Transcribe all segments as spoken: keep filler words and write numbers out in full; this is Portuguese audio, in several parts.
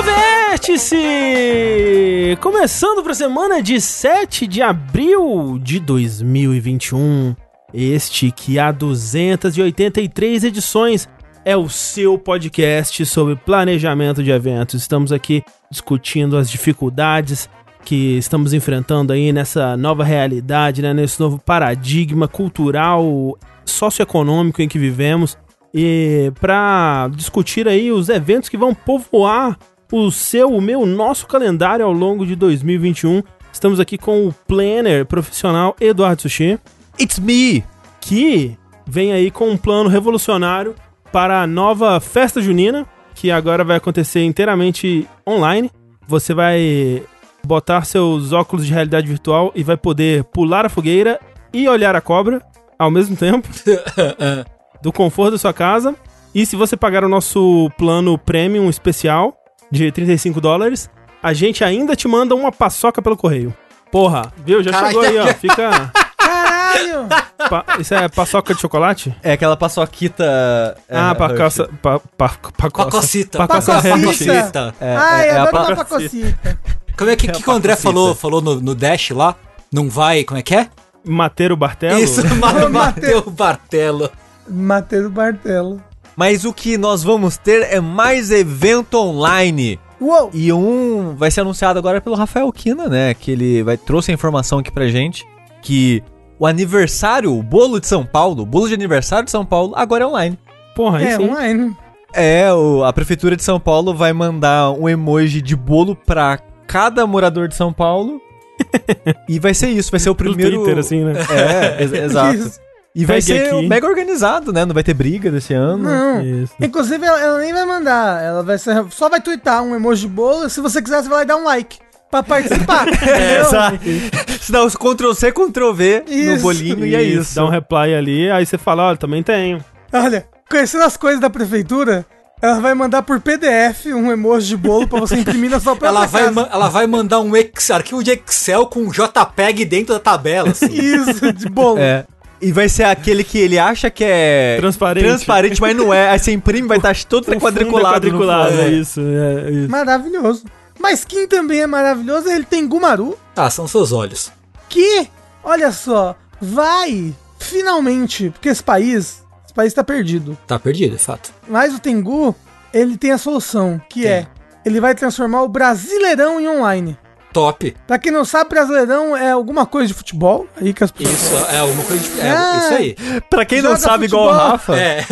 Vértice! Começando para a semana de sete de abril de dois mil e vinte e um. Este que há duzentas e oitenta e três edições é o seu podcast sobre planejamento de eventos. Estamos aqui discutindo as dificuldades que estamos enfrentando aí nessa nova realidade, né? Nesse novo paradigma cultural, socioeconômico em que vivemos. E para discutir aí os eventos que vão povoar o seu, o meu, nosso calendário ao longo de dois mil e vinte e um, estamos aqui com o planner profissional Eduardo Sushi. It's me! Que vem aí com um plano revolucionário para a nova festa junina, que agora vai acontecer inteiramente online. Você vai botar seus óculos de realidade virtual e vai poder pular a fogueira e olhar a cobra ao mesmo tempo. Do conforto da sua casa. E se você pagar o nosso plano premium especial de trinta e cinco dólares, a gente ainda te manda uma paçoca pelo correio. Porra, viu? Já chegou aí, ó. Fica... Caralho! Pa... Isso é paçoca de chocolate? É aquela paçoquita... É, ah, pacoça... Pa, pa, pacoça. Pacocita. Pacoça. Pacocita. É, Ai, é, é a agora pa- dá pacocita. Como é que, É que, a que o André pacocita. falou, falou no, no Dash lá? Não vai, como é que é? Mateiro Bartelo? Isso, ma- Mateu Bartelo. Matei do Bartelo. Mas o que nós vamos ter é mais evento online. Uou! E um vai ser anunciado agora pelo Rafael Kina, né? Que ele vai, trouxe a informação aqui pra gente que o aniversário, o bolo de São Paulo, o bolo de aniversário de São Paulo, agora é online. Porra, aí É, sim. online. É, o, a Prefeitura de São Paulo vai mandar um emoji de bolo pra cada morador de São Paulo. E vai ser isso, vai ser o Pelo primeiro... Twitter, assim, né? É, ex- exato. Isso. E vai Pegue ser aqui. mega organizado, né? Não vai ter briga desse ano. Não. Isso. Inclusive, ela, ela nem vai mandar. Ela vai ser, só vai twittar um emoji de bolo. Se você quiser, você vai lá e dar um like pra participar. É, entendeu? exato. Se dá os control C, control V no Isso. bolinho e é isso. Dá um reply ali, aí você fala, olha, também tenho. Olha, conhecendo as coisas da prefeitura, ela vai mandar por P D F um emoji de bolo pra você imprimir na sua própria Ela vai, casa. ma- ela vai mandar um ex- arquivo de Excel com um JPEG dentro da tabela, assim. Isso, de bolo. É. E vai ser aquele que ele acha que é Transparente. transparente, mas não é. Aí você imprime, vai estar todo O fundo é quadriculado. quadriculado, no fundo. é isso, é isso. Maravilhoso. Mas quem também é maravilhoso, ele tem Gumaru, Ah, são seus olhos. que, olha só, vai, finalmente, porque esse país, esse país tá perdido. Tá perdido, é fato. Mas o Tengu, ele tem a solução, que Tem. é, ele vai transformar o Brasileirão em online. Top. Pra quem não sabe, Brasileirão é alguma coisa de futebol, aí que as pessoas... Isso é alguma coisa de... É, Ah. isso aí. Pra quem não Joga sabe, igual o futebol. Rafa, É.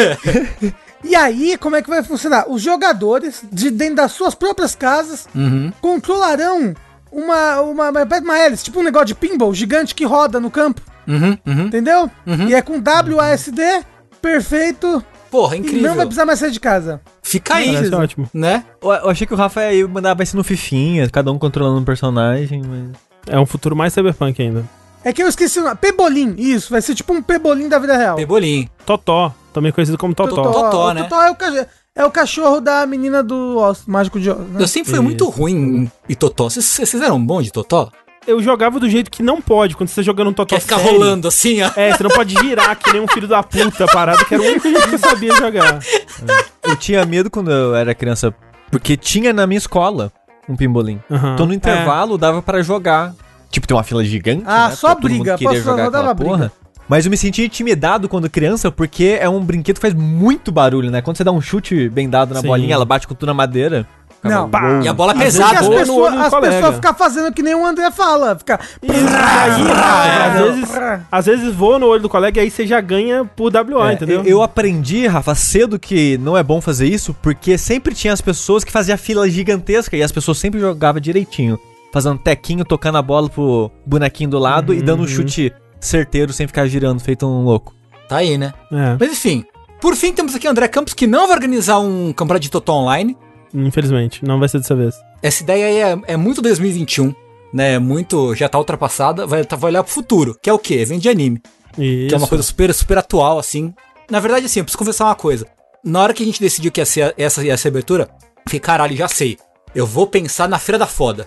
E aí, como é que vai funcionar? Os jogadores, de dentro das suas próprias casas, Uhum. controlarão uma, uma, uma, uma hélice, tipo um negócio de pinball gigante que roda no campo, Uhum, uhum. entendeu? E é com W A S D, perfeito, Porra, e incrível. não vai precisar mais sair de casa. Fica aí, Parece ótimo. né? eu, eu achei que o Rafa ia mandar vai ser no Fifinha, cada um controlando um personagem, mas... É um futuro mais cyberpunk ainda. É que eu esqueci o nome, Pebolim, isso, vai ser tipo um Pebolim da vida real. Pebolim. Totó, também conhecido como Totó. Totó. Totó, o né? Totó é o, ca- é o cachorro da menina do Oz, Mágico de Oz, né? Eu sempre fui Isso. muito ruim em- em Totó. Vocês, vocês eram bom de Totó? Eu jogava do jeito que não pode, quando você tá jogando um Totó Quer ficar sério. rolando assim, ó. É, você não pode girar que nem um filho da puta parado, que era o único jeito que eu sabia jogar. Eu tinha medo quando eu era criança, porque tinha na minha escola um pimbolim. Uhum. Então no intervalo dava pra jogar. Tipo, tem uma fila gigante, Ah, né? só Todo mundo briga, queria posso jogar só dava aquela porra. briga. Mas eu me sentia intimidado quando criança, porque é um brinquedo que faz muito barulho, né? Quando você dá um chute bem dado na Sim. bolinha, ela bate com tudo na madeira. Ficava Não. uou. E a bola Porque pesada. as Boa no pessoas olho do as colega. pessoas ficam fazendo que nem o André fala, fica... Isso, aí, Rafa, às vezes, às vezes voa no olho do colega e aí você já ganha por W A, É, entendeu? eu, eu aprendi, Rafa, cedo que não é bom fazer isso, porque sempre tinha as pessoas que faziam fila gigantesca e as pessoas sempre jogavam direitinho. Fazendo tequinho, tocando a bola pro bonequinho do lado e dando um chute certeiro sem ficar girando, feito um louco. Tá aí, né? É, Mas enfim. Por fim, temos aqui o André Campos, que não vai organizar um campeonato de Totó online. infelizmente, não vai ser dessa vez. Essa ideia aí é, é muito dois mil e vinte e um, né? Muito, já tá ultrapassada. Vai, tá- vai olhar pro futuro, que é o quê? Evento de anime. Isso. Que é uma coisa super, super atual, assim. Na verdade, assim, eu preciso confessar uma coisa. Na hora que a gente decidiu que ia ser essa, ia ser a abertura, eu falei, caralho, já sei. Eu vou pensar na Feira da Foda.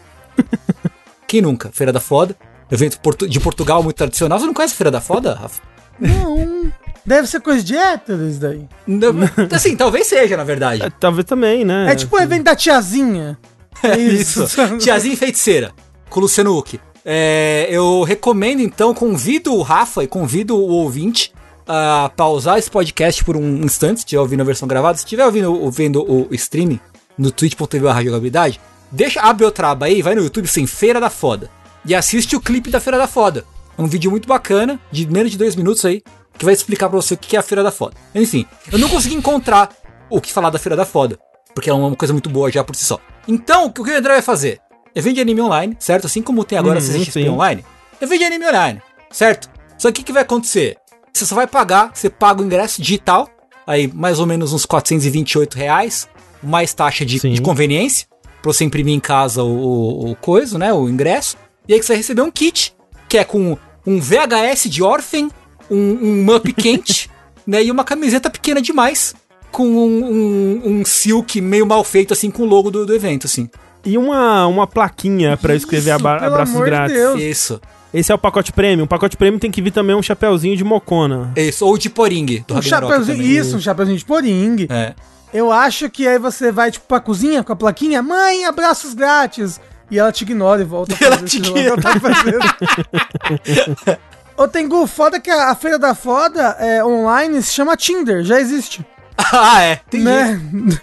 Quem nunca? Feira da Foda. Evento portu- de Portugal muito tradicional. Você não conhece a Feira da Foda, Rafa? Não. Deve ser coisa de hétero isso daí. Não, assim, talvez seja, na verdade. É, talvez também, né? É tipo o evento da tiazinha. É isso. Tiazinha Feiticeira, com o Luciano Huck. É, eu recomendo, então, convido o Rafa e convido o ouvinte a pausar esse podcast por um instante, se estiver ouvindo a versão gravada. Se estiver ouvindo, ouvindo o streaming no twitch ponto tv barra jogabilidade, deixa, abre outra aba aí, vai no YouTube sem Feira da Foda e assiste o clipe da Feira da Foda. É um vídeo muito bacana, de menos de dois minutos aí, que vai explicar pra você o que é a Feira da Foda. Enfim, eu não consegui encontrar o que falar da Feira da Foda, porque é uma coisa muito boa já por si só. Então, o que o André vai fazer? Evento de anime online, certo? Assim como tem agora a C C X P online. Evento de anime online, certo? Só que o que vai acontecer? Você só vai pagar, você paga o ingresso digital, aí mais ou menos uns quatrocentos e vinte e oito reais, mais taxa de, de conveniência, pra você imprimir em casa o, o, o coisa, né? O ingresso. E aí você vai receber um kit, que é com um V H S de Orphan, um, um mup quente, né? E uma camiseta pequena demais, com um, um, um silk meio mal feito, assim, com o logo do, do evento, assim. E uma, uma plaquinha pra escrever Isso, aba- abraços grátis. De Isso. Esse é o pacote premium. O pacote premium tem que vir também um chapeuzinho de Mocona. Isso, ou de Poring. Um chapeuzinho, isso, um chapeuzinho de Poring. É. Eu acho que aí você vai, tipo, pra cozinha com a plaquinha, mãe, abraços grátis. E ela te ignora e volta a Ela fazer te o que ela tá fazendo. Ô, Tengu, foda que a, a Feira da Foda é, online se chama Tinder, já existe. Ah, é. Entendi. Né?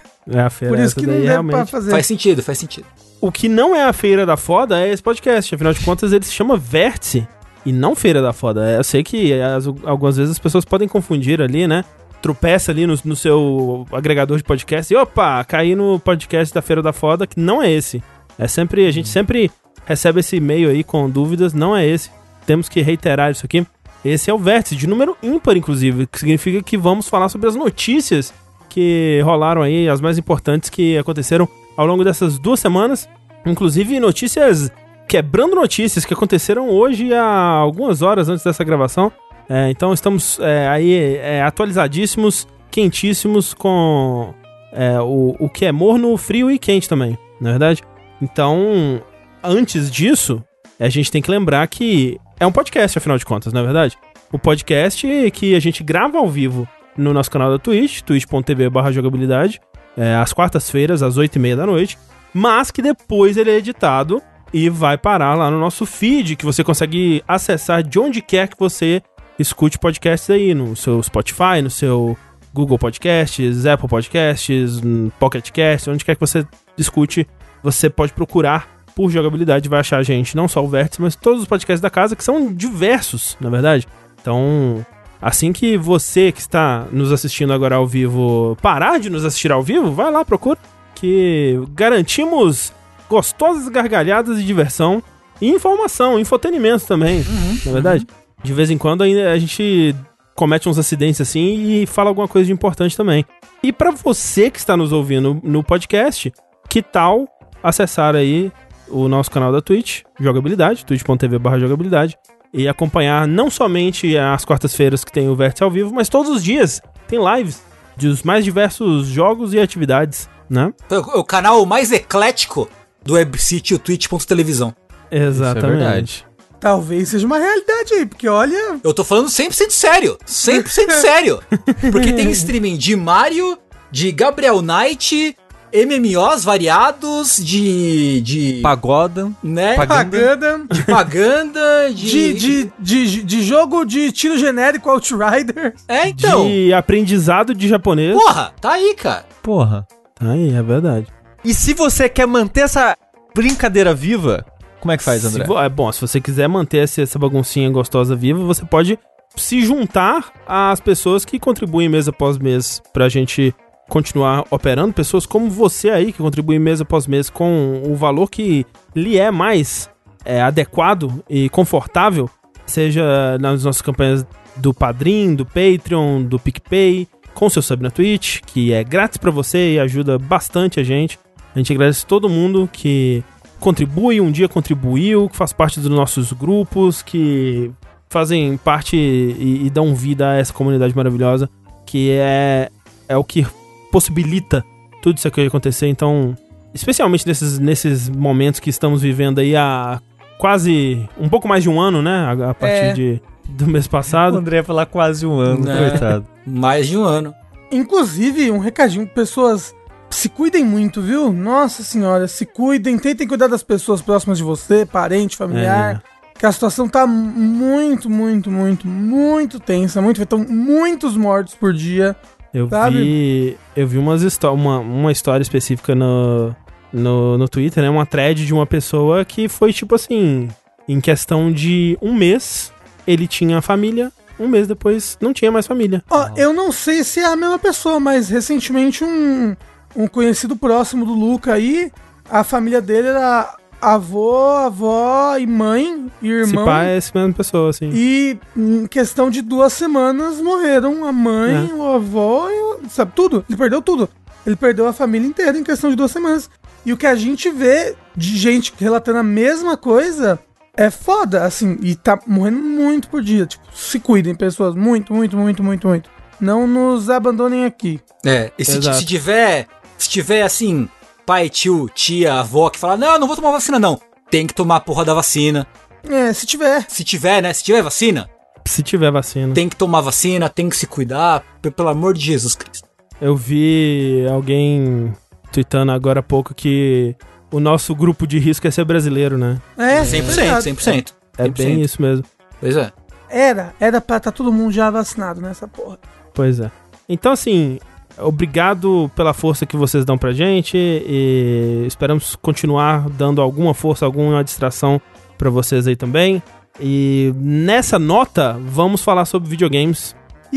É a feira. Por isso essa que daí, não deve realmente. pra fazer. Faz sentido, faz sentido. O que não é a Feira da Foda é esse podcast. Afinal de contas, ele se chama Vértice e não Feira da Foda. Eu sei que as, algumas vezes as pessoas podem confundir ali, né? Tropeça ali no, no seu agregador de podcast e opa, caí no podcast da Feira da Foda, que não é esse. É sempre, a gente sempre recebe esse e-mail aí com dúvidas, não é esse. Temos que reiterar isso aqui. Esse é o Vértice, de número ímpar, inclusive, que significa que vamos falar sobre as notícias que rolaram aí, as mais importantes que aconteceram ao longo dessas duas semanas. Inclusive notícias, quebrando notícias que aconteceram hoje há algumas horas antes dessa gravação. É, então estamos é, aí é, atualizadíssimos, quentíssimos com é, o, o que é morno, frio e quente também, na verdade. Então, antes disso, a gente tem que lembrar que é um podcast, afinal de contas, não é verdade? O podcast que a gente grava ao vivo no nosso canal da Twitch, twitch ponto tv barra jogabilidade, é, às quartas-feiras, às oito e meia da noite, mas que depois ele é editado e vai parar lá no nosso feed, que você consegue acessar de onde quer que você escute podcasts aí, no seu Spotify, no seu Google Podcasts, Apple Podcasts, Pocket Cast, onde quer que você escute, você pode procurar por jogabilidade, vai achar a gente, não só o Vértice, mas todos os podcasts da casa, que são diversos, na verdade. Então, assim que você que está nos assistindo agora ao vivo parar de nos assistir ao vivo, vai lá, procura, que garantimos gostosas gargalhadas de diversão e informação, infotenimento também, uhum, na verdade. Uhum. De vez em quando a gente comete uns acidentes assim e fala alguma coisa de importante também. E para você que está nos ouvindo no podcast, que tal acessar aí o nosso canal da Twitch, Jogabilidade, twitch ponto tv barra jogabilidade, e acompanhar não somente as quartas-feiras que tem o Vértice ao vivo, mas todos os dias tem lives dos mais diversos jogos e atividades, né? O, o canal mais eclético do WebCity, o twitch ponto televisão. Exatamente. Isso é verdade. Talvez seja uma realidade aí, porque olha... Eu tô falando cem por cento sério, cem por cento sério. Porque tem streaming de Mario, de Gabriel Knight, M M Os variados, de... de Pagoda. Né? Paganda. De paganda, de... De, de, de, de jogo de tiro genérico Outrider. É, então. De aprendizado de japonês. Porra, tá aí, cara. Porra. Tá aí, é verdade. E se você quer manter essa brincadeira viva, como é que faz, André? Se, é bom, se você quiser manter essa, essa baguncinha gostosa viva, você pode se juntar às pessoas que contribuem mês após mês pra gente continuar operando. Pessoas como você aí, que contribuem mês após mês com o valor que lhe é mais é, adequado e confortável, seja nas nossas campanhas do Padrim, do Patreon, do PicPay, com seu sub na Twitch, que é grátis pra você e ajuda bastante a gente. A gente agradece todo mundo que contribui, um dia contribuiu, que faz parte dos nossos grupos, que fazem parte e, e dão vida a essa comunidade maravilhosa, que é, é o que possibilita tudo isso aqui acontecer. Então, especialmente nesses, nesses momentos que estamos vivendo aí há quase um pouco mais de um ano, né? A, a partir é. de, do mês passado. O André ia falar quase um ano, né? coitado. Mais de um ano. Inclusive, um recadinho para pessoas se cuidem muito, viu? Nossa senhora, se cuidem, tentem cuidar das pessoas próximas de você, parente, familiar. É. Que a situação tá muito, muito, muito, muito tensa, muito, estão muitos mortos por dia. Eu sabe? vi, eu vi umas histó- uma, uma história específica no, no, no Twitter, né? Uma thread de uma pessoa que foi tipo assim, em questão de um mês, ele tinha família, um mês depois não tinha mais família. Ó, eu não sei se é a mesma pessoa, mas recentemente um, um conhecido próximo do Luca aí, a família dele era avô, avó e mãe e irmão. Esse pai é essa mesma pessoa, assim. E em questão de duas semanas morreram a mãe, é. o avô e o, sabe, tudo. Ele perdeu tudo. Ele perdeu a família inteira em questão de duas semanas. E o que a gente vê de gente relatando a mesma coisa é foda, assim. E tá morrendo muito por dia. Tipo, se cuidem, pessoas. Muito, muito, muito, muito, muito. Não nos abandonem aqui. É, e se, se tiver, se tiver assim... pai, tio, tia, avó, que fala, não, não vou tomar vacina, não. Tem que tomar a porra da vacina. É, se tiver. Se tiver, né? Se tiver vacina. Se tiver vacina. Tem que tomar vacina, tem que se cuidar, pelo amor de Jesus Cristo. Eu vi alguém tweetando agora há pouco que o nosso grupo de risco é ser brasileiro, né? É, cem por cento, cem por cento. É bem isso mesmo. Pois é. Era, era pra estar tá todo mundo já vacinado nessa porra. Pois é. Então, assim... Obrigado pela força que vocês dão pra gente e esperamos continuar dando alguma força, alguma distração pra vocês aí também. E nessa nota, vamos falar sobre videogames.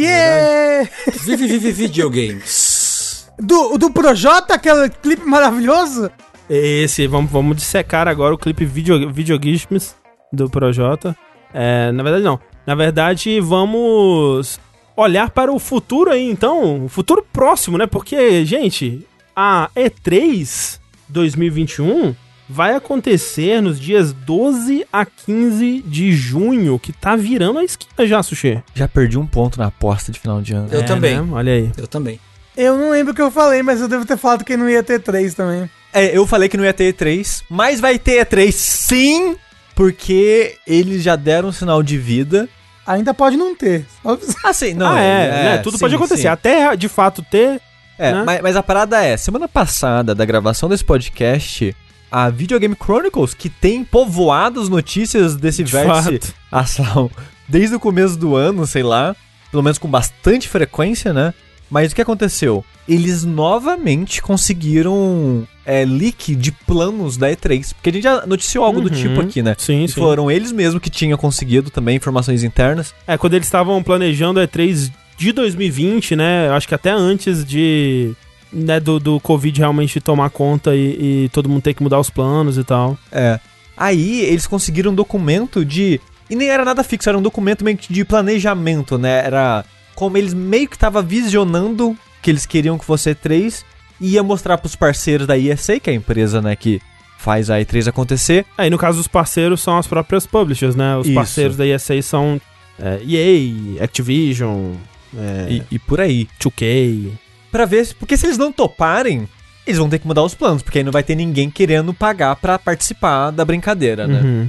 Yeah! Vive, vive videogames. Do, do Projota, aquele clipe maravilhoso? Esse, vamos, vamos dissecar agora o clipe video, Videogames do Projota. É, na verdade, não. Na verdade, vamos... olhar para o futuro aí, então, o futuro próximo, né? Porque, gente, a E três dois mil e vinte e um vai acontecer nos dias doze a quinze de junho, que tá virando a esquina já, Sushi. Já perdi um ponto na aposta de final de ano. Eu é, também. Né? Olha aí. Eu também. Eu não lembro o que eu falei, mas eu devo ter falado que não ia ter três também. É, eu falei que não ia ter E três, mas vai ter E três sim, porque eles já deram um sinal de vida. Ainda pode não ter. Ah, sim, não. Ah, é, é, né? Tudo sim, pode acontecer. Sim. Até, de fato, ter... É, né? mas, mas a parada é, semana passada, da gravação desse podcast, a Video Game Chronicles, que tem povoado as notícias desse de vértice fato. astral desde o começo do ano, sei lá, pelo menos com bastante frequência, né? Mas o que aconteceu? Eles novamente conseguiram é, leak de planos da E três. Porque a gente já noticiou algo Uhum, do tipo aqui, né? Sim, e sim. foram eles mesmos que tinham conseguido também informações internas. É, quando eles estavam planejando a E três de dois mil e vinte, né? Acho que até antes de... Né, do, do Covid realmente tomar conta e, e todo mundo ter que mudar os planos e tal. É. Aí eles conseguiram um documento de... E nem era nada fixo, era um documento meio que de planejamento, né? Era como eles meio que estavam visionando que eles queriam que fosse E três e ia mostrar pros parceiros da E S A, que é a empresa, né, que faz a E três acontecer. Aí, no caso, os parceiros são as próprias publishers, né? Os Isso. parceiros da E S A são é, E A, Activision, é, E, e por aí. dois K... Pra ver, se- porque se eles não toparem, eles vão ter que mudar os planos, porque aí não vai ter ninguém querendo pagar pra participar da brincadeira, né? Uhum.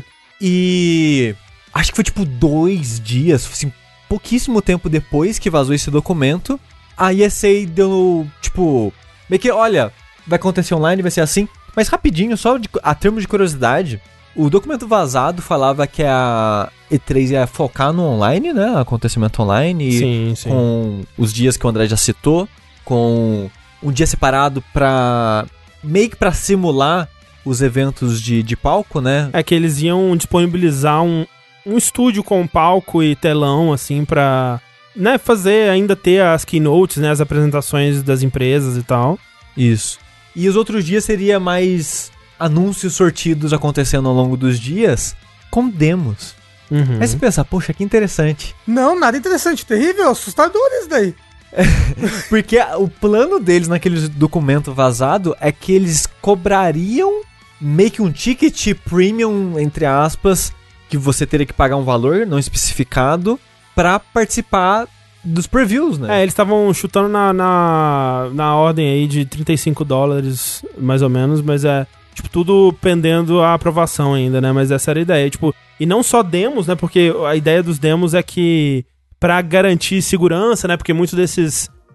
E acho que foi tipo dois dias, assim, pouquíssimo tempo depois que vazou esse documento, a E S A deu, tipo, meio que, olha, vai acontecer online, vai ser assim, mas rapidinho, só de, a termos de curiosidade, o documento vazado falava que a E três ia focar no online, né, acontecimento online, e Sim, sim. com os dias que o André já citou, com um dia separado pra, meio que pra simular os eventos de, de palco, né? É que eles iam disponibilizar um, um estúdio com palco e telão, assim, pra, né, fazer, ainda ter as keynotes, né, as apresentações das empresas e tal. Isso. E os outros dias seria mais anúncios sortidos acontecendo ao longo dos dias com demos. Uhum. Aí você pensa, poxa, que interessante. Não, nada interessante. Terrível, assustador isso daí. Porque o plano deles naquele documento vazado é que eles cobrariam meio que um ticket premium, entre aspas, que você teria que pagar um valor não especificado pra participar dos previews, né? É, eles estavam chutando na, na, na ordem aí de trinta e cinco dólares, mais ou menos, mas é, tipo, tudo pendendo a aprovação ainda, né? Mas essa era a ideia, tipo, e não só demos, né? Porque a ideia dos demos é que pra garantir segurança, né? Porque muitos desses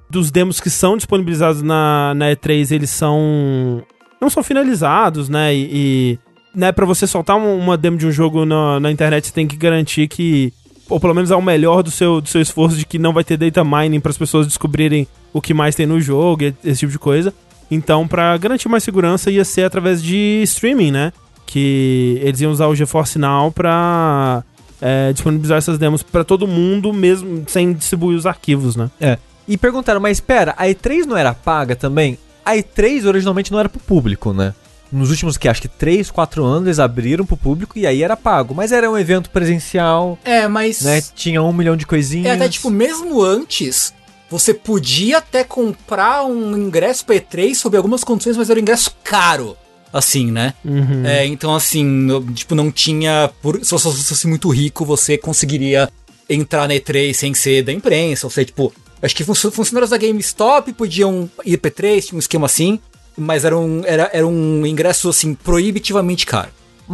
dos demos que são disponibilizados na, na E três, eles são... não são finalizados, né? E, e né, pra você soltar uma demo de um jogo na, na internet, você tem que garantir que, ou pelo menos é o melhor do seu, do seu esforço, de que não vai ter data mining para as pessoas descobrirem o que mais tem no jogo, esse tipo de coisa. Então, pra garantir mais segurança, ia ser através de streaming, né? Que eles iam usar o GeForce Now pra é, disponibilizar essas demos pra todo mundo, mesmo sem distribuir os arquivos, né? É. E perguntaram, mas espera, a E três não era paga também? A E três originalmente não era pro público, né? Nos últimos, que acho que três, quatro anos, eles abriram pro público e aí era pago. Mas era um evento presencial. É, mas... né? Tinha um milhão de coisinhas. É, até tipo, mesmo antes, você podia até comprar um ingresso pra E três sob algumas condições, mas era um ingresso caro. Assim, né? Uhum. É, então, assim, tipo, não tinha... Por, se você fosse muito rico, você conseguiria entrar na E três sem ser da imprensa. Ou seja, tipo... Acho que funcionários da GameStop podiam ir pra E três, tinha um esquema assim, mas era um, era, era um ingresso, assim, proibitivamente caro.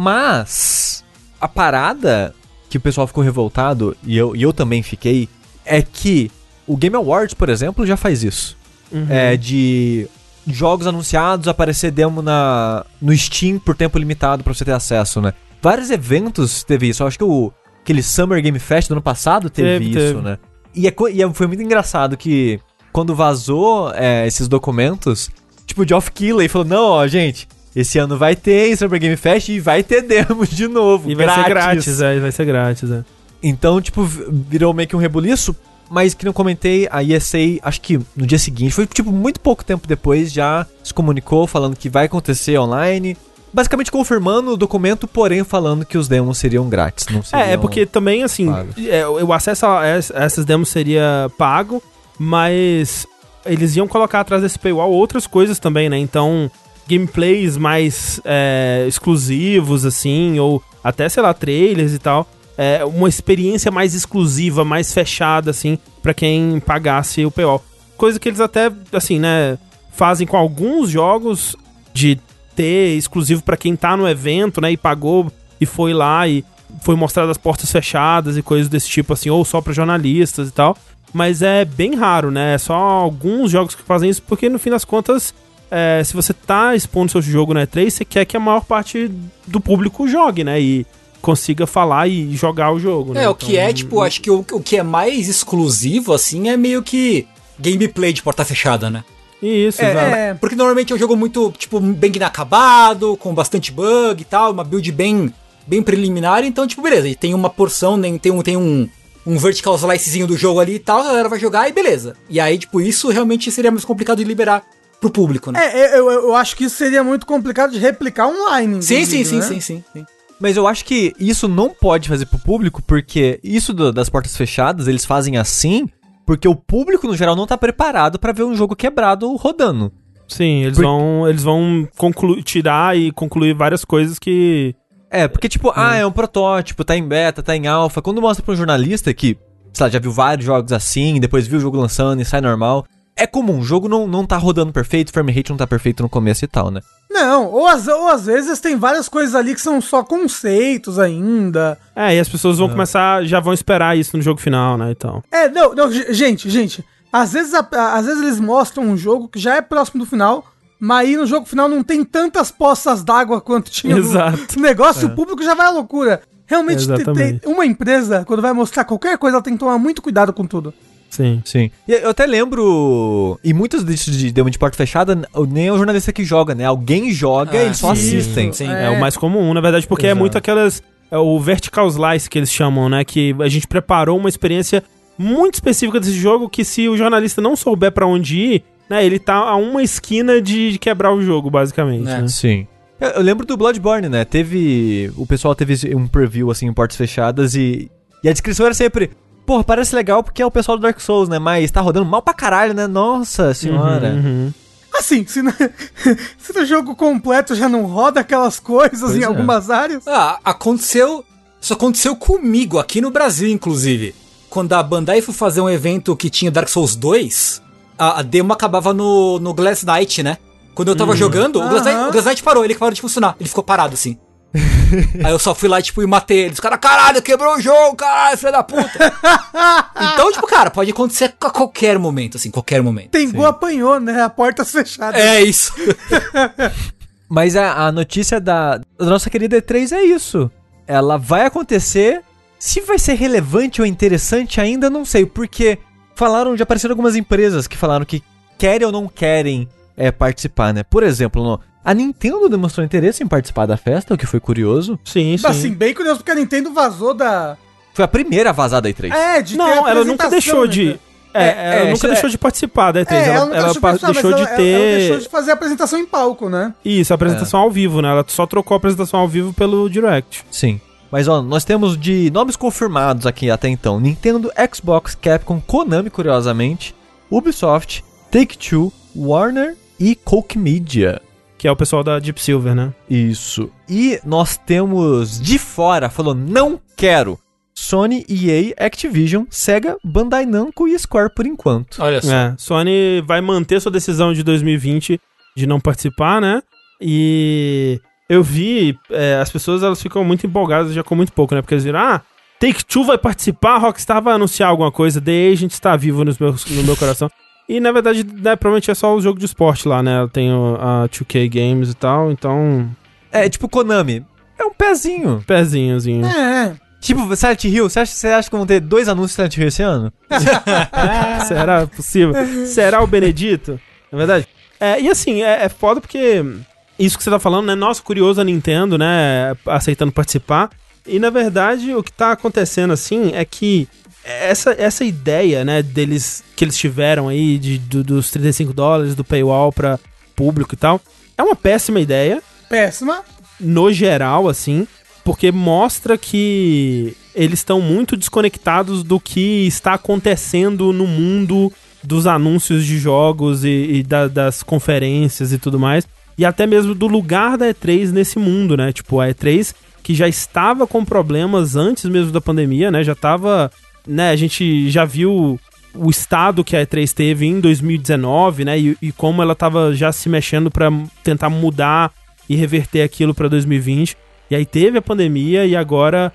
Mas a parada que o pessoal ficou revoltado, e eu, e eu também fiquei, é que o Game Awards, por exemplo, já faz isso. Uhum. É, de jogos anunciados, aparecer demo na, no Steam por tempo limitado pra você ter acesso, né? Vários eventos teve isso. Eu acho que o aquele Summer Game Fest do ano passado teve, teve isso, teve. né? E, é, e foi muito engraçado que quando vazou é, esses documentos, tipo, o Geoff Keighley falou, não, ó, gente, esse ano vai ter Summer Game Fest e vai ter demos de novo, e vai grátis. ser grátis, é, vai ser grátis, é. Então, tipo, virou meio que um rebuliço, mas que não comentei, a E S A, acho que no dia seguinte, foi tipo muito pouco tempo depois, já se comunicou falando que vai acontecer online, basicamente confirmando o documento, porém falando que os demos seriam grátis. Não seriam é, é porque também, assim, é, o acesso a essas demos seria pago, mas eles iam colocar atrás desse paywall outras coisas também, né? Então, gameplays mais é, exclusivos, assim, ou até, sei lá, trailers e tal. É, uma experiência mais exclusiva, mais fechada, assim, pra quem pagasse o paywall. Coisa que eles até, assim, né, fazem com alguns jogos de ter exclusivo pra quem tá no evento, né, e pagou e foi lá e foi mostrado as portas fechadas e coisas desse tipo, assim, ou só pra jornalistas e tal. Mas é bem raro, né, é só alguns jogos que fazem isso, porque no fim das contas, é, se você tá expondo seu jogo na E três, você quer que a maior parte do público jogue, né, e consiga falar e jogar o jogo, né? É, o então, que é, tipo, acho que o, o que é mais exclusivo, assim, é meio que gameplay de porta fechada, né? Isso, é, exato. É, porque normalmente é um jogo muito, tipo, bem inacabado, com bastante bug e tal, uma build bem, bem preliminar, então, tipo, beleza, e tem uma porção, tem um, tem um, um vertical slicezinho do jogo ali e tal, a galera vai jogar e beleza. E aí, tipo, isso realmente seria mais complicado de liberar pro público, né? É, eu, eu acho que isso seria muito complicado de replicar online. Sim, sim, sim, né? sim, sim, sim. Mas eu acho que isso não pode fazer pro público, porque isso do, das portas fechadas, eles fazem assim, porque o público, no geral, não tá preparado pra ver um jogo quebrado rodando. Sim, eles Por... vão, eles vão conclu... tirar e concluir várias coisas que... É, porque tipo, hum. ah, é um protótipo, tá em beta, tá em alpha. Quando mostra pra um jornalista que, sei lá, já viu vários jogos assim, depois viu o jogo lançando e sai normal... É comum, o jogo não, não tá rodando perfeito, o frame rate não tá perfeito no começo e tal, né? Não, ou às, ou às vezes tem várias coisas ali que são só conceitos ainda. É, e as pessoas vão é. começar, já vão esperar isso no jogo final, né, então. É, não, não, gente, gente, às vezes, a, às vezes eles mostram um jogo que já é próximo do final, mas aí no jogo final não tem tantas poças d'água quanto tinha Exato. no negócio, é. e o público já vai à loucura. Realmente, tem, tem, uma empresa, quando vai mostrar qualquer coisa, ela tem que tomar muito cuidado com tudo. Sim. Sim. E eu até lembro, e muitos desses de demo de porta fechada, nem é o jornalista que joga, né? Alguém joga e ah, eles só sim, assistem. Sim. É. é o mais comum, na verdade, porque Exato. é muito aquelas... É o vertical slice que eles chamam, né? Que a gente preparou uma experiência muito específica desse jogo que se o jornalista não souber pra onde ir, né? Ele tá a uma esquina de quebrar o jogo, basicamente. É. Né? Sim. Eu, eu lembro do Bloodborne, né? Teve... O pessoal teve um preview, assim, em portas fechadas e... E a descrição era sempre... Porra, parece legal porque é o pessoal do Dark Souls, né? Mas tá rodando mal pra caralho, né? Nossa senhora. Uhum, uhum. Assim, se no, se no jogo completo já não roda aquelas coisas pois em é. algumas áreas... Ah, aconteceu... Isso aconteceu comigo, aqui no Brasil, inclusive. Quando a Bandai foi fazer um evento que tinha Dark Souls dois, a, a demo acabava no, no Glass Knight, né? Quando eu tava uhum. jogando, o Glass, Knight, o Glass Knight parou, ele parou de funcionar. Ele ficou parado, assim. Aí eu só fui lá, tipo, e matei eles. Cara, caralho, quebrou o jogo, caralho, filho da puta. Então, tipo, cara, pode acontecer a qualquer momento, assim, qualquer momento. Tengu apanhou, né? A porta fechada. É isso. Mas a, a notícia da, da nossa querida E três é isso. Ela vai acontecer. Se vai ser relevante ou interessante ainda, não sei. Porque falaram, já apareceram algumas empresas que falaram que querem ou não querem é, participar, né? Por exemplo, no, a Nintendo demonstrou interesse em participar da festa, o que foi curioso. Sim, sim. Assim, bem curioso, porque a Nintendo vazou da... Foi a primeira vazada da E três. É, de ter Não, ela nunca deixou né, de... É, É, ela é, nunca é, deixou de participar da E três. É, ela ela, nunca ela deixou, pa- de, participar, deixou mas de ela, ter... ela deixou de fazer a apresentação em palco, né? Isso, a apresentação ao vivo, né? Ela só trocou a apresentação ao vivo pelo Direct. Sim. Mas, ó, nós temos de nomes confirmados aqui até então. Nintendo, Xbox, Capcom, Konami, curiosamente, Ubisoft, Take-Two, Warner e Koch Media. Que é o pessoal da Deep Silver, né? Isso. E nós temos de fora, falou, não quero, Sony, E A, Activision, Sega, Bandai Namco e Square por enquanto. Olha só. É, Sony vai manter sua decisão de dois mil e vinte de não participar, né? E eu vi, é, as pessoas elas ficam muito empolgadas já com muito pouco, né? Porque eles viram, ah, Take-Two vai participar, Rockstar vai anunciar alguma coisa, The Agent está vivo nos meus, no meu coração. E na verdade, né, provavelmente é só o jogo de esporte lá, né? Tem o, a dois K Games e tal, então... É, tipo Konami, é um pezinho. Pezinhozinho. É, Tipo, Silent Hill, você acha, você acha que vão ter dois anúncios de Silent Hill esse ano? Será possível? Será o Benedito? Na verdade. É, e assim, é, é foda porque isso que você tá falando, né? Nossa, curioso a Nintendo, né? Aceitando participar. E na verdade, o que tá acontecendo assim é que essa, essa ideia, né, deles que eles tiveram aí de, do, dos trinta e cinco dólares do paywall pra público e tal, é uma péssima ideia. péssima. No geral, assim, porque mostra que eles estão muito desconectados do que está acontecendo no mundo dos anúncios de jogos e, e da, das conferências e tudo mais, e até mesmo do lugar da E três nesse mundo, né? Tipo, a E três que já estava com problemas antes mesmo da pandemia, né? Já estava, né? A gente já viu o estado que a E três teve em dois mil e dezenove, né? E, e como ela estava já se mexendo para tentar mudar e reverter aquilo para dois mil e vinte. E aí teve a pandemia e agora,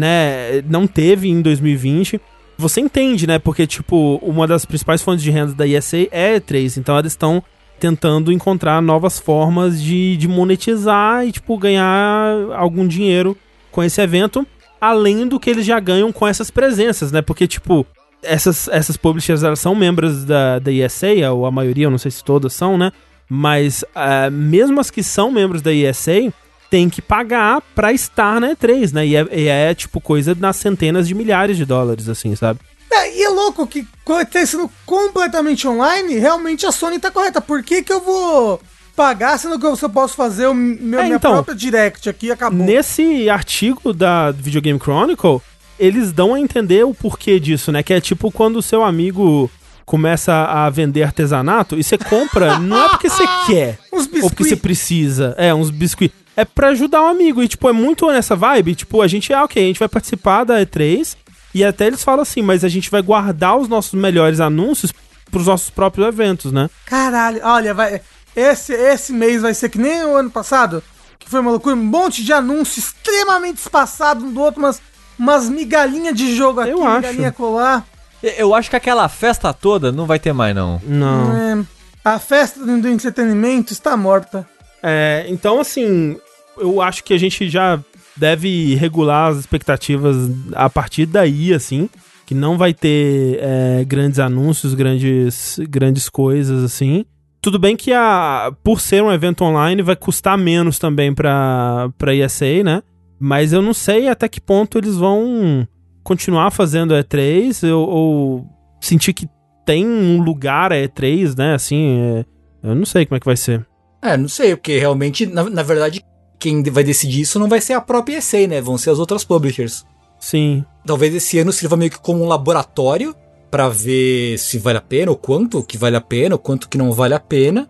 né, não teve em dois mil e vinte. Você entende, né? Porque, tipo, uma das principais fontes de renda da E S A é a E três. Então eles estão tentando encontrar novas formas de, de monetizar e, tipo, ganhar algum dinheiro com esse evento, além do que eles já ganham com essas presenças, né? Porque, tipo, essas, essas publishers, elas são membros da, da E S A, ou a maioria, eu não sei se todas são, né? Mas uh, mesmo as que são membros da E S A, tem que pagar pra estar na E três, né? E é, e é, tipo, coisa nas centenas de milhares de dólares, assim, sabe? É, e é louco que, ter sido completamente online, realmente a Sony tá correta. Por que que eu vou pagar, sendo que eu só posso fazer o meu, É, minha então, própria Direct aqui e acabou? Nesse artigo da Video Game Chronicle, eles dão a entender o porquê disso, né? Que é tipo quando o seu amigo começa a vender artesanato e você compra, não é porque você quer, Uns ou porque biscuits. você precisa. É, uns biscuits. É pra ajudar o amigo. E, tipo, é muito nessa vibe. Tipo, a gente, ah, ok, a gente vai participar da E três. E até eles falam assim, mas a gente vai guardar os nossos melhores anúncios pros nossos próprios eventos, né? Caralho, olha, vai, esse, esse mês vai ser que nem o ano passado, que foi uma loucura, um monte de anúncio extremamente espaçado um do outro, umas, umas migalhinhas de jogo aqui, Eu acho. migalhinha colar. Eu acho que aquela festa toda não vai ter mais, não. Não. É, a festa do, do entretenimento está morta. É, então, assim, eu acho que a gente já deve regular as expectativas a partir daí, assim, que não vai ter é, grandes anúncios, grandes, grandes coisas, assim. Tudo bem que, a, por ser um evento online, vai custar menos também pra, pra E S A, né? Mas eu não sei até que ponto eles vão continuar fazendo a E três, ou, ou sentir que tem um lugar a E três, né? Assim, é, eu não sei como é que vai ser. É, não sei, porque realmente, na, na verdade, quem vai decidir isso não vai ser a própria E S A, né? Vão ser as outras publishers. Sim. Talvez esse ano sirva meio que como um laboratório pra ver se vale a pena, ou quanto que vale a pena, ou quanto que não vale a pena.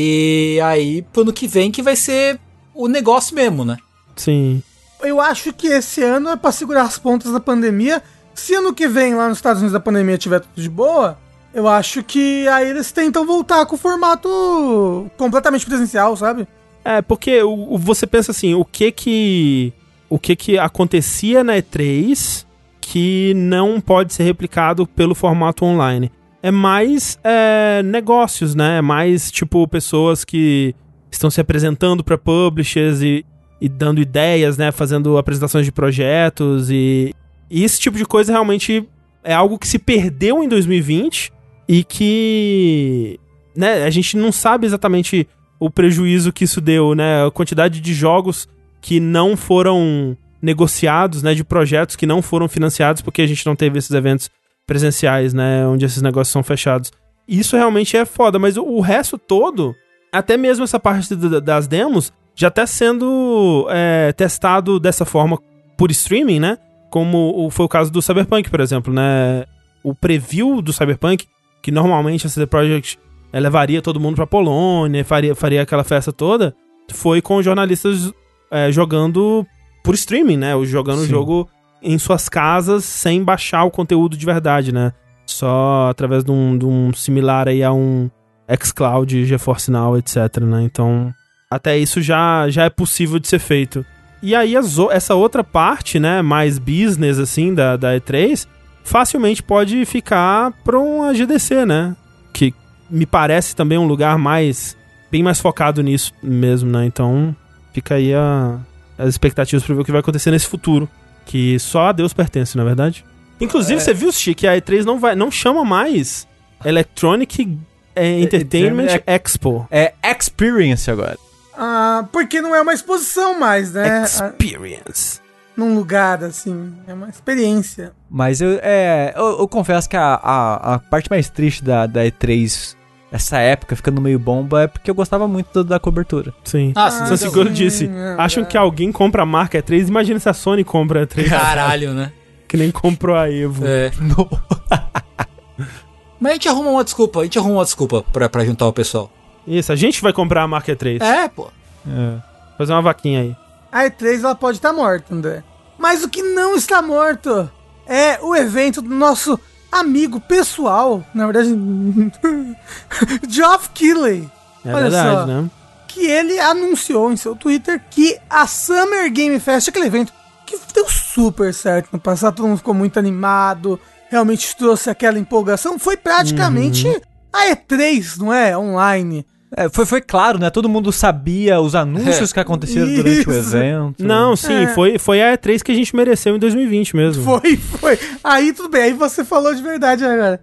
E aí, pro ano que vem, que vai ser o negócio mesmo, né? Sim. Eu acho que esse ano é pra segurar as pontas da pandemia. Se ano que vem, lá nos Estados Unidos, a pandemia tiver tudo de boa, eu acho que aí eles tentam voltar com o formato completamente presencial, sabe? É, porque o, o, você pensa assim, o que que... O que que acontecia na E três que não pode ser replicado pelo formato online? É mais é, negócios, né? É mais, tipo, pessoas que estão se apresentando para publishers e, e dando ideias, né? Fazendo apresentações de projetos e, e esse tipo de coisa realmente é algo que se perdeu em dois mil e vinte e que, né? A gente não sabe exatamente o prejuízo que isso deu, né? A quantidade de jogos que não foram negociados, né? De projetos que não foram financiados porque a gente não teve esses eventos presenciais, né, onde esses negócios são fechados. Isso realmente é foda, mas o, o resto todo, até mesmo essa parte d- das demos, já tá sendo é, testado dessa forma por streaming, né, como o, foi o caso do Cyberpunk, por exemplo, né, o preview do Cyberpunk, que normalmente a C D Projekt é, levaria todo mundo pra Polônia, faria, faria aquela festa toda, foi com jornalistas é, jogando por streaming, né, jogando o jogo em suas casas, sem baixar o conteúdo de verdade, né? Só através de um, de um similar aí a um xCloud, GeForce Now, etc, né? Então, até isso já, já é possível de ser feito. E aí, as, essa outra parte, né, mais business, assim, da, da E três, facilmente pode ficar pra uma G D C, né? Que me parece também um lugar mais, bem mais focado nisso mesmo, né? Então, fica aí a, as expectativas pra ver o que vai acontecer nesse futuro. Que só a Deus pertence, na verdade. Inclusive, é. Você viu, Chico, que a E três não, vai, não chama mais Electronic é, Entertainment é, é, Expo. É Experience agora. Ah, porque não é uma exposição mais, né? Experience. A, num lugar, assim. É uma experiência. Mas eu, é, eu, eu confesso que a, a, a parte mais triste da, da E três, essa época, ficando meio bomba, é porque eu gostava muito da, da cobertura. Sim. Ah, sim. São Seguro disse, é, acham é. que alguém compra a marca E três? Imagina se a Sony compra a E três. Caralho, né? Que nem comprou a Evo. É. Mas a gente arruma uma desculpa, a gente arruma uma desculpa pra, pra juntar o pessoal. Isso, a gente vai comprar a marca E três. É, pô. É. Fazer uma vaquinha aí. A E três, ela pode estar morta, André. Mas o que não está morto é o evento do nosso amigo pessoal, na verdade, Geoff Keighley. É Olha verdade, só, né? Que ele anunciou em seu Twitter que a Summer Game Fest, aquele evento que deu super certo no passado, todo mundo ficou muito animado, realmente trouxe aquela empolgação, foi praticamente uhum. a E três, não é? Online. É, foi, foi claro, né? Todo mundo sabia os anúncios é. que aconteceram Isso. durante o evento. Não, sim, é. foi, foi a E três que a gente mereceu em dois mil e vinte mesmo. Foi, foi. Aí tudo bem, aí você falou de verdade agora.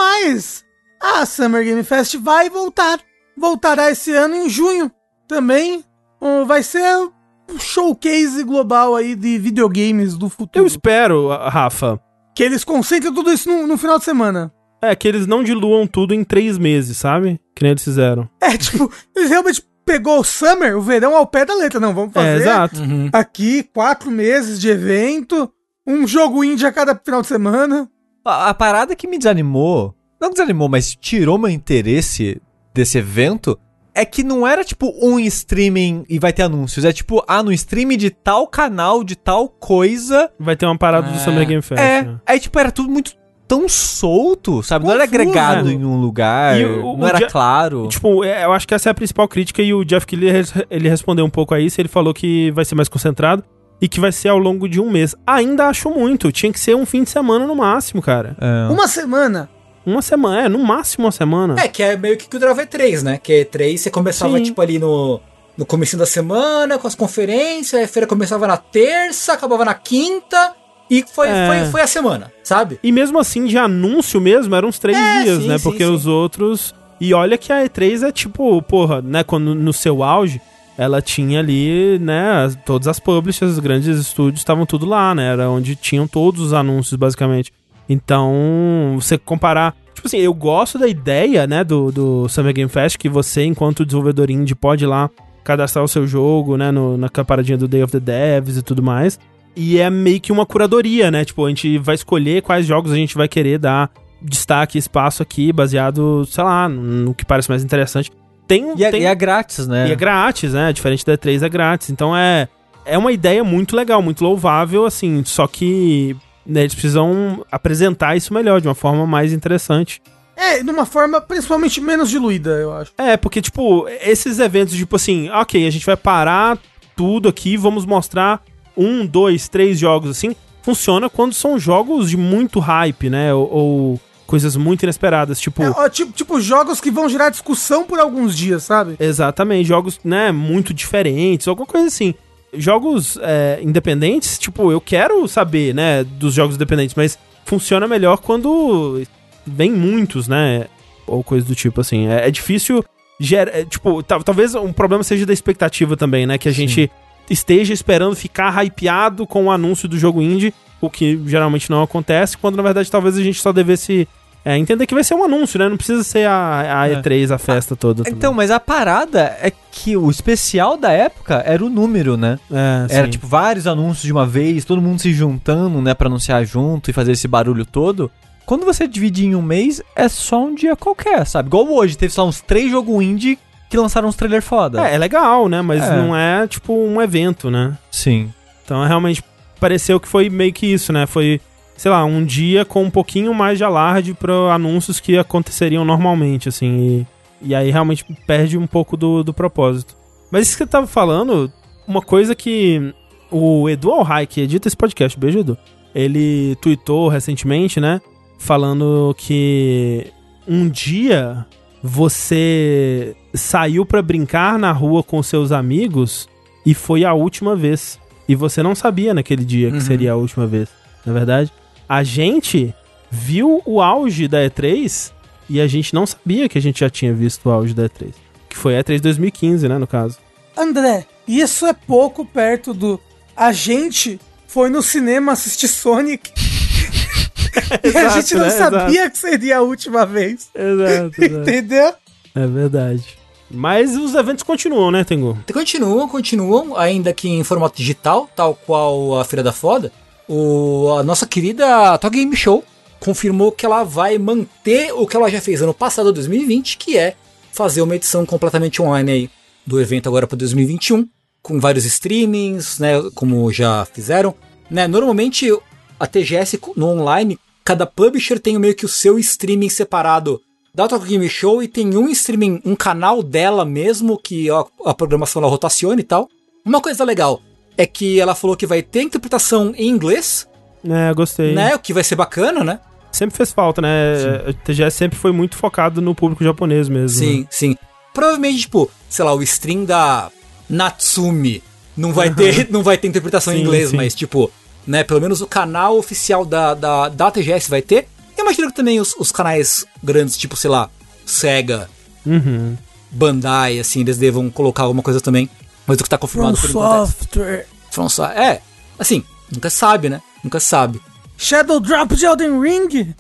Mas a Summer Game Fest vai voltar. Voltará esse ano em junho. Também um, vai ser um showcase global aí de videogames do futuro. Eu espero, Rafa. Que eles concentrem tudo isso no, no final de semana. É, que eles não diluam tudo em três meses, sabe? Que nem eles fizeram. É, tipo, eles realmente pegou o Summer, o verão ao pé da letra. Não, vamos fazer é, exato. Uhum. aqui quatro meses de evento, um jogo indie a cada final de semana. A, a parada que me desanimou, não desanimou, mas tirou meu interesse desse evento, é que não era tipo um streaming e vai ter anúncios. É tipo, ah, no streaming de tal canal, de tal coisa... Vai ter uma parada é. do Summer Game Fest. É, né? Aí tipo, era tudo muito... tão solto, sabe? Não era agregado em um lugar, o, não o era Je- claro. Tipo, eu acho que essa é a principal crítica e o Geoff Keighley, ele respondeu um pouco a isso, ele falou que vai ser mais concentrado e que vai ser ao longo de um mês. Ainda acho muito, tinha que ser um fim de semana no máximo, cara. É. Uma semana? Uma semana, é, no máximo uma semana. É, que é meio que o Drive E três, né? Que E três você começava, Sim. tipo, ali no, no comecinho da semana, com as conferências, a feira começava na terça, acabava na quinta... E foi, é. foi, foi a semana, sabe? E mesmo assim, de anúncio mesmo, eram uns três é, dias, sim, né? sim, Porque sim. os outros... E olha que a E três é tipo, porra, né? Quando no seu auge, ela tinha ali, né? As, todas as publishers, os grandes estúdios, estavam tudo lá, né? Era onde tinham todos os anúncios, basicamente. Então, você comparar... Tipo assim, eu gosto da ideia, né? Do, do Summer Game Fest, que você, enquanto desenvolvedor indie, pode ir lá cadastrar o seu jogo, né? No, na paradinha do Day of the Devs e tudo mais. E é meio que uma curadoria, né? Tipo, a gente vai escolher quais jogos a gente vai querer dar destaque, espaço aqui, baseado, sei lá, no que parece mais interessante. Tem, e, é, tem... e é grátis, né? E é grátis, né? Diferente da E três, é grátis. Então é, é uma ideia muito legal, muito louvável, assim. Só que né, eles precisam apresentar isso melhor, de uma forma mais interessante. É, de uma forma principalmente menos diluída, eu acho. É, porque, tipo, esses eventos, tipo assim, ok, a gente vai parar tudo aqui, vamos mostrar um, dois, três jogos, assim, funciona quando são jogos de muito hype, né, ou, ou coisas muito inesperadas, tipo... É, ó, tipo... Tipo, jogos que vão gerar discussão por alguns dias, sabe? Exatamente, jogos, né, muito diferentes, alguma coisa assim. Jogos é, independentes, tipo, eu quero saber, né, dos jogos independentes, mas funciona melhor quando vem muitos, né, ou coisa do tipo, assim. É, é difícil, gera, é, tipo, tá, talvez um problema seja da expectativa também, né, que a Sim. gente esteja esperando ficar hypeado com o anúncio do jogo indie, o que geralmente não acontece, quando na verdade talvez a gente só devesse... É, entender que vai ser um anúncio, né? Não precisa ser a, a E três, a festa toda. Então, também. Mas a parada é que o especial da época era o número, né? É, era, sim. tipo, vários anúncios de uma vez, todo mundo se juntando, né? Pra anunciar junto e fazer esse barulho todo. Quando você divide em um mês, é só um dia qualquer, sabe? Igual hoje, teve só uns três jogos indie que lançaram uns trailers foda. É, é legal, né? Mas é. não é, tipo, um evento, né? Sim. Então, realmente, pareceu que foi meio que isso, né? Foi... sei lá, um dia com um pouquinho mais de alarde para anúncios que aconteceriam normalmente, assim, e, e aí realmente perde um pouco do, do propósito. Mas isso que você tava falando, uma coisa que o Edu Alhai, que edita esse podcast, beijo Edu, ele tweetou recentemente, né, falando que um dia você saiu para brincar na rua com seus amigos e foi a última vez, e você não sabia naquele dia que uhum. seria a última vez, não é verdade? A gente viu o auge da E três e a gente não sabia que a gente já tinha visto o auge da E três. Que foi a E três dois mil e quinze, né, no caso. André, isso é pouco perto do... A gente foi no cinema assistir Sonic e exato, a gente não né? sabia Exato. que seria a última vez. Exato, exato. Entendeu? É verdade. Mas os eventos continuam, né, Tengu? Continuam, continuam, ainda que em formato digital, tal qual a Feira da Foda. O, a nossa querida Tokyo Game Show confirmou que ela vai manter o que ela já fez ano passado, dois mil e vinte, que é fazer uma edição completamente online aí do evento agora para dois mil e vinte e um, com vários streamings, né, como já fizeram. Né, normalmente a T G S no online, cada publisher tem meio que o seu streaming separado da Tokyo Game Show e tem um streaming, um canal dela mesmo, que a, a programação ela rotaciona e tal. Uma coisa legal é que ela falou que vai ter interpretação em inglês. É, gostei. Né, o que vai ser bacana, né? Sempre fez falta, né? Sim. A T G S sempre foi muito focado no público japonês mesmo. Sim, né? sim. Provavelmente, tipo, sei lá, o stream da Natsumi não vai ter, não vai ter interpretação sim, em inglês, sim. mas, tipo, né, pelo menos o canal oficial da, da, da T G S vai ter. Eu imagino que também os, os canais grandes, tipo, sei lá, Sega, uhum. Bandai, assim, eles devam colocar alguma coisa também. Mas o que tá confirmado From por Software. From Software. É, assim, nunca sabe, né? Nunca sabe. Shadow Drop de Elden Ring?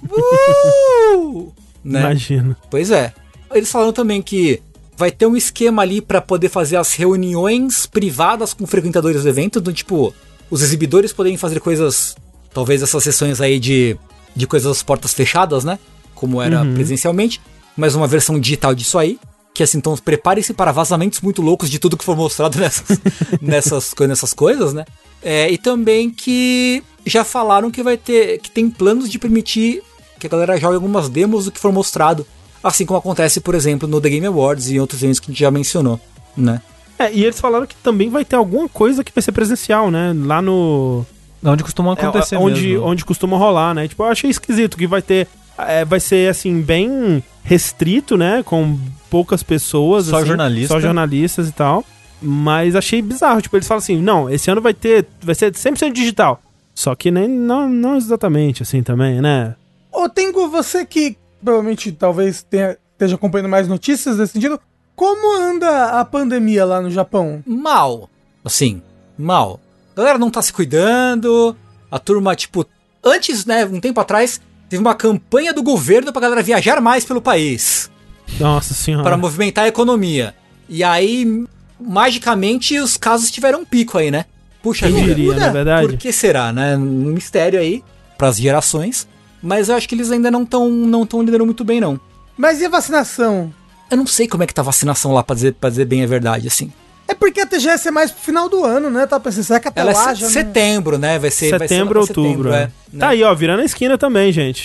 Uh! né? Imagina. Pois é. Eles falaram também que vai ter um esquema ali pra poder fazer as reuniões privadas com frequentadores do evento, do tipo, os exibidores poderem fazer coisas, talvez essas sessões aí de, de coisas às portas fechadas, né? Como era uhum. presencialmente, mas uma versão digital disso aí. Que assim, então preparem-se para vazamentos muito loucos de tudo que for mostrado nessas, nessas, nessas coisas, né? É, e também que já falaram que vai ter, que tem planos de permitir que a galera jogue algumas demos do que for mostrado. Assim como acontece, por exemplo, no The Game Awards e em outros eventos que a gente já mencionou, né? É, e eles falaram que também vai ter alguma coisa que vai ser presencial, né? Lá no... Onde costuma acontecer é, onde, mesmo. Onde costuma rolar, né? Tipo, eu achei esquisito que vai ter... É, vai ser, assim, bem restrito, né? Com poucas pessoas. Só assim, jornalistas. Só jornalistas e tal. Mas achei bizarro. Tipo, eles falam assim, não, esse ano vai ter... Vai ser cem por cento digital. Só que nem, não, não exatamente assim também, né? Ô, Tengu, você que provavelmente talvez tenha, esteja acompanhando mais notícias nesse sentido, como anda a pandemia lá no Japão? Mal. Assim, mal. A galera não tá se cuidando. A turma, tipo... Antes, né, um tempo atrás... Teve uma campanha do governo pra galera viajar mais pelo país. Nossa senhora. Para movimentar a economia. E aí, magicamente, os casos tiveram um pico aí, né? Puxa Quem vida. diria, na verdade? Por que será, né? Um mistério aí pras gerações. Mas eu acho que eles ainda não estão não tão lidando muito bem, não. Mas e a vacinação? Eu não sei como é que tá a vacinação lá, pra dizer, pra dizer bem a verdade, assim. É porque a T G S é mais pro final do ano, né? Tá pensando, será que até Ela lá é já setembro, né? Vai ser setembro, vai ser outubro, setembro, é. é, né? Tá aí, ó, virando a esquina também, gente.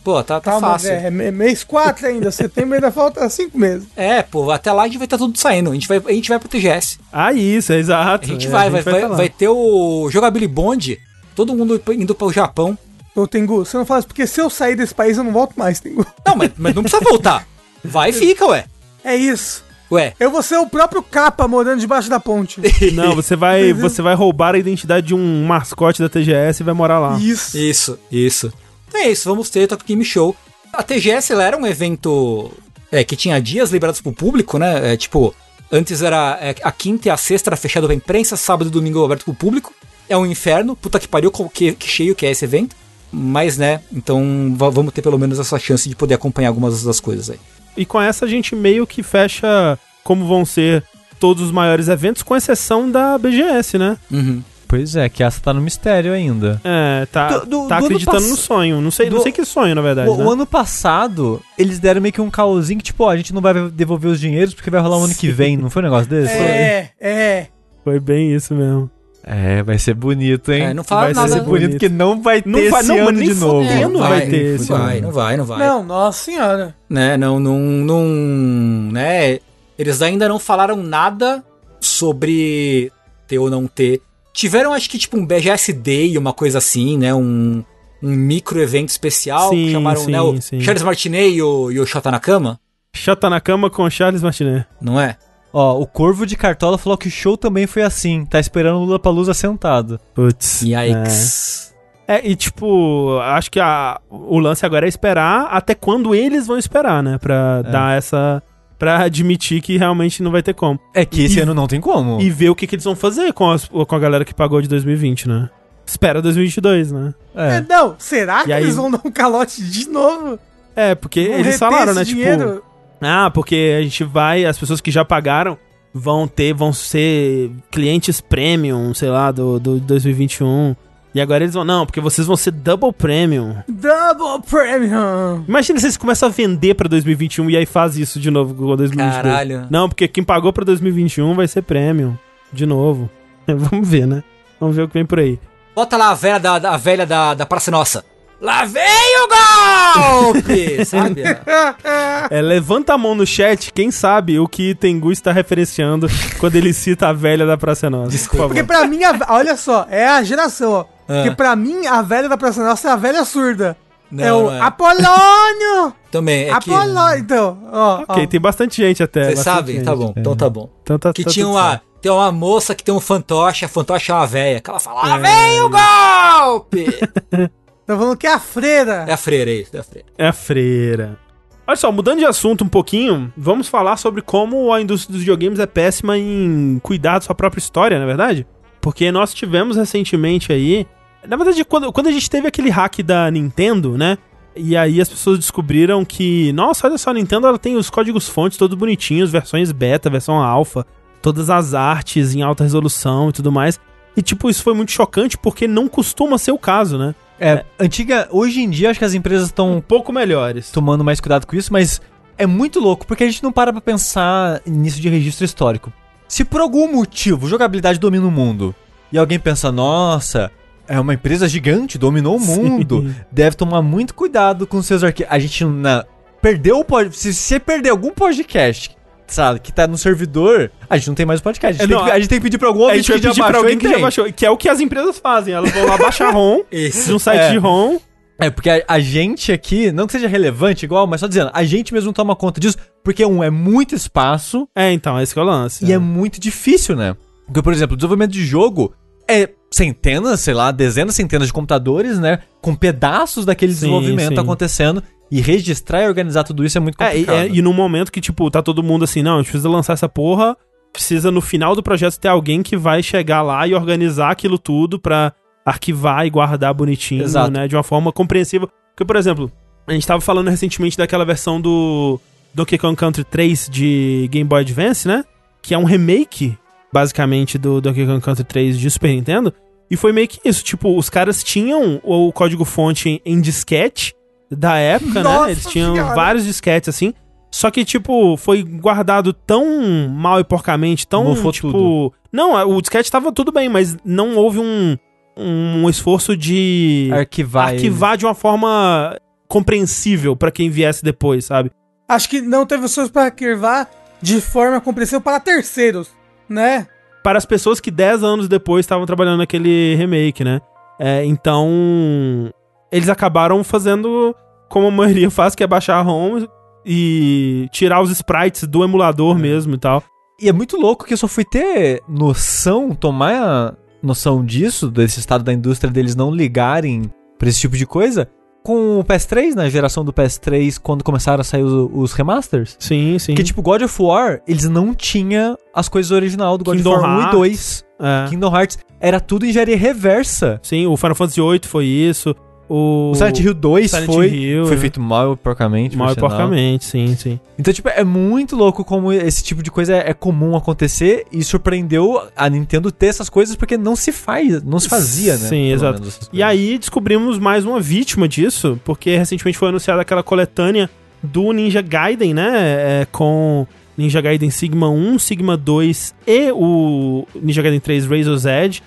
Pô, tá, tá Calma, fácil. velho, é mês quatro ainda, setembro ainda falta cinco meses. É, pô, até lá a gente vai estar tudo saindo. A gente vai, a gente vai pro T G S. Ah, isso, é exato. A gente É, vai, a vai, vai, tá lá. vai ter o Jogability Bond, todo mundo indo pro Japão. Ô, Tengu, você não fala isso, porque se eu sair desse país eu não volto mais, Tengu. Não, mas, mas não precisa voltar. Vai e fica, ué. É isso. Ué. Eu vou ser o próprio capa morando debaixo da ponte. Não, você vai, você vai roubar a identidade de um mascote da T G S e vai morar lá. Isso. Isso, isso. Então é isso, vamos ter Tokyo Game Show. A T G S ela era um evento é, que tinha dias liberados pro público, né? É, tipo, antes era é, a quinta e a sexta era fechado pra imprensa, sábado e domingo aberto pro público. É um inferno, puta que pariu, que, que cheio que é esse evento. Mas, né, então v- vamos ter pelo menos essa chance de poder acompanhar algumas das coisas aí. E com essa a gente meio que fecha como vão ser todos os maiores eventos, com exceção da B G S, né? Uhum. Pois é, que essa tá no mistério ainda. É, tá, Do- do- tá do ano acreditando pass- no sonho. Não sei, não do- sei que sonho, na verdade, O, né? o ano passado, eles deram meio que um caosinho que, tipo, ó, a gente não vai devolver os dinheiros porque vai rolar o ano que vem, não foi um negócio desse? É, é. Foi bem isso mesmo. É, vai ser bonito, hein? É, não falaram vai nada. ser bonito, Bonito. que não vai ter Não vai- esse não, mas ano nem de novo. fudendo É, não vai vai, ter não esse vai, ano. não vai, não vai. Não, nossa senhora. Né, não, não, não, né, eles ainda não falaram nada sobre ter ou não ter. Tiveram, acho que, tipo, um B G S Day, uma coisa assim, né, um, um micro evento especial, Sim, que chamaram, sim, né, o sim. Charles Martinet e o, e o Shota Nakama, Chata na cama com Charles Martinet. não é? Ó, o Corvo de Cartola falou que o show também foi assim, tá esperando o Lollapalooza sentado. Putz. Yikes. É, e tipo, acho que a, o lance agora é esperar até quando eles vão esperar, né? Pra É. dar essa... Pra admitir que realmente não vai ter como. É que esse E- ano não tem como. E ver o que, que eles vão fazer com, as- com a galera que pagou de dois mil e vinte, né? Espera dois mil e vinte e dois, né? É, É. não, será que E aí- eles vão dar um calote de novo? É, porque Vão eles reter falaram, esse né? dinheiro? Tipo, ah, porque a gente vai... As pessoas que já pagaram vão ter... Vão ser clientes premium, sei lá, do, do dois mil e vinte e um. E agora eles vão... Não, porque vocês vão ser double premium. Double Premium. Imagina se eles começam a vender pra dois mil e vinte e um e aí faz isso de novo com dois mil e vinte e dois. Caralho. Não, porque quem pagou pra dois mil e vinte e um vai ser premium. De novo. Vamos ver, né? Vamos ver o que vem por aí. Bota lá a velha da, da, a velha da, da Praça Nossa. Lá vem o golpe! Sabe? É, levanta a mão no chat, quem sabe o que Tengu está referenciando quando ele cita a velha da Praça Nossa. Desculpa. Porque pra mim, a- olha só, é a geração, ó. Ah. Porque pra mim, a velha da Praça Nossa é a velha surda. Não, é o não é. Apolônio! Também, é que... Apolônio, então, ó. Ok, ó. tem bastante gente até. Vocês bastante sabem? gente. Tá bom, então tá bom. Então tá, Que tá tinha tudo uma, certo. tem uma moça que tem um fantoche, a fantoche é uma véia, que ela fala, lá vem o golpe! Tá falando que é a freira. É a freira, é isso, é a freira. É a freira. Olha só, mudando de assunto um pouquinho, vamos falar sobre como a indústria dos videogames é péssima em cuidar da sua própria história, na é verdade? Porque nós tivemos recentemente aí... Na verdade, quando, quando a gente teve aquele hack da Nintendo, né? E aí as pessoas descobriram que... Nossa, olha só, a Nintendo ela tem os códigos-fontes todos bonitinhos, versões beta, versão alpha, todas as artes em alta resolução e tudo mais. E tipo, isso foi muito chocante porque não costuma ser o caso, né? É, antiga, hoje em dia acho que as empresas estão Um pouco melhores. tomando mais cuidado com isso, mas é muito louco, porque a gente não para pra pensar nisso de registro histórico. Se por algum motivo jogabilidade domina o mundo, e alguém pensa, nossa, é uma empresa gigante, dominou o mundo, Sim. deve tomar muito cuidado com seus arquivos. A gente não... Perdeu o podcast, se você perder algum podcast, sabe, que tá no servidor, a gente não tem mais o podcast. A gente, É, tem, não, que, a gente tem que pedir pra algum A ouvinte gente vai que já pedir pra baixou alguém e que já tem. baixou. Que é o que as empresas fazem. Elas vão lá baixar ROM, Isso. de um site É. de ROM. É, porque a, a gente aqui, não que seja relevante igual, mas só dizendo, a gente mesmo toma conta disso, porque, um, é muito espaço É, então, esse que é o lance. e é muito difícil, né? Porque, por exemplo, o desenvolvimento de jogo é centenas, sei lá, dezenas, centenas de computadores, né? Com pedaços daquele Sim, desenvolvimento sim. acontecendo, e registrar e organizar tudo isso é muito É, e, complicado. é, e num momento que, tipo, tá todo mundo assim, não, a gente precisa lançar essa porra, precisa no final do projeto ter alguém que vai chegar lá e organizar aquilo tudo pra arquivar e guardar bonitinho, Exato. né, de uma forma compreensível. Porque, por exemplo, a gente tava falando recentemente daquela versão do Donkey Kong Country três de Game Boy Advance, né, que é um remake, basicamente, do Donkey Kong Country três de Super Nintendo, e foi meio que isso, tipo, os caras tinham o código-fonte em disquete da época, Nossa né, eles tinham Senhora. vários disquetes, assim, só que, tipo, foi guardado tão mal e porcamente, tão, Mofou tipo... tudo. Não, o disquete tava tudo bem, mas não houve um, um esforço de Arquivar, arquivar de uma forma compreensível pra quem viesse depois, sabe? Acho que não teve esforço pra arquivar de forma compreensível para terceiros, né? Para as pessoas que dez anos depois estavam trabalhando naquele remake, né? É, então, eles acabaram fazendo como a maioria faz, que é baixar a ROM e tirar os sprites do emulador mesmo e tal. E é muito louco que eu só fui ter noção, tomar a noção disso, desse estado da indústria deles não ligarem pra esse tipo de coisa, com o P S três, na geração do P S três, quando começaram a sair os, os remasters. Sim, sim. Que tipo, God of War, eles não tinham as coisas original do God Kingdom of War Hearts. um e dois. É. Kingdom Hearts era tudo engenharia reversa. Sim, o Final Fantasy oito foi isso. O, O Silent Hill dois Silent foi, Hill, foi né? feito mal e porcamente. Mal por e sinal. porcamente, sim, sim. Então, tipo, é muito louco como esse tipo de coisa é, é comum acontecer e surpreendeu a Nintendo ter essas coisas porque não se faz, não se fazia, né? Sim, Pelo exato. menos essas E coisas. aí descobrimos mais uma vítima disso, porque recentemente foi anunciada aquela coletânea do Ninja Gaiden, né? É, com Ninja Gaiden Sigma um, Sigma dois e o Ninja Gaiden três Razor's Edge.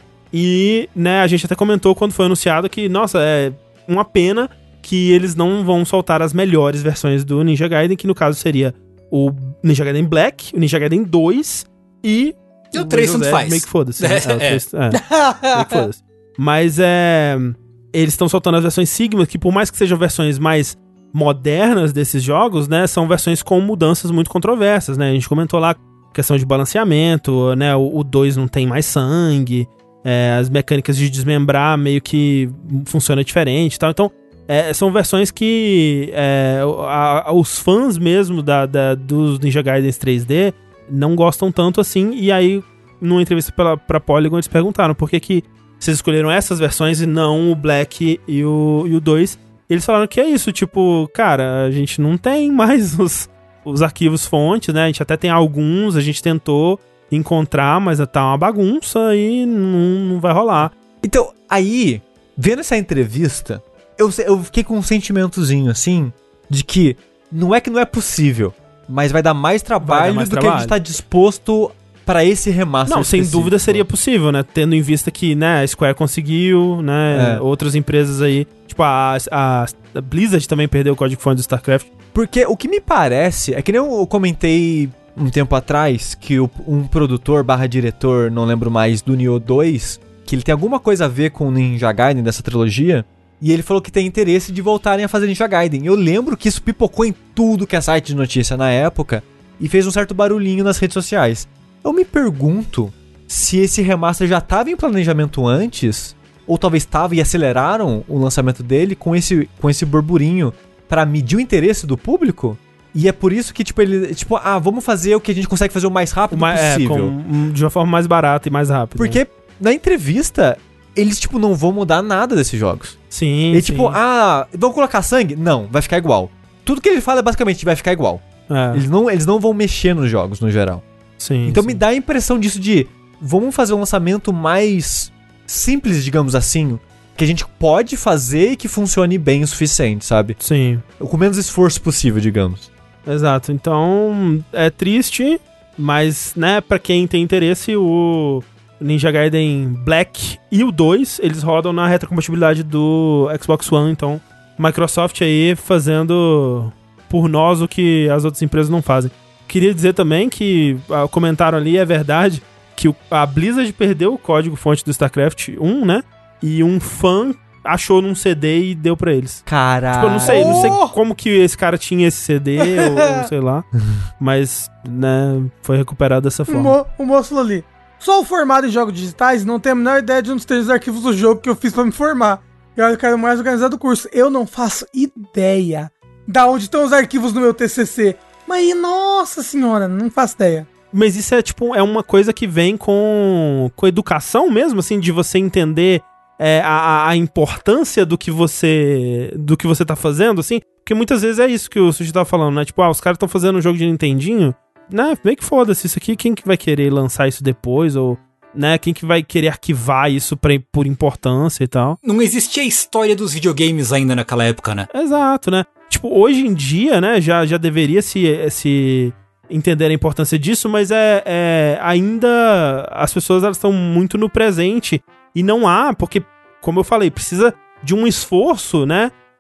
E, né, a gente até comentou quando foi anunciado que, nossa, é uma pena que eles não vão soltar as melhores versões do Ninja Gaiden, que no caso seria o Ninja Gaiden Black, o Ninja Gaiden dois e... E o três Razor's tanto Edge, faz. Meio que foda-se. né? É, É, o é. três- é. Meio que foda-se. Mas é... Eles estão soltando as versões Sigma, que por mais que sejam versões mais modernas desses jogos, né, são versões com mudanças muito controversas, né? A gente comentou lá questão de balanceamento, né? O dois não tem mais sangue, é, as mecânicas de desmembrar meio que funciona diferente e tal. Então, é, são versões que é, a- a- os fãs mesmo da, da, dos Ninja Gaiden três D não gostam tanto assim. E aí, numa entrevista pela, pra Polygon, eles perguntaram por que que vocês escolheram essas versões e não o Black e o, e o dois. Eles falaram que é isso, tipo, cara, a gente não tem mais os, os arquivos fontes, né? A gente até tem alguns, a gente tentou encontrar, mas tá uma bagunça e não, não vai rolar. Então, aí, vendo essa entrevista, eu, eu fiquei com um sentimentozinho, assim, de que não é que não é possível, mas vai dar mais trabalho mais do que a trabalho. gente tá disposto pra esse remaster Não, sem específico. dúvida seria possível, né? Tendo em vista que, né, a Square conseguiu, né? É. Outras empresas aí, tipo a, a, a Blizzard também perdeu o código-fonte do StarCraft. Porque o que me parece, é que nem eu comentei um tempo atrás, que o- um produtor barra diretor, não lembro mais, do Nioh dois, que ele tem alguma coisa a ver com o Ninja Gaiden dessa trilogia, e ele falou que tem interesse de voltarem a fazer Ninja Gaiden. Eu lembro que isso pipocou em tudo que é site de notícia na época, e fez um certo barulhinho nas redes sociais. Eu me pergunto se esse remaster já estava em planejamento antes, ou talvez estava e aceleraram o lançamento dele com esse, com esse burburinho pra medir o interesse do público. E é por isso que, tipo, ele... Tipo, ah, vamos fazer o que a gente consegue fazer o mais rápido Uma, é, possível. com, um, de uma forma mais barata e mais rápida. Porque na entrevista, eles, tipo, não vão mudar nada desses jogos. Sim, E sim. tipo, ah, vão colocar sangue? Não, vai ficar igual. Tudo que ele fala é basicamente vai ficar igual. É, Eles não, eles não vão mexer nos jogos, no geral. sim, Então sim. me dá a impressão disso de... Vamos fazer um lançamento mais simples, digamos assim, que a gente pode fazer e que funcione bem o suficiente, sabe? Sim, Com menos esforço possível, digamos. exato. Então, é triste, mas, né, pra quem tem interesse, o Ninja Gaiden Black e o dois, eles rodam na retrocompatibilidade do Xbox One, então, Microsoft aí fazendo por nós o que as outras empresas não fazem. Queria dizer também que ah, o comentário ali é verdade, que o- a Blizzard perdeu o código-fonte do StarCraft um, né, e um fã achou num C D e deu pra eles. Caralho. Tipo, eu não sei, não sei Oh! como que esse cara tinha esse C D, ou, ou sei lá. Mas, né, foi recuperado dessa O, forma. mo o moço falou ali. Sou formado em jogos digitais, não tenho a menor ideia de onde tem os arquivos do jogo que eu fiz pra me formar. E olha, eu quero mais organizado do curso. Eu não faço ideia da onde estão os arquivos no meu T C C. Mas, nossa senhora, não faço ideia. Mas isso é, tipo, é uma coisa que vem com, com educação mesmo, assim, de você entender é, a, a importância do que você do que você tá fazendo, assim. Porque muitas vezes é isso que o Sushi tava falando, né? Tipo, ah, os caras estão fazendo um jogo de Nintendinho, né? Meio que foda-se isso aqui, quem que vai querer lançar isso depois, ou... né, quem que vai querer arquivar isso pra, por importância e tal. Não existia a história dos videogames ainda naquela época, né? Exato, né? Tipo, hoje em dia, né, já, já deveria se, se entender a importância disso, mas é, é ainda as pessoas elas estão muito no presente e não há, porque, como eu falei, precisa de um esforço, né,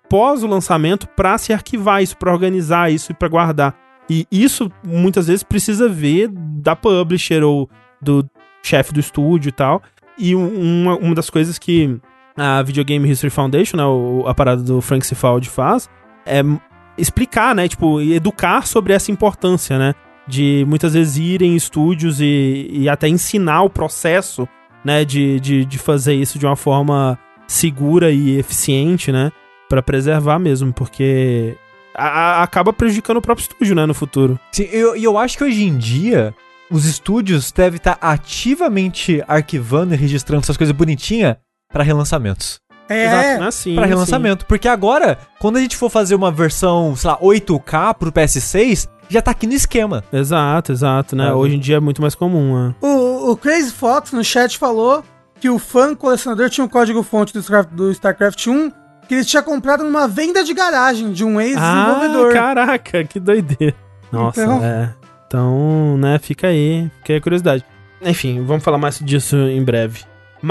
pós o lançamento pra se arquivar isso, pra organizar isso e pra guardar. E isso, muitas vezes, precisa ver da publisher ou do chefe do estúdio e tal. E uma, uma das coisas que a Video Game History Foundation, né, o, a parada do Frank Cifaldi faz, é explicar, né, tipo, educar sobre essa importância, né, de muitas vezes ir em estúdios e, e até ensinar o processo, né, de, de, de fazer isso de uma forma segura e eficiente, né, pra preservar mesmo, porque a, a, acaba prejudicando o próprio estúdio, né, no futuro. Sim, e eu, eu acho que hoje em dia os estúdios devem estar ativamente arquivando e registrando essas coisas bonitinhas pra relançamentos. É, Exato, assim, Pra relançamento. Porque agora, quando a gente for fazer uma versão, sei lá, oito K pro P S seis, já tá aqui no esquema. Exato, exato, né, Ah, hoje em dia é muito mais comum, né. O, o Crazy Fox no chat falou que o fã colecionador tinha um código-fonte do, Starcraft- do StarCraft um que ele tinha comprado numa venda de garagem de um ex-desenvolvedor. Ah, caraca, que doideira. Nossa, Então- é. Então, né, fica aí, fica aí a curiosidade. Enfim, vamos falar mais disso em breve.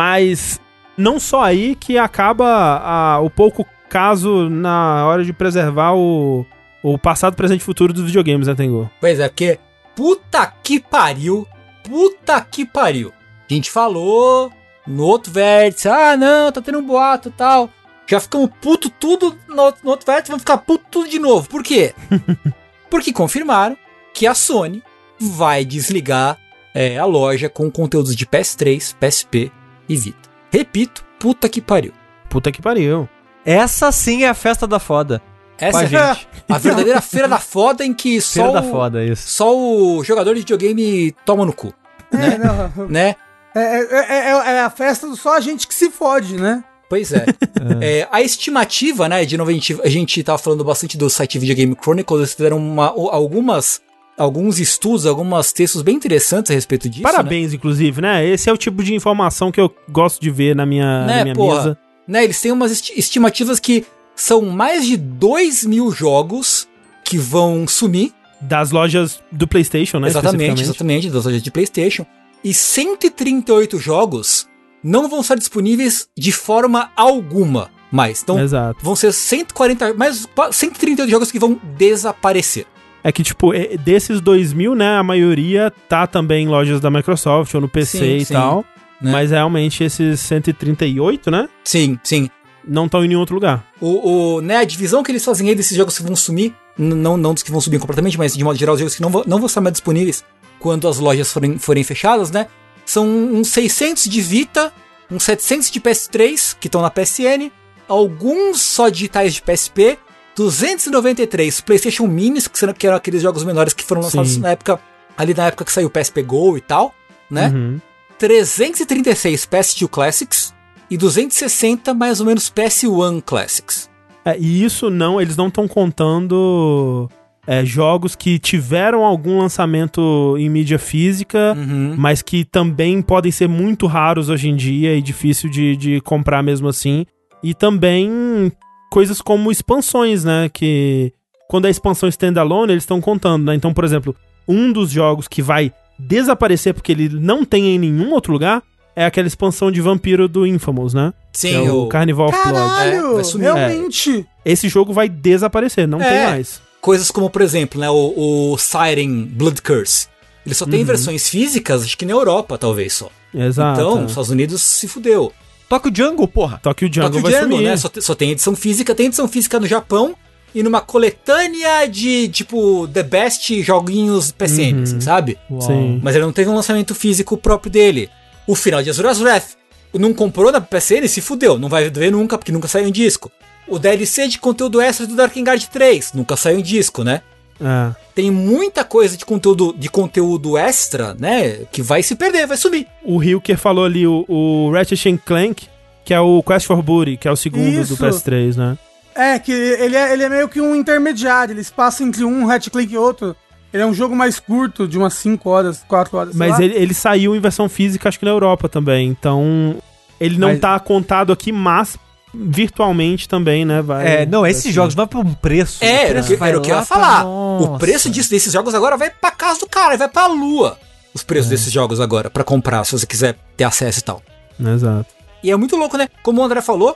Mas não só aí que acaba a, o pouco caso na hora de preservar o, o passado, presente e futuro dos videogames, né, Tengu? Pois é, porque puta que pariu, puta que pariu. A gente falou no outro vértice, ah não, tá tendo um boato e tal. Já ficamos puto tudo no, outro- no outro vértice, vamos ficar puto tudo de novo. Por quê? Porque confirmaram que a Sony vai desligar é, a loja com conteúdos de P S três, P S P e Vita. Repito, puta que pariu. Puta que pariu. Essa sim é a festa da foda. Essa Com a é gente. a verdadeira feira da foda em que só, Feira da o, foda, isso. só o jogador de videogame toma no cu, É, não, né? é, é, é, é a festa do só a gente que se fode, né? Pois é. É, a estimativa, né, de novo a gente, a gente tava falando bastante do site Video Game Chronicles, eles fizeram uma, algumas, alguns estudos, alguns textos bem interessantes a respeito disso, Parabéns, inclusive, né? Esse é o tipo de informação que eu gosto de ver na minha, Né, na minha porra? mesa. né? Eles têm umas esti- estimativas que são mais de dois mil jogos que vão sumir. Das lojas do PlayStation, né? Exatamente, especificamente. exatamente, das lojas de PlayStation. E cento e trinta e oito jogos não vão estar disponíveis de forma alguma mais. Então, Exato. vão ser cento e quarenta, mais qua- cento e trinta e oito jogos que vão desaparecer. É que, tipo, é- desses dois mil, né, a maioria tá também em lojas da Microsoft ou no P C Sim, e sim, tal. né? Mas realmente esses cento e trinta e oito, né, Sim, sim. não estão em nenhum outro lugar. O, o, né, a divisão que eles fazem aí desses jogos que vão sumir, n- não, não dos que vão subir completamente, mas de modo geral, os jogos que não, vão- não vão estar mais disponíveis quando as lojas forem, forem fechadas, né? São uns seiscentos de Vita, uns setecentos de P S três, que estão na P S N, alguns só digitais de P S P, duzentos e noventa e três PlayStation Minis, que, são- que eram aqueles jogos menores que foram lançados Sim. na época, ali na época que saiu o P S P Go e tal, né? Uhum. trezentos e trinta e seis P S dois Classics e duzentos e sessenta mais ou menos P S um Classics. É, e isso não, eles não estão contando é, jogos que tiveram algum lançamento em mídia física, Uhum. mas que também podem ser muito raros hoje em dia e difícil de, de comprar mesmo assim. E também coisas como expansões, né? Que quando é expansão standalone, eles estão contando, né? Então, por exemplo, um dos jogos que vai desaparecer porque ele não tem em nenhum outro lugar é aquela expansão de vampiro do Infamous, né? Sim, Que é o o- Carnival of Blood. É, Caralho, vai sumir. realmente. Esse jogo vai desaparecer, não É. tem mais. Coisas como, por exemplo, né, o, o Siren Blood Curse. Ele só tem Uhum. versões físicas, acho que na Europa, talvez só. Exato. Então, os Estados Unidos se fudeu. Toca o Jungle, porra. Tokyo Jungle Tokyo vai Jungle, sumir. né? Só, te- só tem edição física, tem edição física no Japão e numa coletânea de, tipo, The Best joguinhos P S N, Uhum. assim, sabe? Sim. Mas ele não teve um lançamento físico próprio dele. O final de Azura's Wrath não comprou na P S N, se fudeu. Não vai ver nunca, porque nunca saiu em disco. O D L C de conteúdo extra do Darkengard três nunca saiu em disco, né? É. Tem muita coisa de conteúdo, de conteúdo extra, né? Que vai se perder, vai sumir. O Hilker falou ali o, o Ratchet and Clank, que é o Quest for Booty, que é o segundo Isso. do P S três, né? É, que ele é, ele é meio que um intermediário, eles passam entre um Hatch Click e outro. Ele é um jogo mais curto, de umas cinco horas, quatro horas, sei Mas lá. ele, ele saiu em versão física, acho que na Europa também. Então, ele não Mas- tá contado aqui, mas virtualmente também, né? Vai, É, não, vai esses sumir. jogos vão pra um preço. É, o era, preço o que- vai era o que eu lá ia falar. pra- O preço Nossa. disso, desses jogos agora vai pra casa do cara, vai pra lua. Os preços desses jogos agora, pra comprar, se você quiser ter acesso e tal. Exato. E é muito louco, né? Como o André falou,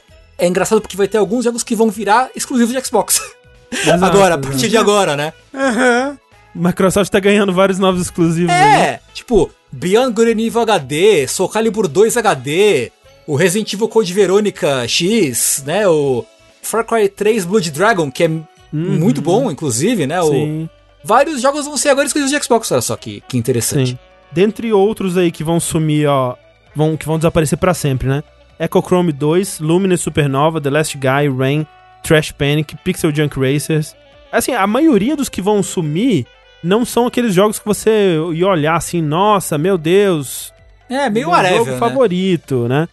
é engraçado porque vai ter alguns jogos que vão virar exclusivos de Xbox. Exato, agora, a exato. partir de agora, né? Aham. Microsoft tá ganhando vários novos exclusivos. aí. É, tipo, Beyond Good and Evil H D, Soul Calibur dois H D, o Resident Evil Code Verônica X, né? O Far Cry três Blood Dragon, que é muito bom, inclusive, né? O, Sim, vários jogos vão ser agora exclusivos de Xbox, olha só que, que interessante. sim. Dentre outros aí que vão sumir, ó, vão, que vão desaparecer pra sempre, né? Echo Chrome dois, Luminous Supernova, The Last Guy, Rain, Trash Panic, Pixel Junk Racers. Assim, a maioria dos que vão sumir não são aqueles jogos que você ia olhar assim, nossa, meu Deus, É, meio meu whatever, jogo né? favorito, né?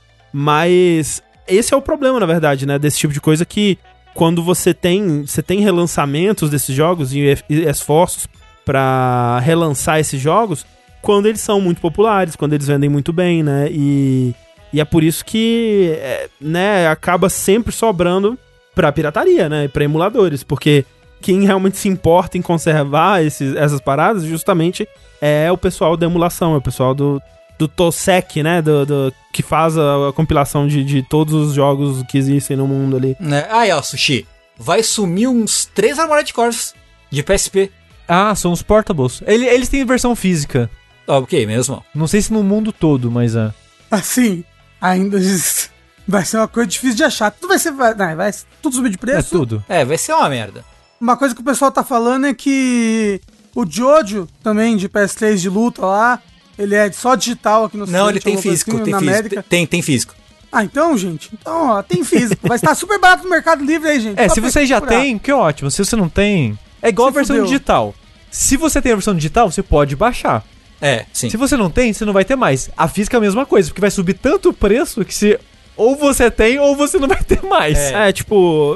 Mas esse é o problema, na verdade, né? Desse tipo de coisa que quando você tem, você tem relançamentos desses jogos e e esforços pra relançar esses jogos, quando eles são muito populares, quando eles vendem muito bem, né? E, e é por isso que, é, né, acaba sempre sobrando pra pirataria, né? E pra emuladores, porque quem realmente se importa em conservar esses, essas paradas justamente é o pessoal da emulação, é o pessoal do, do TOSEC, né? Do, do, que faz a, a compilação de, de todos os jogos que existem no mundo ali. Né? Aí, ó, Sushi, vai sumir uns três Armored Cores de P S P. Ah, são os portables. Ele- Eles têm versão física. Ó, ok, mesmo. Não sei se no mundo todo, mas é. Assim, ainda vai ser uma coisa difícil de achar. Tudo vai ser. Vai, não, vai tudo subir de É preço. tudo. É, vai ser uma merda. Uma coisa que o pessoal tá falando é que o Jojo, também de P S três de luta lá, ele é só digital aqui no Não, Ocidente, ele tem alguma coisa físico, assim, tem na físico. América. Tem, tem físico. Ah, então, gente. Então, ó, tem físico. Vai estar super barato no Mercado Livre aí, gente. É, Só se pra você já procurar. tem, que ótimo. Se você não tem, é igual Se a versão fudeu. digital. Se você tem a versão digital, você pode baixar. É, sim. Se você não tem, você não vai ter mais. A física é a mesma coisa, porque vai subir tanto o preço que se ou você tem ou você não vai ter mais. É, tipo,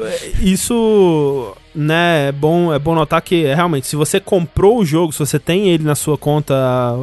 isso, né, é bom, é bom notar que, realmente, se você comprou o jogo, se você tem ele na sua conta,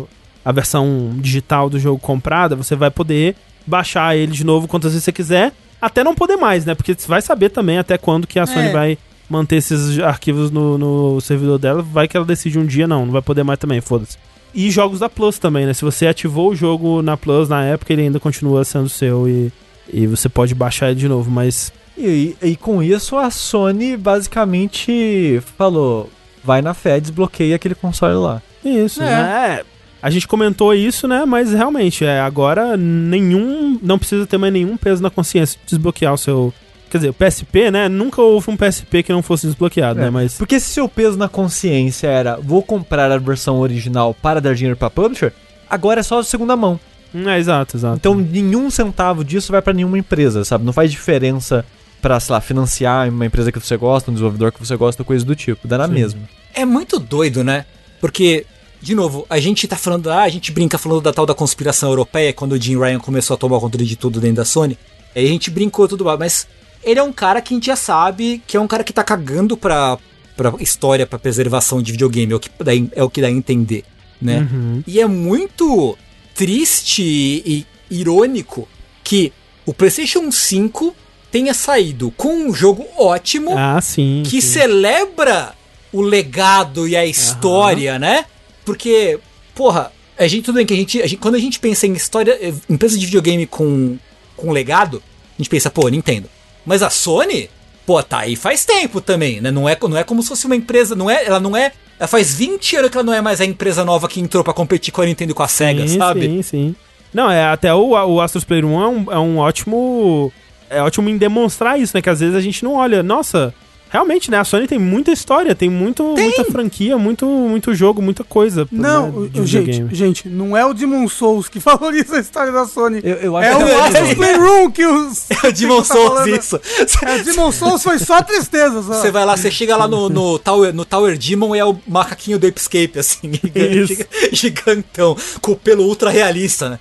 a versão digital do jogo comprada, você vai poder baixar ele de novo quantas vezes você quiser, até não poder mais, né, porque você vai saber também até quando que a Sony É. vai manter esses arquivos no, no servidor dela, vai que ela decide um dia, não, não vai poder mais também, foda-se. E jogos da Plus também, né, se você ativou o jogo na Plus na época, ele ainda continua sendo seu e... E você pode baixar ele de novo, mas... E, e, e com isso a Sony basicamente falou, vai na fé, desbloqueia aquele console lá. Isso, É. né? É, a gente comentou isso, né? Mas realmente, é, agora nenhum... Não precisa ter mais nenhum peso na consciência de desbloquear o seu... Quer dizer, o P S P, né? Nunca houve um P S P que não fosse desbloqueado, É, né? Mas... Porque se seu peso na consciência era, vou comprar a versão original para dar dinheiro pra publisher, agora é só de segunda mão. Hum, É, exato, exato. Então nenhum centavo disso vai pra nenhuma empresa, sabe? Não faz diferença pra, sei lá, financiar uma empresa que você gosta, um desenvolvedor que você gosta, coisa do tipo. Dá na Sim. mesma. É muito doido, né? Porque, de novo, a gente tá falando, ah, a gente brinca falando da tal da conspiração europeia, quando o Jim Ryan começou a tomar o controle de tudo dentro da Sony. Aí a gente brincou tudo, mas ele é um cara que a gente já sabe que é um cara que tá cagando pra, pra história, pra preservação de videogame, é o que dá, é o que dá a entender, né? Uhum. E é muito triste e irônico que o PlayStation cinco tenha saído com um jogo ótimo, Ah, sim. que sim. celebra o legado e a história, né? Porque, porra, a gente, tudo bem que a gente, a gente, quando a gente pensa em história, eh, empresa de videogame com, com legado, a gente pensa, pô, Nintendo. Mas a Sony, pô, tá aí faz tempo também, né? Não é, não é como se fosse uma empresa, não é, ela não é, ela faz vinte anos que ela não é mais a empresa nova que entrou pra competir com a Nintendo e com a Sega, sim, sabe? Sim, sim. Não, é, até o, o Astros Playroom é um, é um ótimo... É ótimo em demonstrar isso, né? Que às vezes a gente não olha, nossa... Realmente, né? A Sony tem muita história, tem, muito, muita franquia, muito, muito jogo, muita coisa. Não, né, o- de gente, videogame. gente, não é o Demon Souls que valoriza a história da Sony. Eu, eu acho É que o é Astros Playroom que os. O Demon que tá Souls, falando. isso. É, o Demon Souls foi só tristeza, só. Você vai lá, você chega lá no, no, Tower, no Tower Demon e é o macaquinho do Escape, assim, Isso. gigantão, com o pelo ultra realista, né?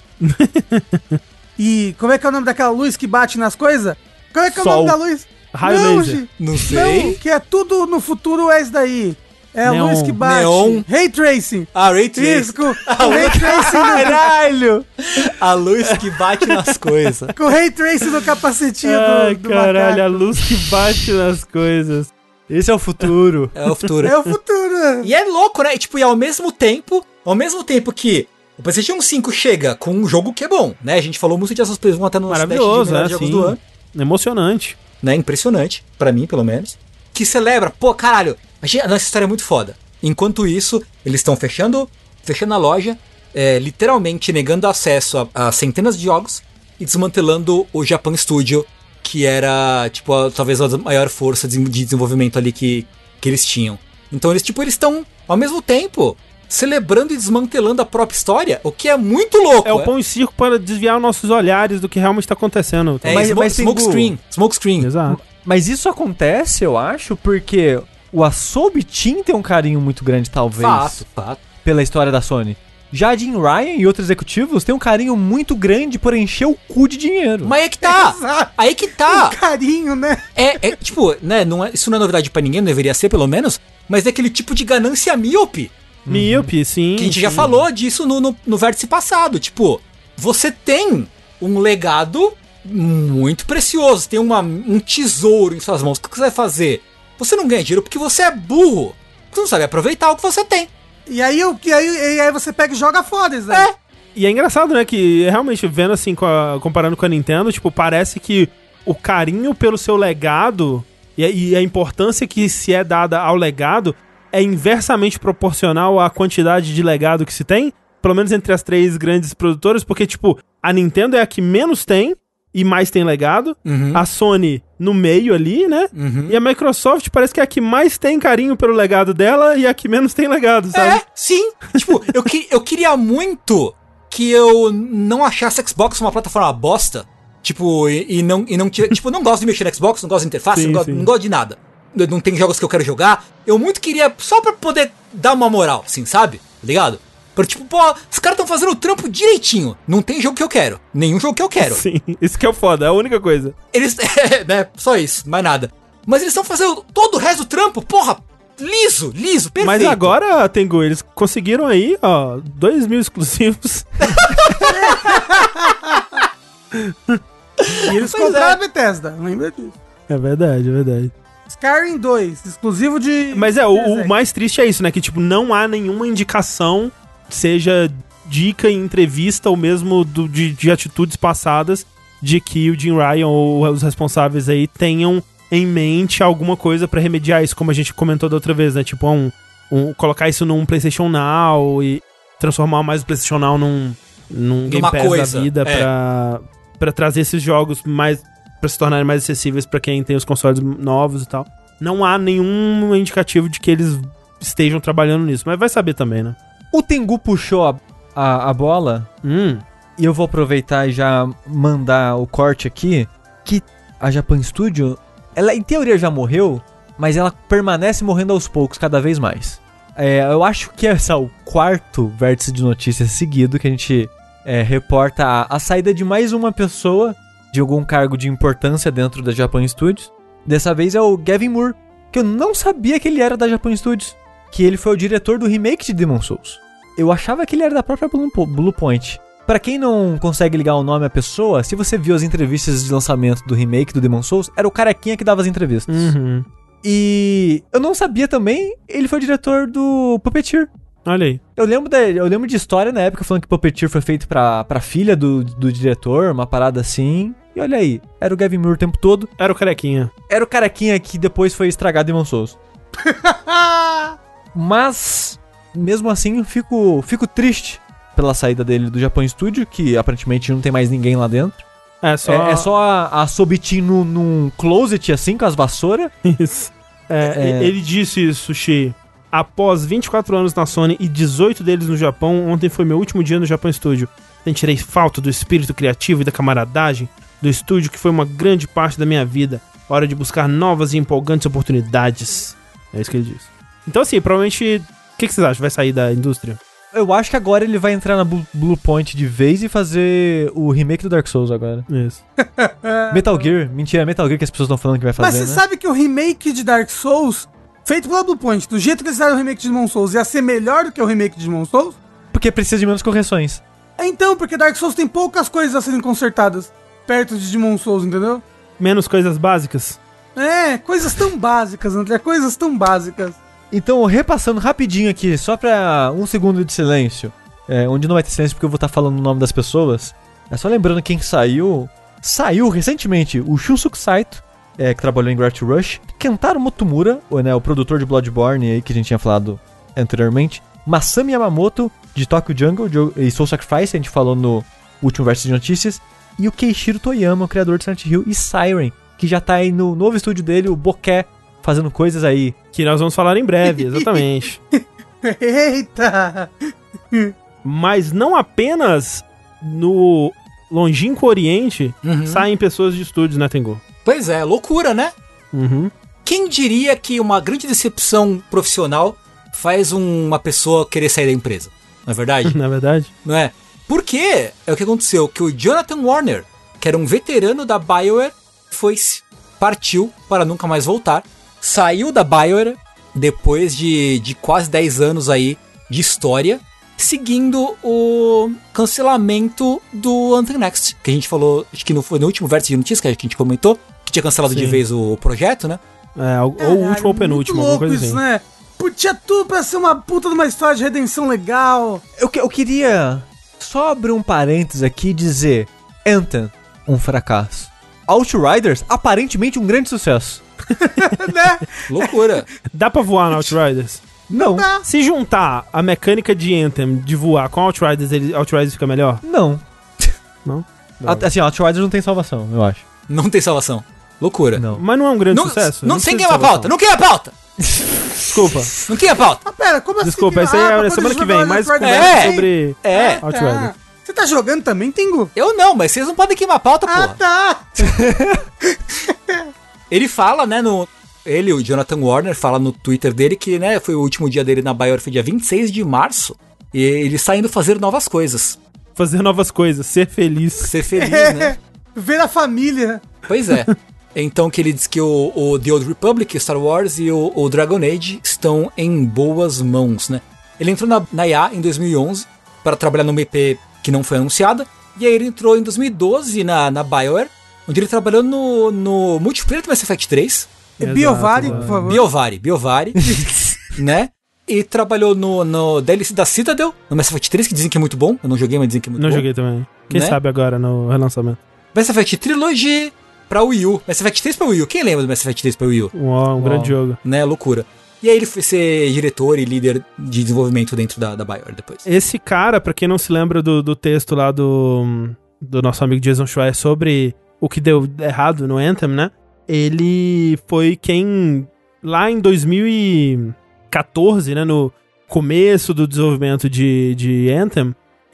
E como é que é o nome daquela luz que bate nas coisas? Como é que é o Sol. nome da luz? Raio não, laser. gente, Não não, sei. que é tudo no futuro é isso daí. É a Neon. luz que bate. Neon. Ray Tracing. Ah, Ray Tracing. Isso, com o Ray Tracing no, Caralho! A luz que bate nas coisas. com o Ray Tracing no capacetinho Ai, do, do caralho, a macaco. luz que bate nas coisas. Esse é o futuro. É o futuro. É o futuro. E é louco, né? E, tipo, e ao mesmo tempo, ao mesmo tempo que o PlayStation cinco chega com um jogo que é bom, né? A gente falou muito de Assassin's Creed um até no nosso teste de Maravilhoso, melhores né? jogos Sim. do ano. Emocionante. Né? Impressionante, pra mim, pelo menos. Que celebra, pô, caralho, a, gente, a nossa história é muito foda. Enquanto isso, eles estão fechando, fechando a loja, é, literalmente negando acesso a, a centenas de jogos e desmantelando o Japan Studio, que era, tipo, a, talvez a maior força de, de desenvolvimento ali que, que eles tinham. Então eles, tipo, eles estão, ao mesmo tempo, celebrando e desmantelando a própria história, o que é muito louco. É o pão e circo para desviar nossos olhares do que realmente está acontecendo. É, Mas- smoke, mas tem smoke go- screen, smoke screen. Exato. Mas isso acontece, eu acho, porque o Asobi Team tem um carinho muito grande, talvez, Fato, fato. pela história da Sony. Já Jim Ryan e outros executivos têm um carinho muito grande por encher o cu de dinheiro. Mas é que tá, Exato. aí que tá. Um carinho, né? É, é tipo, né, não é, isso não é novidade pra ninguém, não deveria ser pelo menos, mas é aquele tipo de ganância míope, Míope, sim. que a gente já sim. falou disso no, no, no vértice passado, tipo, você tem um legado muito precioso, tem uma, um tesouro em suas mãos, o que você vai fazer? Você não ganha dinheiro porque você é burro, você não sabe aproveitar o que você tem. E aí, eu, e aí, e aí você pega e joga fora isso aí. É. E é engraçado, né, que realmente, vendo assim, com a- comparando com a Nintendo, tipo, parece que o carinho pelo seu legado e a, e a importância que se é dada ao legado é inversamente proporcional à quantidade de legado que se tem, pelo menos entre as três grandes produtoras, porque, tipo, a Nintendo é a que menos tem e mais tem legado, Uhum. a Sony no meio ali, né, Uhum. e a Microsoft parece que é a que mais tem carinho pelo legado dela e a que menos tem legado, sabe? É, sim. Tipo, eu, que, eu queria muito que eu não achasse Xbox uma plataforma bosta. Tipo, e, e não, e não tivesse. Tipo, eu não gosto de mexer no Xbox, não gosto de interface, Sim, não, gosto, sim. não gosto de nada. Eu Não tem jogos que eu quero jogar. Eu muito queria, só pra poder dar uma moral, assim, sabe? Tá ligado? Pra tipo, pô, os caras tão fazendo o trampo direitinho. Não tem jogo que eu quero. Nenhum jogo que eu quero. Sim, isso que é o foda, é a única coisa. Eles. É, né? Só isso, mais nada. Mas eles estão fazendo todo o resto do trampo, porra, liso, liso, perfeito. Mas agora, Tengu, eles conseguiram aí, ó, dois mil exclusivos. E eles Pois compraram é. a Bethesda, lembra disso. É verdade, é verdade. Skyrim dois, exclusivo de... Mas é, o, o Series X. mais triste é isso, né? Que, tipo, não há nenhuma indicação, seja dica em entrevista ou mesmo do- de, de atitudes passadas, de que o Jim Ryan ou os responsáveis aí tenham em mente alguma coisa pra remediar isso, como a gente comentou da outra vez, né? Tipo, um, um- colocar isso num PlayStation Now e transformar mais o PlayStation Now num, num Game Numa Pass coisa, da vida é. pra, pra trazer esses jogos mais... pra se tornarem mais acessíveis pra quem tem os consoles novos e tal. Não há nenhum indicativo de que eles estejam trabalhando nisso, mas vai saber também, né? O Tengu puxou a, a, a bola Hum, e eu vou aproveitar e já mandar o corte aqui, que a Japan Studio, ela em teoria já morreu, mas ela permanece morrendo aos poucos, cada vez mais. É, eu acho que esse é o quarto vértice de notícias seguido que a gente é, reporta a, a saída de mais uma pessoa de algum cargo de importância dentro da Japan Studios. Dessa vez é o Gavin Moore, que eu não sabia que ele era da Japan Studios, que ele foi o diretor do remake de Demon's Souls. Eu achava que ele era da própria Blue Bluepoint. Pra quem não consegue ligar o nome à pessoa, se você viu as entrevistas de lançamento do remake do Demon's Souls, era o carequinha que dava as entrevistas. uhum. E eu não sabia também, ele foi o diretor do Puppeteer. Olha aí. Eu lembro, da, eu lembro de história na época falando que Puppeteer foi feito pra, pra filha do, do diretor, uma parada assim. E olha aí, era o Gavin Moore o tempo todo. Era o carequinha. Era o carequinha que depois foi estragado em Demon's Souls. Mas, mesmo assim, eu fico, fico triste pela saída dele do Japan Studio, que aparentemente não tem mais ninguém lá dentro. É só... É, é só a, a Sobitin no, num closet, assim, com as vassouras. Isso. É, É. Ele disse isso, Xi. Após vinte e quatro anos na Sony e dezoito deles no Japão, ontem foi meu último dia no Japan Studio. Sentirei falta do espírito criativo e da camaradagem do estúdio, que foi uma grande parte da minha vida. Hora de buscar novas e empolgantes oportunidades. É isso que ele disse. Então, assim, provavelmente... O que, que vocês acham? Vai sair da indústria? Eu acho que agora ele vai entrar na Blue, Bluepoint de vez e fazer o remake do Dark Souls agora. Isso. Metal Gear. Mentira, é Metal Gear que as pessoas estão falando que vai Mas fazer, você né? sabe que o remake de Dark Souls, feito pela Bluepoint, do jeito que eles fizeram o remake de Demon's Souls, ia ser melhor do que o remake de Demon's Souls? Porque precisa de menos correções. É então, porque Dark Souls tem poucas coisas a serem consertadas perto de Demon's Souls, entendeu? Menos coisas básicas. É, coisas tão básicas, André, coisas tão básicas. Então, repassando rapidinho aqui, só pra um segundo de silêncio, é, onde não vai ter silêncio porque eu vou estar falando o nome das pessoas. É só lembrando quem saiu, Saiu recentemente o Shunsuke Saito, é, que trabalhou em Gravity Rush, Kentaro Motomura, o, né, o produtor de Bloodborne aí, que a gente tinha falado anteriormente, Masami Yamamoto, de Tokyo Jungle e Soul Sacrifice, a gente falou no último verso de notícias, e o Keishiro Toyama, o criador de Silent Hill e Siren, que já tá aí no novo estúdio dele, o Bokeh, fazendo coisas aí. Que nós vamos falar em breve, exatamente. Eita! Mas não apenas no longínquo Oriente Uhum. saem pessoas de estúdios, né, Tengu? Pois é, loucura, né? Uhum. Quem diria que uma grande decepção profissional faz um- uma pessoa querer sair da empresa? Não é verdade? Na verdade. Não é? Porque é o que aconteceu, que o Jonathan Warner, que era um veterano da BioWare, foi partiu para nunca mais voltar. Saiu da BioWare depois de, de quase dez anos aí de história, seguindo o cancelamento do Anthem Next, que a gente falou, acho que no, foi no último vértice de notícias que a gente comentou, que tinha cancelado Sim. de vez o projeto, né? É, ou Caralho, o último ou penúltimo, muito alguma louco coisa isso, assim. né? Pô, tinha tudo pra ser uma puta de uma história de redenção legal. Eu, que- eu queria só abrir um parênteses aqui e dizer: Anthem, um fracasso. Outriders, aparentemente um grande sucesso. Né? Loucura. Dá pra voar no Outriders? Não, Tá. Se juntar a mecânica de Anthem de voar com Outriders, ele, Outriders fica melhor? não. Não? A- Assim, Outriders não tem salvação, eu acho. Não tem salvação. Loucura. Não. Mas não é um grande Não, sucesso? não, precisa sem de queima a salvação. pauta. Não queima a pauta. Desculpa. Não queima a pauta. Ah, pera, como assim? Desculpa, que- essa aí Ah, é pra a poder semana que jogar vem. o Mais Outriders conversa É. sobre É. Ah, Outriders. tá. Você tá jogando também, Tengu? Eu não, mas vocês não podem queimar a pauta, Ah, porra. tá. Ele fala, né, no... Ele, o Jonathan Warner, fala no Twitter dele que, né, foi o último dia dele na BioWare, foi dia vinte e seis de março. E ele está indo fazer novas coisas. Fazer novas coisas, ser feliz. Ser feliz, né? Ver a família. Pois é. Então que ele diz que o, o The Old Republic, Star Wars e o, o Dragon Age estão em boas mãos, né? Ele entrou na, na I A em dois mil e onze para trabalhar numa I P que não foi anunciada. E aí ele entrou em dois mil e doze na, na BioWare, onde ele trabalhou no, no multiplayer do Mass Effect três. Exato, Biovari, mano. por favor. Biovari, Biovari, né? E trabalhou no, no D L C da Citadel, no Mass Effect três, que dizem que é muito bom. Eu não joguei, mas dizem que é muito Não bom. joguei também. Quem Né? sabe agora no relançamento. Mass Effect Trilogy pra Wii U. Mass Effect três pra Wii U. Quem lembra do Mass Effect três pra Wii U? Um, um grande jogo. Né, loucura. E aí ele foi ser diretor e líder de desenvolvimento dentro da, da BioWare depois. Esse cara, pra quem não se lembra do, do texto lá do, do nosso amigo Jason Schreier sobre o que deu errado no Anthem, né? Ele foi quem, lá em dois mil e quatorze, né, no começo do desenvolvimento de, de Anthem,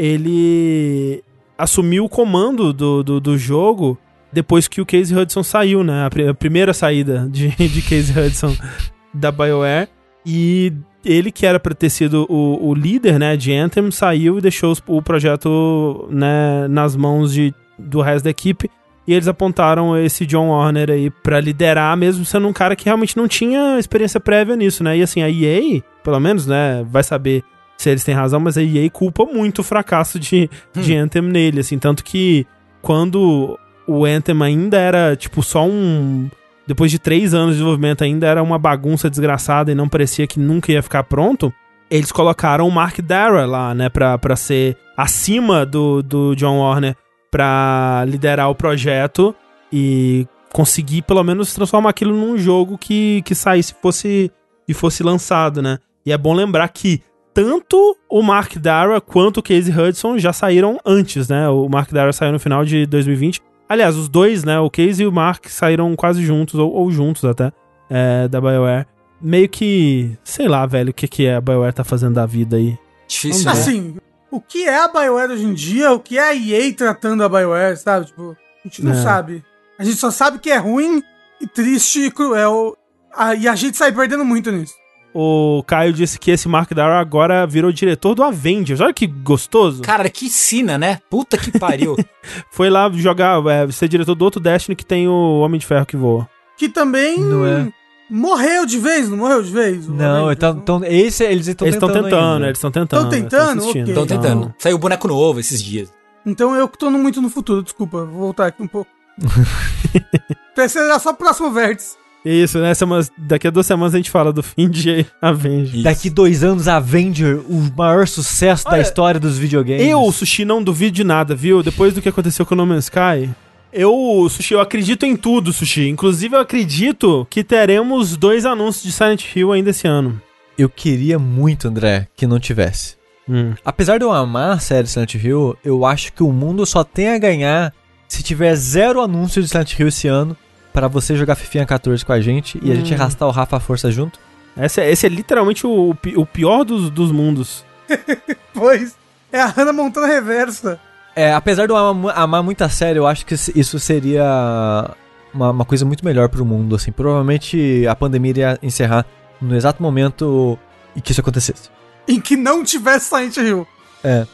ele assumiu o comando do, do, do jogo depois que o Casey Hudson saiu, né? A, pri- a primeira saída de, de Casey Hudson da BioWare. E ele, que era pra ter sido o, o líder, né, de Anthem, saiu e deixou os- o projeto, né, nas mãos de, do resto da equipe. E eles apontaram esse John Warner aí pra liderar, mesmo sendo um cara que realmente não tinha experiência prévia nisso, né? E assim, a E A, pelo menos, né, vai saber se eles têm razão, mas a E A culpa muito o fracasso de, de Anthem nele, assim. Tanto que quando o Anthem ainda era, tipo, só um... Depois de três anos de desenvolvimento ainda era uma bagunça desgraçada e não parecia que nunca ia ficar pronto, eles colocaram o Mark Darrah lá, né, pra, pra ser acima do, do John Warner, pra liderar o projeto e conseguir pelo menos transformar aquilo num jogo que, que saísse fosse, e fosse lançado, né. E é bom lembrar que tanto o Mark Darrah quanto o Casey Hudson já saíram antes, né. O Mark Darrah saiu no final de dois mil e vinte. Aliás, os dois, né, o Casey e o Mark saíram quase juntos, ou, ou juntos até, é, da BioWare. Meio que, sei lá, velho, o que, que é a BioWare tá fazendo da vida aí. Difícil, Vamos né? ver. Assim, o que é a BioWare hoje em dia, o que é a E A tratando a BioWare, sabe? Tipo, a gente não É. sabe. A gente só sabe que é ruim e triste e cruel. Ah, e a gente sai perdendo muito nisso. O Caio disse que esse Mark Darrah agora virou diretor do Avengers. Olha que gostoso. Cara, que sina, né? Puta que pariu. Foi lá jogar, é, ser diretor do outro Destiny que tem o Homem de Ferro que voa. Que também Não é. morreu de vez, não morreu de vez? O Não, Avengers, então, não? então esse eles estão Eles estão tentando. tentando, ainda. eles estão tentando. Tão tentando? insistindo. Ok. Estão Então, tentando. Saiu boneco novo esses dias. Então eu que tô no- muito no futuro, desculpa, vou voltar aqui um pouco. Terceiro era só o próximo vértice. Isso, né? Semanas- daqui a duas semanas a gente fala do fim de Avengers. Daqui dois anos, Avenger, o maior sucesso da Olha, história dos videogames. Eu, Sushi, não duvido de nada, viu? Depois do que aconteceu com o No Man's Sky, Eu, Sushi, eu acredito em tudo, Sushi. Inclusive, eu acredito que teremos dois anúncios de Silent Hill ainda esse ano. Eu queria muito, André, que não tivesse. Hum. Apesar de eu amar a série Silent Hill, eu acho que o mundo só tem a ganhar se tiver zero anúncios de Silent Hill esse ano, pra você jogar Fifinha quatorze com a gente e hum. a gente arrastar o Rafa à força junto. Esse é, esse é literalmente o, o pior dos, dos mundos. Pois, é a Hannah Montana reversa. É, apesar de eu amar, amar muito a série, eu acho que isso seria uma, uma coisa muito melhor pro mundo, assim. Provavelmente a pandemia iria encerrar no exato momento em que isso acontecesse. Em que não tivesse Silent Hill. É.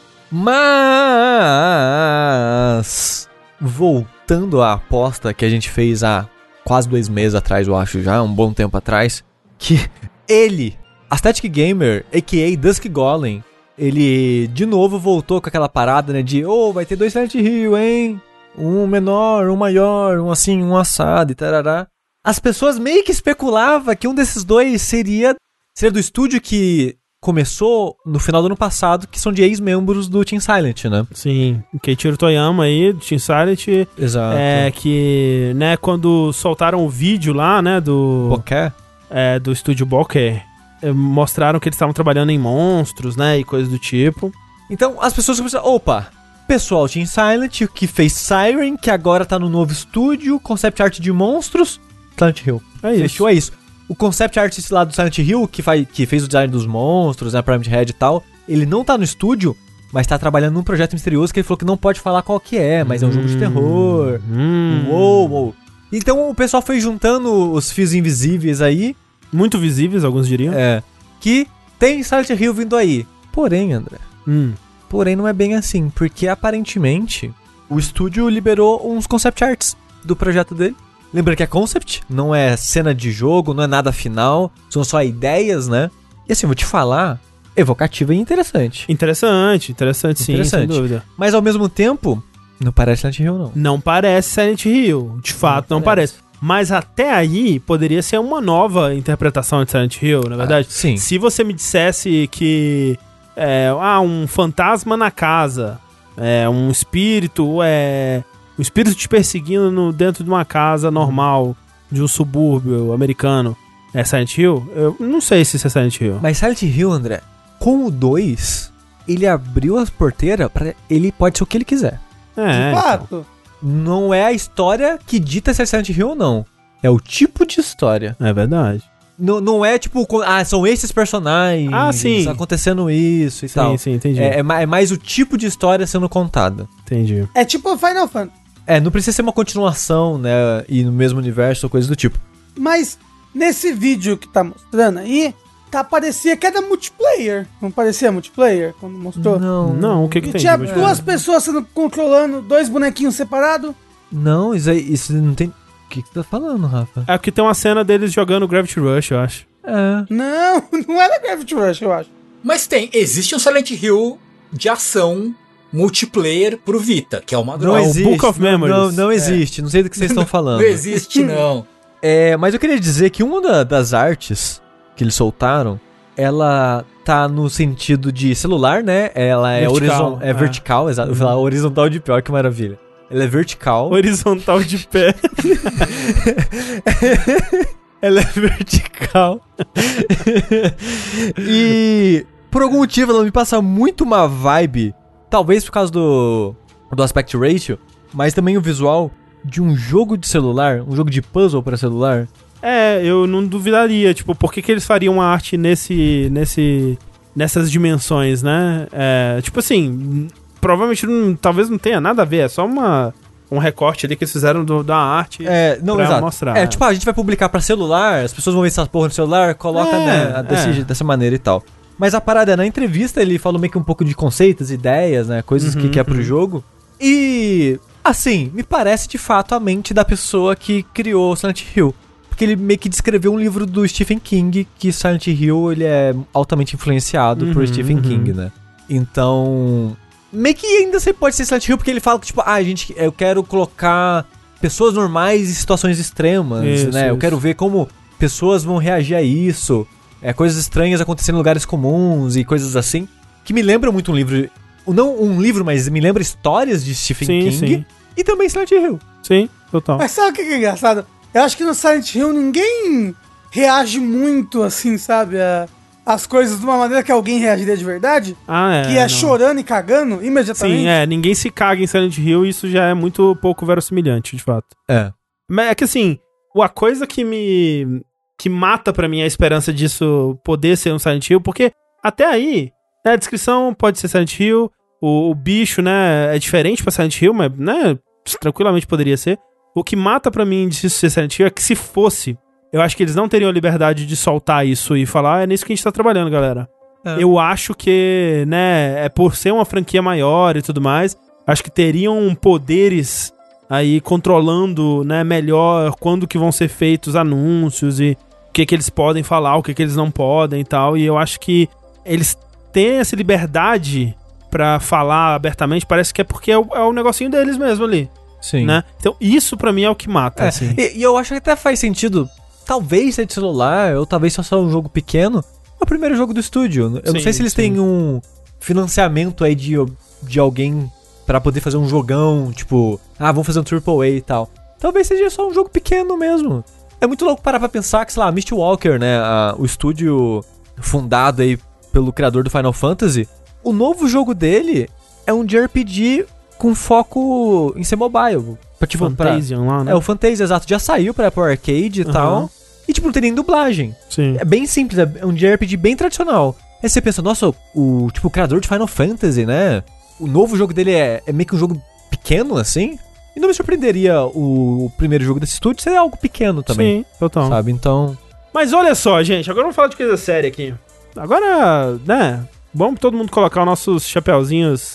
Mas... voltando à aposta que a gente fez há quase dois meses atrás, eu acho já, um bom tempo atrás, que ele, Aesthetic Gamer, a k a. Dusk Golem, ele de novo voltou com aquela parada, né, de, oh, vai ter dois Silent Hill, hein? Um menor, um maior, um assim, um assado e tarará. As pessoas meio que especulavam que um desses dois seria, seria do estúdio que começou no final do ano passado, que são de ex-membros do Team Silent, né? Sim, Keiichiro Toyama aí, do Team Silent. Exato. É, que, né, quando soltaram o vídeo lá, né, do... Bokeh? É, do estúdio Bokeh, mostraram que eles estavam trabalhando em monstros, né, e coisas do tipo. Então, as pessoas começaram, opa, pessoal Team Silent, que fez Siren, que agora tá no novo estúdio, concept art de monstros, Silent Hill. É isso. Fechou, é isso. O concept artist lá do Silent Hill, que, faz, que fez o design dos monstros, né, Pyramid Head e tal, ele não tá no estúdio, mas tá trabalhando num projeto misterioso que ele falou que não pode falar qual que é, mas hum, é um jogo de terror. Hum. Uou, uou. Então o pessoal foi juntando os fios invisíveis aí. Muito visíveis, alguns diriam. É. Que tem Silent Hill vindo aí. Porém, André, hum. porém não é bem assim, porque aparentemente o estúdio liberou uns concept arts do projeto dele. Lembra que é concept, não é cena de jogo, não é nada final, são só ideias, né? E assim, vou te falar, evocativa e interessante. Interessante, interessante sim, interessante. sem dúvida. Mas ao mesmo tempo, não parece Silent Hill, não. Não parece Silent Hill, de fato, não, não parece. parece. Mas até aí, poderia ser uma nova interpretação de Silent Hill, na verdade. Ah, sim. Se você me dissesse que, é, ah, um fantasma na casa, é, um espírito, é... um espírito te perseguindo no, dentro de uma casa normal, de um subúrbio americano, é Silent Hill? Eu não sei se isso é Silent Hill. Mas Silent Hill, André, com o dois, ele abriu as porteiras pra... ele pode ser o que ele quiser. É, de fato. então. Não é a história que dita se é Silent Hill ou não. É o tipo de história. É verdade. Não, não é tipo, ah, são esses personagens ah, sim. acontecendo isso e sim, tal. Sim, sim, entendi. É, é mais o tipo de história sendo contada. Entendi. É tipo Final Fantasy. É, não precisa ser uma continuação, né, e no mesmo universo ou coisa do tipo. Mas, nesse vídeo que tá mostrando aí, tá, parecia que era multiplayer. Não parecia multiplayer quando mostrou? Não. Não, o que que e tem? tinha de duas pessoas sendo controlando dois bonequinhos separados? Não, isso aí, isso não tem... O que que tu tá falando, Rafa? É porque tem uma cena deles jogando Gravity Rush, eu acho. É. Não, não era Gravity Rush, eu acho. Mas tem, existe um Silent Hill de ação multiplayer pro Vita, que é uma Não droga. existe. Book of Memories. Não, não existe, é. Não sei do que vocês estão falando. Não existe, não. É, mas eu queria dizer que uma da, das artes que eles soltaram, ela tá no sentido de celular, né? Ela é Vertical, horizontal, é, é. vertical, exato. Eu vou falar horizontal de pior, que maravilha. Ela é vertical. Horizontal de pé. Ela é vertical. E por algum motivo ela me passa muito uma vibe, talvez por causa do, do aspect ratio, mas também o visual de um jogo de celular, um jogo de puzzle para celular. É, eu não duvidaria, tipo, por que que eles fariam uma arte nesse, nesse, nessas dimensões, né? É, tipo assim, provavelmente não, talvez não tenha nada a ver, é só uma, um recorte ali que eles fizeram do, da arte é, não, pra exato. mostrar. É, tipo, a gente vai publicar pra celular, as pessoas vão ver essa porra no celular, coloca, É, né, desse, é. dessa maneira e tal. Mas a parada, na entrevista ele falou meio que um pouco de conceitos, ideias, né, coisas Uhum, que quer pro uhum. jogo. E, assim, me parece de fato a mente da pessoa que criou Silent Hill. Porque ele meio que descreveu um livro do Stephen King, que Silent Hill ele é altamente influenciado Uhum, por Stephen uhum. King, né? Então, meio que ainda você pode ser Silent Hill, porque ele fala que, tipo, ah, gente, eu quero colocar pessoas normais em situações extremas, Isso, né? Eu isso. quero ver como pessoas vão reagir a isso, é, coisas estranhas acontecendo em lugares comuns e coisas assim, que me lembram muito um livro, não um livro, mas me lembra histórias de Stephen Sim, King. sim. E também Silent Hill. Sim, total. Mas sabe o que é engraçado? Eu acho que no Silent Hill ninguém reage muito, assim, sabe? A, as coisas de uma maneira que alguém reagiria de verdade. Ah, é. Que é não. chorando e cagando imediatamente. Sim, é. Ninguém se caga em Silent Hill e isso já é muito pouco verossimilhante, de fato. É. Mas é que assim, a coisa que me... que mata pra mim a esperança disso poder ser um Silent Hill, porque até aí, né, a descrição pode ser Silent Hill, o, o bicho, né, é diferente pra Silent Hill, mas, né, tranquilamente poderia ser. O que mata pra mim disso ser Silent Hill é que se fosse, eu acho que eles não teriam a liberdade de soltar isso e falar, ah, é nisso que a gente tá trabalhando, galera. É. Eu acho que, né, é por ser uma franquia maior e tudo mais, acho que teriam poderes aí controlando, né, melhor quando que vão ser feitos anúncios e o que que eles podem falar, o que que eles não podem e tal, e eu acho que eles têm essa liberdade pra falar abertamente, parece que é porque é o, é o negocinho deles mesmo ali. Sim. Né? Então isso pra mim é o que mata, é, assim. E, e eu acho que até faz sentido, talvez ser de celular, ou talvez só ser um jogo pequeno, é o primeiro jogo do estúdio. Eu sim, não sei se eles sim. têm um financiamento aí de, de alguém pra poder fazer um jogão, tipo, ah, vamos fazer um triple A e tal. Talvez seja só um jogo pequeno mesmo. É muito louco parar pra pensar que, sei lá, Mistwalker, né, a, o estúdio fundado aí pelo criador do Final Fantasy, o novo jogo dele é um J R P G com foco em ser mobile. Pra, tipo, Fantasian pra, lá, né? É, o Fantasia, exato. Já saiu pra Apple Arcade e uhum. tal. E, tipo, não tem nem dublagem. Sim. É bem simples, é um J R P G bem tradicional. Aí você pensa, nossa, o, tipo, o criador de Final Fantasy, né? O novo jogo dele é, é meio que um jogo pequeno, assim. E não me surpreenderia o, o primeiro jogo desse estúdio ser algo pequeno também. Sim, total. Sabe, então... Mas olha só, gente, agora vamos falar de coisa séria aqui. Agora, né, vamos todo mundo colocar os nossos chapeuzinhos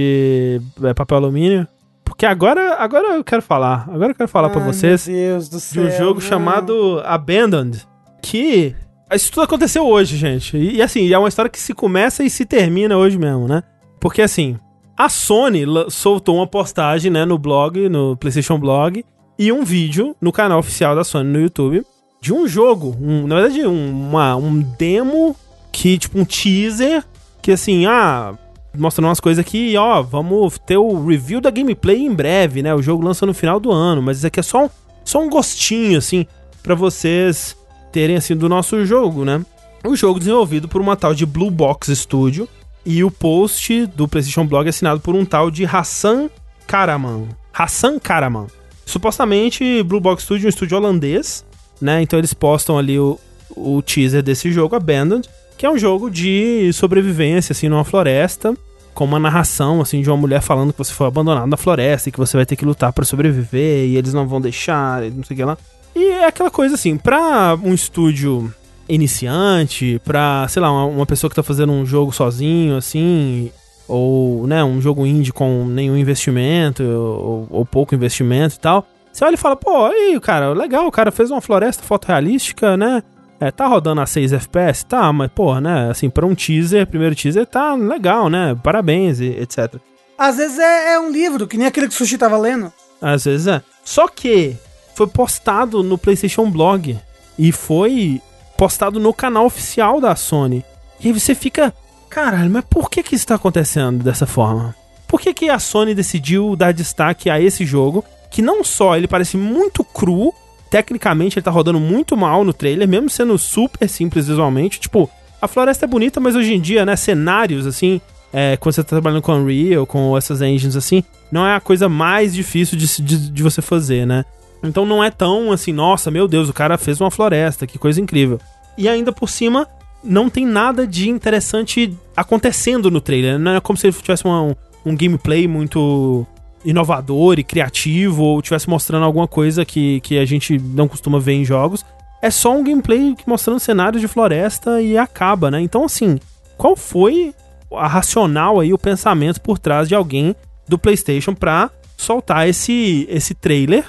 de é, papel alumínio. Porque agora, agora eu quero falar. Agora eu quero falar Ai, pra vocês meu Deus do céu, de um jogo não. chamado Abandoned. Que... Isso tudo aconteceu hoje, gente. E, e assim, é uma história que se começa e se termina hoje mesmo, né? Porque assim, a Sony soltou uma postagem, né, no blog, no PlayStation Blog, e um vídeo no canal oficial da Sony no YouTube de um jogo. Um, na verdade, um, uma, um demo que, tipo, um teaser que assim, ah... mostrando umas coisas aqui, ó, vamos ter o review da gameplay em breve, né? O jogo lança no final do ano, mas isso aqui é só um, só um gostinho, assim, pra vocês terem, assim, do nosso jogo, né? O jogo desenvolvido por uma tal de Blue Box Studio e o post do PlayStation Blog é assinado por um tal de Hassan Karaman. Hassan Karaman. Supostamente, Blue Box Studio é um estúdio holandês, né? Então eles postam ali o, o teaser desse jogo, Abandoned, que é um jogo de sobrevivência, assim, numa floresta, com uma narração, assim, de uma mulher falando que você foi abandonado na floresta e que você vai ter que lutar pra sobreviver e eles não vão deixar, não sei o que lá. E é aquela coisa, assim, pra um estúdio iniciante, pra, sei lá, uma, uma pessoa que tá fazendo um jogo sozinho, assim, ou, né, um jogo indie com nenhum investimento, ou, ou pouco investimento e tal, você olha e fala, pô, aí, cara, legal, o cara fez uma floresta fotorrealística, né? É, tá rodando a seis F P S? Tá, mas, pô, né, assim, pra um teaser, primeiro teaser, tá legal, né, parabéns, e etcétera. Às vezes é, é um livro, que nem aquele que o Sushi tava lendo. Às vezes é. Só que foi postado no PlayStation Blog e foi postado no canal oficial da Sony. E aí você fica, caralho, mas por que que isso tá acontecendo dessa forma? Por que que a Sony decidiu dar destaque a esse jogo, que não só ele parece muito cru, tecnicamente ele tá rodando muito mal no trailer, mesmo sendo super simples visualmente. Tipo, a floresta é bonita, mas hoje em dia, né, cenários, assim, é, quando você tá trabalhando com Unreal, com essas engines, assim, não é a coisa mais difícil de, de, de você fazer, né? Então não é tão, assim, nossa, meu Deus, o cara fez uma floresta, que coisa incrível. E ainda por cima, não tem nada de interessante acontecendo no trailer. Não é como se ele tivesse uma, um, um gameplay muito inovador e criativo, ou estivesse mostrando alguma coisa que, que a gente não costuma ver em jogos. É só um gameplay mostrando cenários de floresta e acaba, né? Então, assim, qual foi a racional aí, o pensamento por trás de alguém do PlayStation pra soltar esse, esse trailer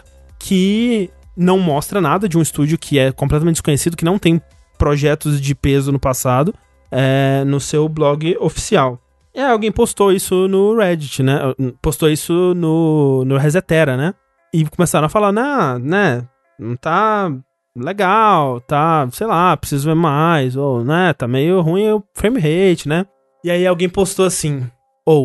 que não mostra nada de um estúdio que é completamente desconhecido, que não tem projetos de peso no passado, é, no seu blog oficial. É, alguém postou isso no Reddit, né? Postou isso no, no Resetera, né? E começaram a falar, nah, né, não tá legal, tá, sei lá, preciso ver mais, ou, né, tá meio ruim o frame rate, né? E aí alguém postou assim, ou,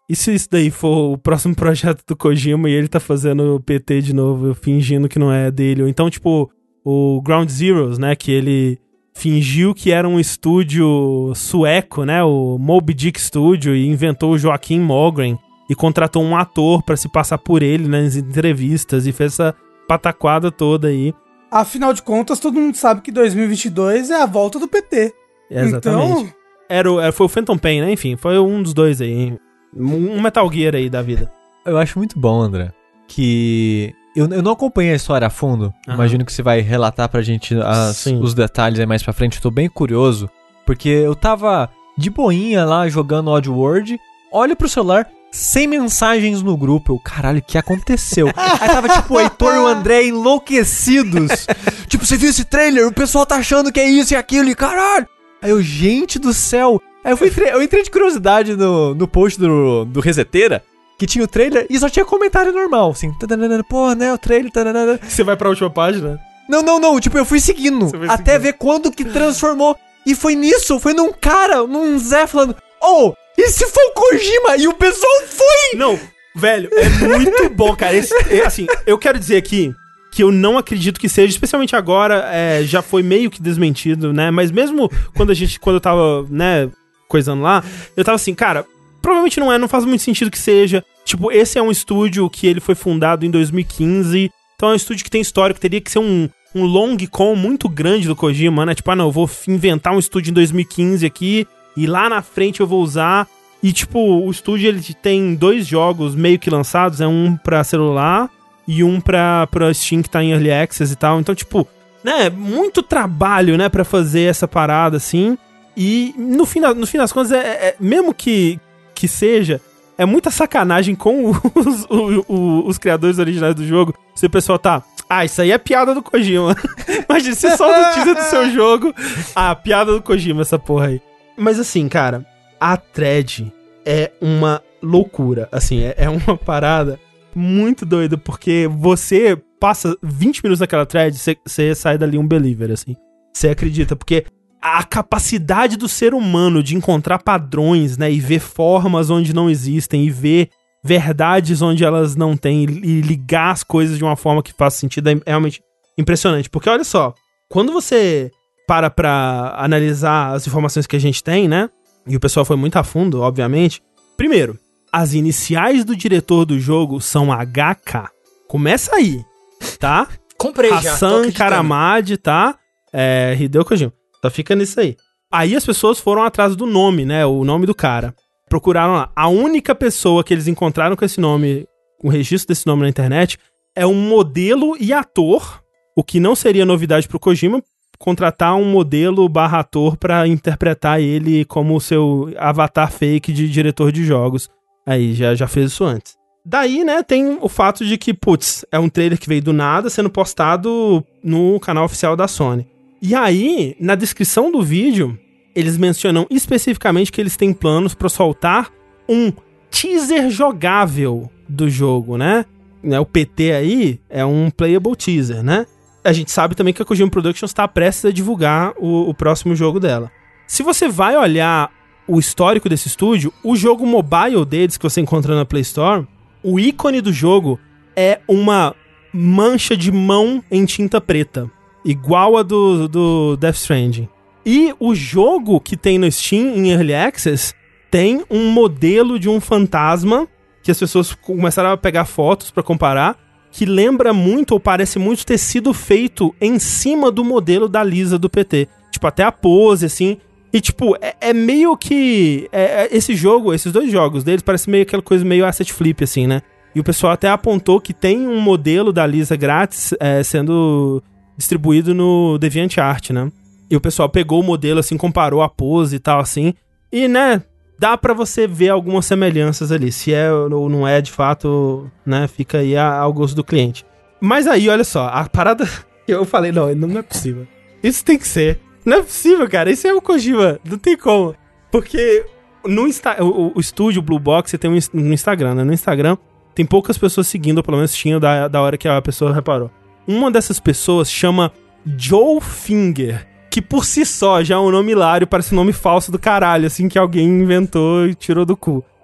E se isso daí for o próximo projeto do Kojima e ele tá fazendo P T de novo, fingindo que não é dele? Ou então, tipo, o Ground Zeroes, né? Que ele fingiu que era um estúdio sueco, né? O Moby Dick Studio, e inventou o Joaquim Mogren e contratou um ator pra se passar por ele nas entrevistas e fez essa pataquada toda aí. Afinal de contas, todo mundo sabe que dois mil e vinte e dois é a volta do P T. Exatamente. Então... Era o, foi o Phantom Pain, né? Enfim, foi um dos dois aí. Um Metal Gear aí da vida. Eu acho muito bom, André, que... Eu, eu não acompanhei a história a fundo. Uhum. Imagino que você vai relatar pra gente as, os detalhes aí mais pra frente. Eu tô bem curioso, porque eu tava de boinha lá jogando Oddworld, olho pro celular, sem mensagens no grupo. Eu, caralho, o que aconteceu? Aí tava tipo o Heitor e o André enlouquecidos. Tipo, você viu esse trailer? O pessoal tá achando que é isso e aquilo e caralho. Aí eu, gente do céu. Aí eu, fui, eu entrei de curiosidade no, no post do, do Reseteira, que tinha o trailer e só tinha comentário normal, assim. Pô, né, o trailer... Tadanana. Você vai pra última página? Não, não, não. Tipo, eu fui seguindo até seguindo. Ver quando que transformou. E foi nisso, foi num cara, num Zé falando, oh, e se for o Kojima? E o pessoal foi! Não, velho, é muito bom, cara. Esse, é, assim, eu quero dizer aqui que eu não acredito que seja, especialmente agora, é, já foi meio que desmentido, né? Mas mesmo quando a gente, quando eu tava, né, coisando lá, eu tava assim, cara, provavelmente não é, não faz muito sentido que seja. Tipo, esse é um estúdio que ele foi fundado em dois mil e quinze, então é um estúdio que tem histórico, teria que ser um, um long con muito grande do Kojima, né? Tipo, ah, não, eu vou inventar um estúdio em dois mil e quinze aqui, e lá na frente eu vou usar. E, tipo, o estúdio, ele tem dois jogos meio que lançados, é um pra celular e um pra, pra Steam, que tá em Early Access e tal. Então, tipo, né, muito trabalho, né, pra fazer essa parada, assim. E, no fim, no fim das contas, é, é, mesmo que, que seja, é muita sacanagem com os, os, os, os criadores originais do jogo. Se o pessoal tá... Ah, isso aí é piada do Kojima. Imagina, você solta o teaser do seu jogo. Ah, piada do Kojima, essa porra aí. Mas assim, cara, a thread é uma loucura. Assim, é, é uma parada muito doida, porque você passa vinte minutos naquela thread, você, você sai dali um believer, assim. Você acredita, porque a capacidade do ser humano de encontrar padrões, né, e ver formas onde não existem, e ver verdades onde elas não têm, e ligar as coisas de uma forma que faça sentido, é realmente impressionante. Porque olha só, quando você para pra analisar as informações que a gente tem, né, e o pessoal foi muito a fundo, obviamente. Primeiro, as iniciais do diretor do jogo são H K. Começa aí, tá? Comprei já. Hassan Karamad, tá? É, Hideo Kojima. Só fica nisso aí. Aí as pessoas foram atrás do nome, né? O nome do cara. Procuraram lá. A única pessoa que eles encontraram com esse nome, com o registro desse nome na internet, é um modelo e ator, o que não seria novidade pro Kojima, contratar um modelo barra ator pra interpretar ele como o seu avatar fake de diretor de jogos. Aí, já, já fez isso antes. Daí, né, tem o fato de que, putz, é um trailer que veio do nada sendo postado no canal oficial da Sony. E aí, na descrição do vídeo, eles mencionam especificamente que eles têm planos pra soltar um teaser jogável do jogo, né? O P T aí é um playable teaser, né? A gente sabe também que a Kojima Productions está prestes a divulgar o, o próximo jogo dela. Se você vai olhar o histórico desse estúdio, o jogo mobile deles, que você encontra na Play Store, o ícone do jogo é uma mancha de mão em tinta preta, igual a do, do Death Stranding. E o jogo que tem no Steam, em Early Access, tem um modelo de um fantasma, que as pessoas começaram a pegar fotos para comparar, que lembra muito, ou parece muito, ter sido feito em cima do modelo da Lisa do P T. Tipo, até a pose, assim. E, tipo, é, é meio que... É, é, esse jogo, esses dois jogos deles, parece meio aquela coisa meio asset flip, assim, né? E o pessoal até apontou que tem um modelo da Lisa grátis é, sendo distribuído no DeviantArt, né? E o pessoal pegou o modelo, assim, comparou a pose e tal, assim. E, né... Dá pra você ver algumas semelhanças ali. Se é ou não é, de fato, né? Fica aí ao gosto do cliente. Mas aí, olha só, a parada... Eu falei, não, não é possível. Isso tem que ser. Não é possível, cara. Isso é o Kojima. Não tem como. Porque no Insta... o, o estúdio Blue Box, você tem um, no Instagram, né? No Instagram, tem poucas pessoas seguindo, ou pelo menos tinha da, da hora que a pessoa reparou. Uma dessas pessoas chama Joe Finger, que por si só já é um nome hilário, parece um nome falso do caralho, assim, que alguém inventou e tirou do cu.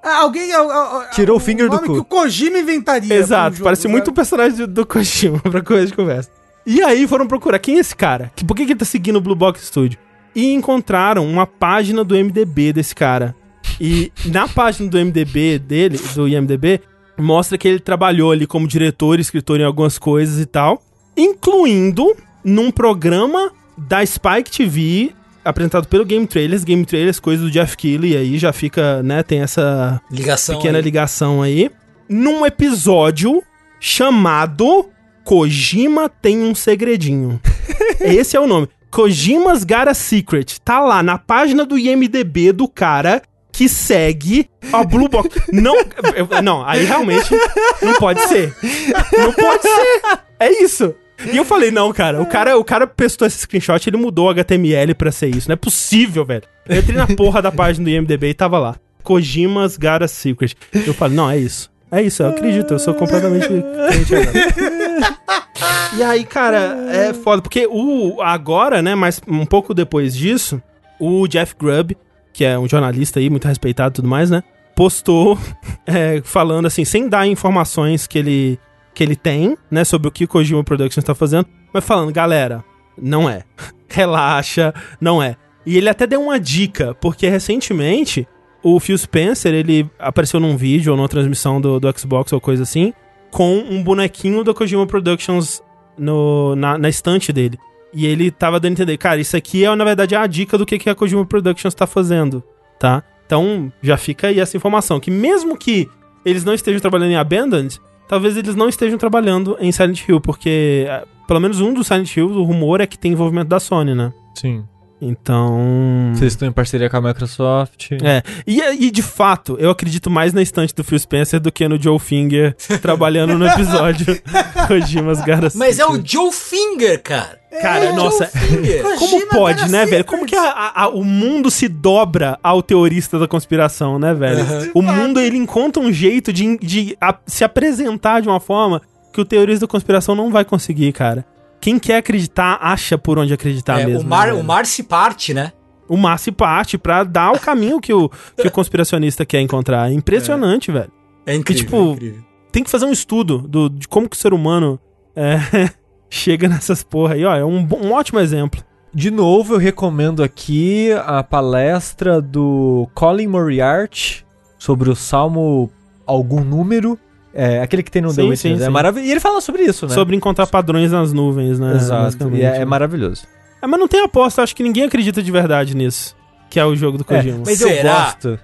Ah, alguém... ah, ah, Tirou o finger do nome cu. que o Kojima inventaria. Exato, pro jogo, parece sabe? muito o personagem do, do Kojima pra coisa de conversa. E aí foram procurar, quem é esse cara? Que- Por que, que ele tá seguindo o Blue Box Studio? E encontraram uma página do M D B desse cara. E na página do M D B dele, do I M D B, mostra que ele trabalhou ali como diretor, escritor em algumas coisas e tal, incluindo num programa da Spike T V, apresentado pelo Game Trailers, Game Trailers, coisa do Jeff Keighley, aí já fica, né, tem essa Ligação pequena aí. ligação aí, num episódio chamado Kojima Tem um Segredinho. Esse é o nome. Kojima's Got a Secret. Tá lá na página do I M D B do cara que segue a Blue Box. Não, eu- não, aí realmente não pode ser. Não pode ser. É isso. E eu falei, não, cara, o cara, o cara pestou esse screenshot, ele mudou o H T M L pra ser isso. Não é possível, velho. Eu entrei na porra da página do I M D B e tava lá. Kojima's Got a Secret. Eu falei, não, é isso. É isso, eu acredito, eu sou completamente crente agora. E aí, cara, é foda, porque o, agora, né, mas um pouco depois disso, o Jeff Grubb, que é um jornalista aí, muito respeitado e tudo mais, né, postou é, falando assim, sem dar informações que ele, que ele tem, né, sobre o que o Kojima Productions tá fazendo, mas falando, galera, não é. Relaxa, não é. E ele até deu uma dica, porque recentemente o Phil Spencer, ele apareceu num vídeo ou numa transmissão do, do Xbox ou coisa assim, com um bonequinho da Kojima Productions no, na, na estante dele. E ele tava dando a entender, cara, isso aqui é, na verdade, a dica do que, que a Kojima Productions tá fazendo, tá? Então, já fica aí essa informação, que mesmo que eles não estejam trabalhando em Abandoned, talvez eles não estejam trabalhando em Silent Hill, porque, eh, pelo menos um dos Silent Hill, o rumor é que tem envolvimento da Sony, né? Sim. Então... Vocês estão em parceria com a Microsoft. É, e, e de fato, eu acredito mais na estante do Phil Spencer do que no Joe Finger trabalhando no episódio Kojima's Got a Mas é o Secret. Joe Finger, cara. Cara, É o nossa, Joe Finger. como Kojima pode, Got a né, velho? Secret. Como que a- a- a- o mundo se dobra ao teorista da conspiração, né, velho? Uhum. O mundo, ele encontra um jeito de, de a- se apresentar de uma forma que o teorista da conspiração não vai conseguir, cara. Quem quer acreditar, acha por onde acreditar É, mesmo. o, mar, né, o velho? mar se parte, né? O mar se parte pra dar o caminho que o, que o conspiracionista quer encontrar. É impressionante, velho. É incrível, tipo, é incrível. Tem que fazer um estudo do, de como que o ser humano é, chega nessas porra aí. Ó, é um, bo- um ótimo exemplo. De novo, eu recomendo aqui a palestra do Colin Moriarty sobre o Salmo algum número. É, aquele que tem no Sim, The Witness. sim, É sim. maravilhoso. E ele fala sobre isso, né? Sobre encontrar padrões nas nuvens, né? Exato. basicamente. E é, é maravilhoso. É, mas não tem aposta, acho que ninguém acredita de verdade nisso. Que é o jogo do Kojima. É, mas Será? eu gosto.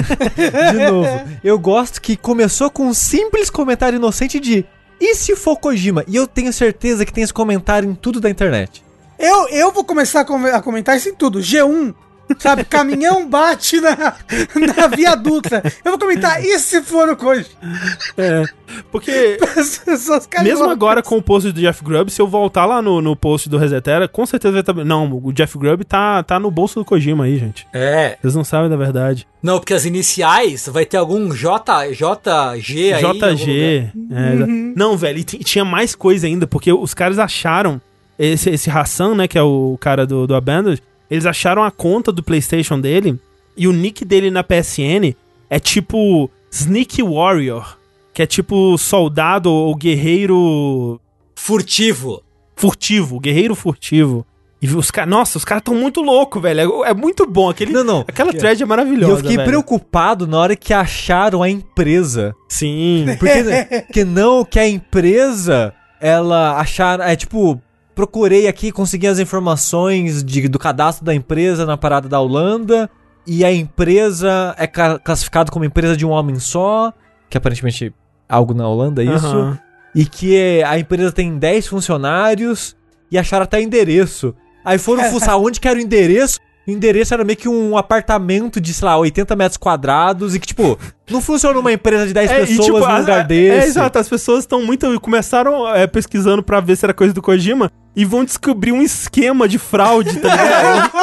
De novo, eu gosto que começou com um simples comentário inocente de e se for Kojima? E eu tenho certeza que tem esse comentário em tudo da internet. Eu, eu vou começar a, come- a comentar isso em tudo. G um, sabe? Caminhão bate na, na Via Dutra. Eu vou comentar, e se for o Kojima? É, porque As pessoas caem mesmo loucas. agora com o post do Jeff Grubb, se eu voltar lá no, no post do Resetera, com certeza vai estar... Não, o Jeff Grubb tá, tá no bolso do Kojima aí, gente. É. Vocês não sabem da verdade. Não, porque as iniciais vai ter algum J, J G aí. em algum J lugar. G. é, exa- Não, velho, e t- tinha mais coisa ainda, porque os caras acharam, esse, esse Hassan, né, que é o cara do, do Abandoned, eles acharam a conta do PlayStation dele, e o nick dele na P S N é tipo Sneaky Warrior, que é tipo soldado ou guerreiro Furtivo. furtivo, guerreiro furtivo. E os caras, nossa, os caras estão muito loucos, velho. É, é muito bom. Aquele, Não, não. Aquela E- thread é E maravilhosa. eu fiquei velho. preocupado na hora que acharam a empresa. Sim. Porque, porque não que a empresa, ela acharam, é tipo, procurei aqui, consegui as informações de, do cadastro da empresa na parada da Holanda, e a empresa é ca- classificada como empresa de um homem só, que aparentemente algo na Holanda, é isso, Aham. e que a empresa tem dez funcionários, e acharam até endereço. Aí foram fuçar onde que era o endereço. O endereço era meio que um apartamento de, sei lá, oitenta metros quadrados. E que, tipo, não funciona uma empresa de dez É, e, pessoas tipo, num a- lugar a- desse. É, exato. As pessoas estão muito... Começaram é, pesquisando pra ver se era coisa do Kojima e vão descobrir um esquema de fraude, tá ligado?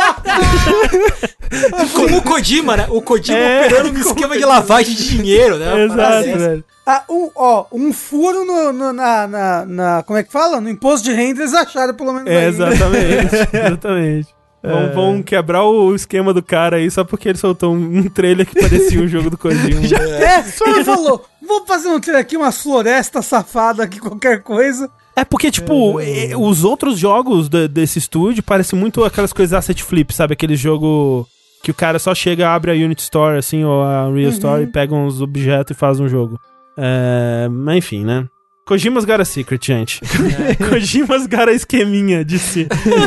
Como o Kojima, né? O Kojima É, operando um esquema de lavagem de dinheiro, né? Uma parada Exato, dessa. velho. Ah, um, ó, um furo no, no- na, na, na- como é que fala? No imposto de renda eles acharam pelo menos É, aí. exatamente. Exatamente. Vão, vão quebrar o esquema do cara aí só porque ele soltou um, um trailer que parecia um jogo do Kojima. Já é, ele falou, vou fazer um trailer aqui, umas florestas safadas aqui, qualquer coisa. É porque, tipo, é. os outros jogos de, desse estúdio parecem muito aquelas coisas asset flip, sabe? Aquele jogo que o cara só chega, abre a Unity Store, assim, ou a Unreal uhum. Store, e pega uns objetos e faz um jogo. É, mas enfim, né? Kojima's got a secret, gente. É. Kojima's got a esqueminha de si.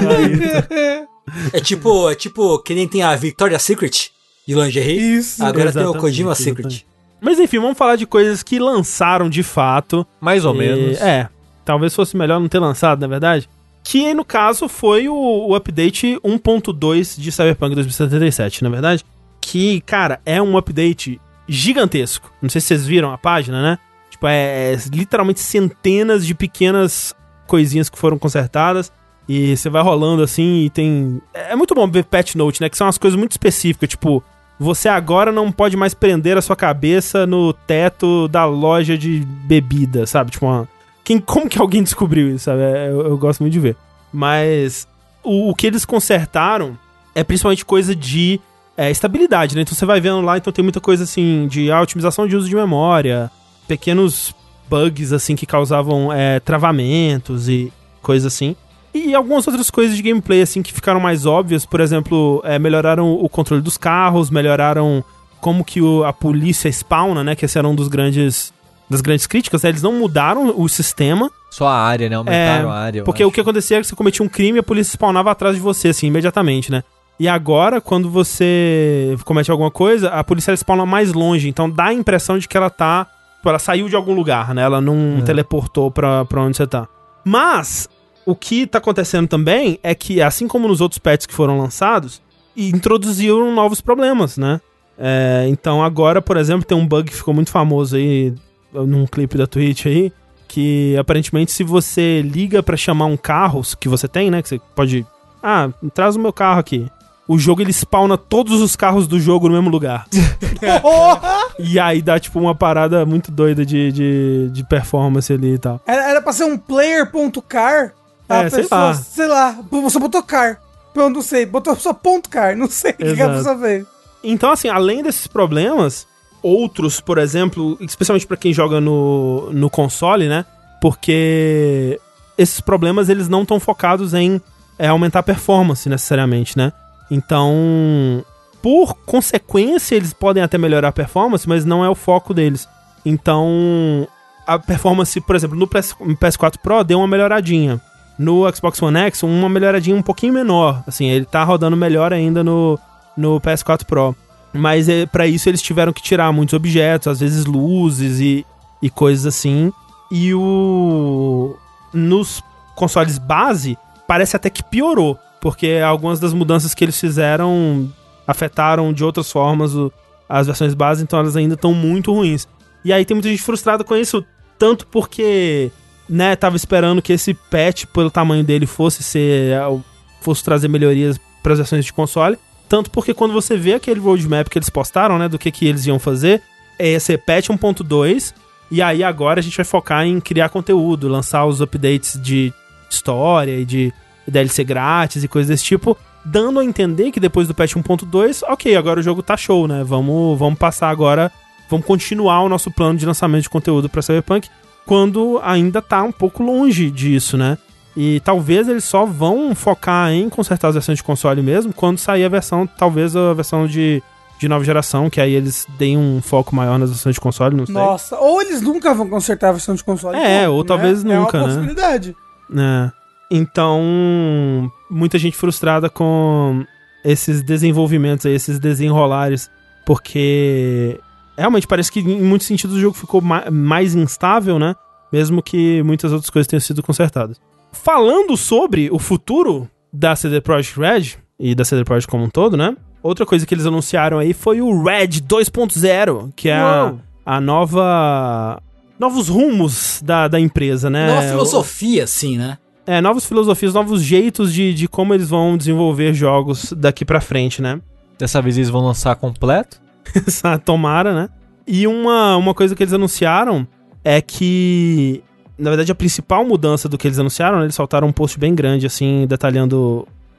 É tipo, é tipo, que nem tem a Victoria's Secret de lingerie. Isso. Agora exatamente, tem o Kojima's Secret. Mas enfim, vamos falar de coisas que lançaram de fato. Mais ou e, menos. É, talvez fosse melhor não ter lançado, na verdade. Que no caso foi o, o update um ponto dois de Cyberpunk dois mil e setenta e sete, na verdade. Que, cara, é um update gigantesco. Não sei se vocês viram a página, né? Tipo, é, é literalmente centenas de pequenas coisinhas que foram consertadas. E você vai rolando assim e tem... É muito bom ver patch note, né? Que são umas coisas muito específicas, tipo... Você agora não pode mais prender a sua cabeça no teto da loja de bebida, sabe? Tipo, uma... Quem, como que alguém descobriu isso, sabe? Eu, eu gosto muito de ver. Mas o, o que eles consertaram é principalmente coisa de é, estabilidade, né? Então você vai vendo lá, então tem muita coisa assim de ah, otimização de uso de memória, pequenos bugs assim que causavam é, travamentos e coisas assim. E algumas outras coisas de gameplay, assim, que ficaram mais óbvias. Por exemplo, é, melhoraram o controle dos carros, melhoraram como que o, a polícia spawna, né? Que esse era um dos grandes, das grandes críticas, né? Eles não mudaram o sistema. Só a área, né? Aumentaram é, a área, porque acho. O que acontecia é que você cometia um crime e a polícia spawnava atrás de você, assim, imediatamente, né? E agora, quando você comete alguma coisa, a polícia ela spawna mais longe. Então dá a impressão de que ela tá... Ela saiu de algum lugar, né? Ela não é. teleportou pra, pra onde você tá. Mas... O que tá acontecendo também é que, assim como nos outros patches que foram lançados, introduziram novos problemas, né? É, então agora, por exemplo, tem um bug que ficou muito famoso aí, num clipe da Twitch aí, que aparentemente se você liga pra chamar um carro que você tem, né? Que você pode... Ah, traz o meu carro aqui. O jogo, ele spawna todos os carros do jogo no mesmo lugar. E aí dá, tipo, uma parada muito doida de, de, de performance ali e tal. Era, era pra ser um player.car... É, sei lá. Sei lá, você botou car. Eu não sei, botou só ponto car, não sei o que, que a pessoa fez. Então, assim, além desses problemas, outros, por exemplo, especialmente pra quem joga no, no console, né? Porque esses problemas, eles não estão focados em é, aumentar a performance, necessariamente, né? Então, por consequência, eles podem até melhorar a performance, mas não é o foco deles. Então, a performance, por exemplo, no P S quatro Pro deu uma melhoradinha. No Xbox One X, uma melhoradinha um pouquinho menor. Assim, ele tá rodando melhor ainda no, no P S quatro Pro. Mas é, pra isso eles tiveram que tirar muitos objetos, às vezes luzes e, e coisas assim. E o... Nos consoles base, parece até que piorou. Porque algumas das mudanças que eles fizeram afetaram de outras formas o, as versões base, então elas ainda estão muito ruins. E aí tem muita gente frustrada com isso, tanto porque... Né, tava esperando que esse patch, pelo tamanho dele, fosse ser fosse trazer melhorias para as versões de console, tanto porque quando você vê aquele roadmap que eles postaram, né, do que, que eles iam fazer, é esse patch um ponto dois, e aí agora a gente vai focar em criar conteúdo, lançar os updates de história e de D L C grátis e coisas desse tipo, dando a entender que depois do patch um ponto dois, ok, agora o jogo tá show, né, vamos, vamos passar agora, vamos continuar o nosso plano de lançamento de conteúdo para Cyberpunk, quando ainda tá um pouco longe disso, né? E talvez eles só vão focar em consertar as versões de console mesmo quando sair a versão, talvez a versão de, de nova geração, que aí eles deem um foco maior nas versões de console, não sei. Nossa, ou eles nunca vão consertar a versão de console. É, ou né? talvez nunca, né? É uma possibilidade. Né? É. Então, muita gente frustrada com esses desenvolvimentos aí, esses desenrolares, porque... Realmente, parece que em muitos sentidos o jogo ficou ma- mais instável, né? Mesmo que muitas outras coisas tenham sido consertadas. Falando sobre o futuro da C D Projekt Red, e da C D Projekt como um todo, né? Outra coisa que eles anunciaram aí foi o Red dois ponto zero, que é a, a nova... Novos rumos da, da empresa, né? Nova filosofia, sim, né? É, novas filosofias, novos jeitos de, de como eles vão desenvolver jogos daqui pra frente, né? Dessa vez eles vão lançar completo? Tomara, né? E uma, uma coisa que eles anunciaram é que, na verdade, a principal mudança do que eles anunciaram, né, eles soltaram um post bem grande, assim, detalhando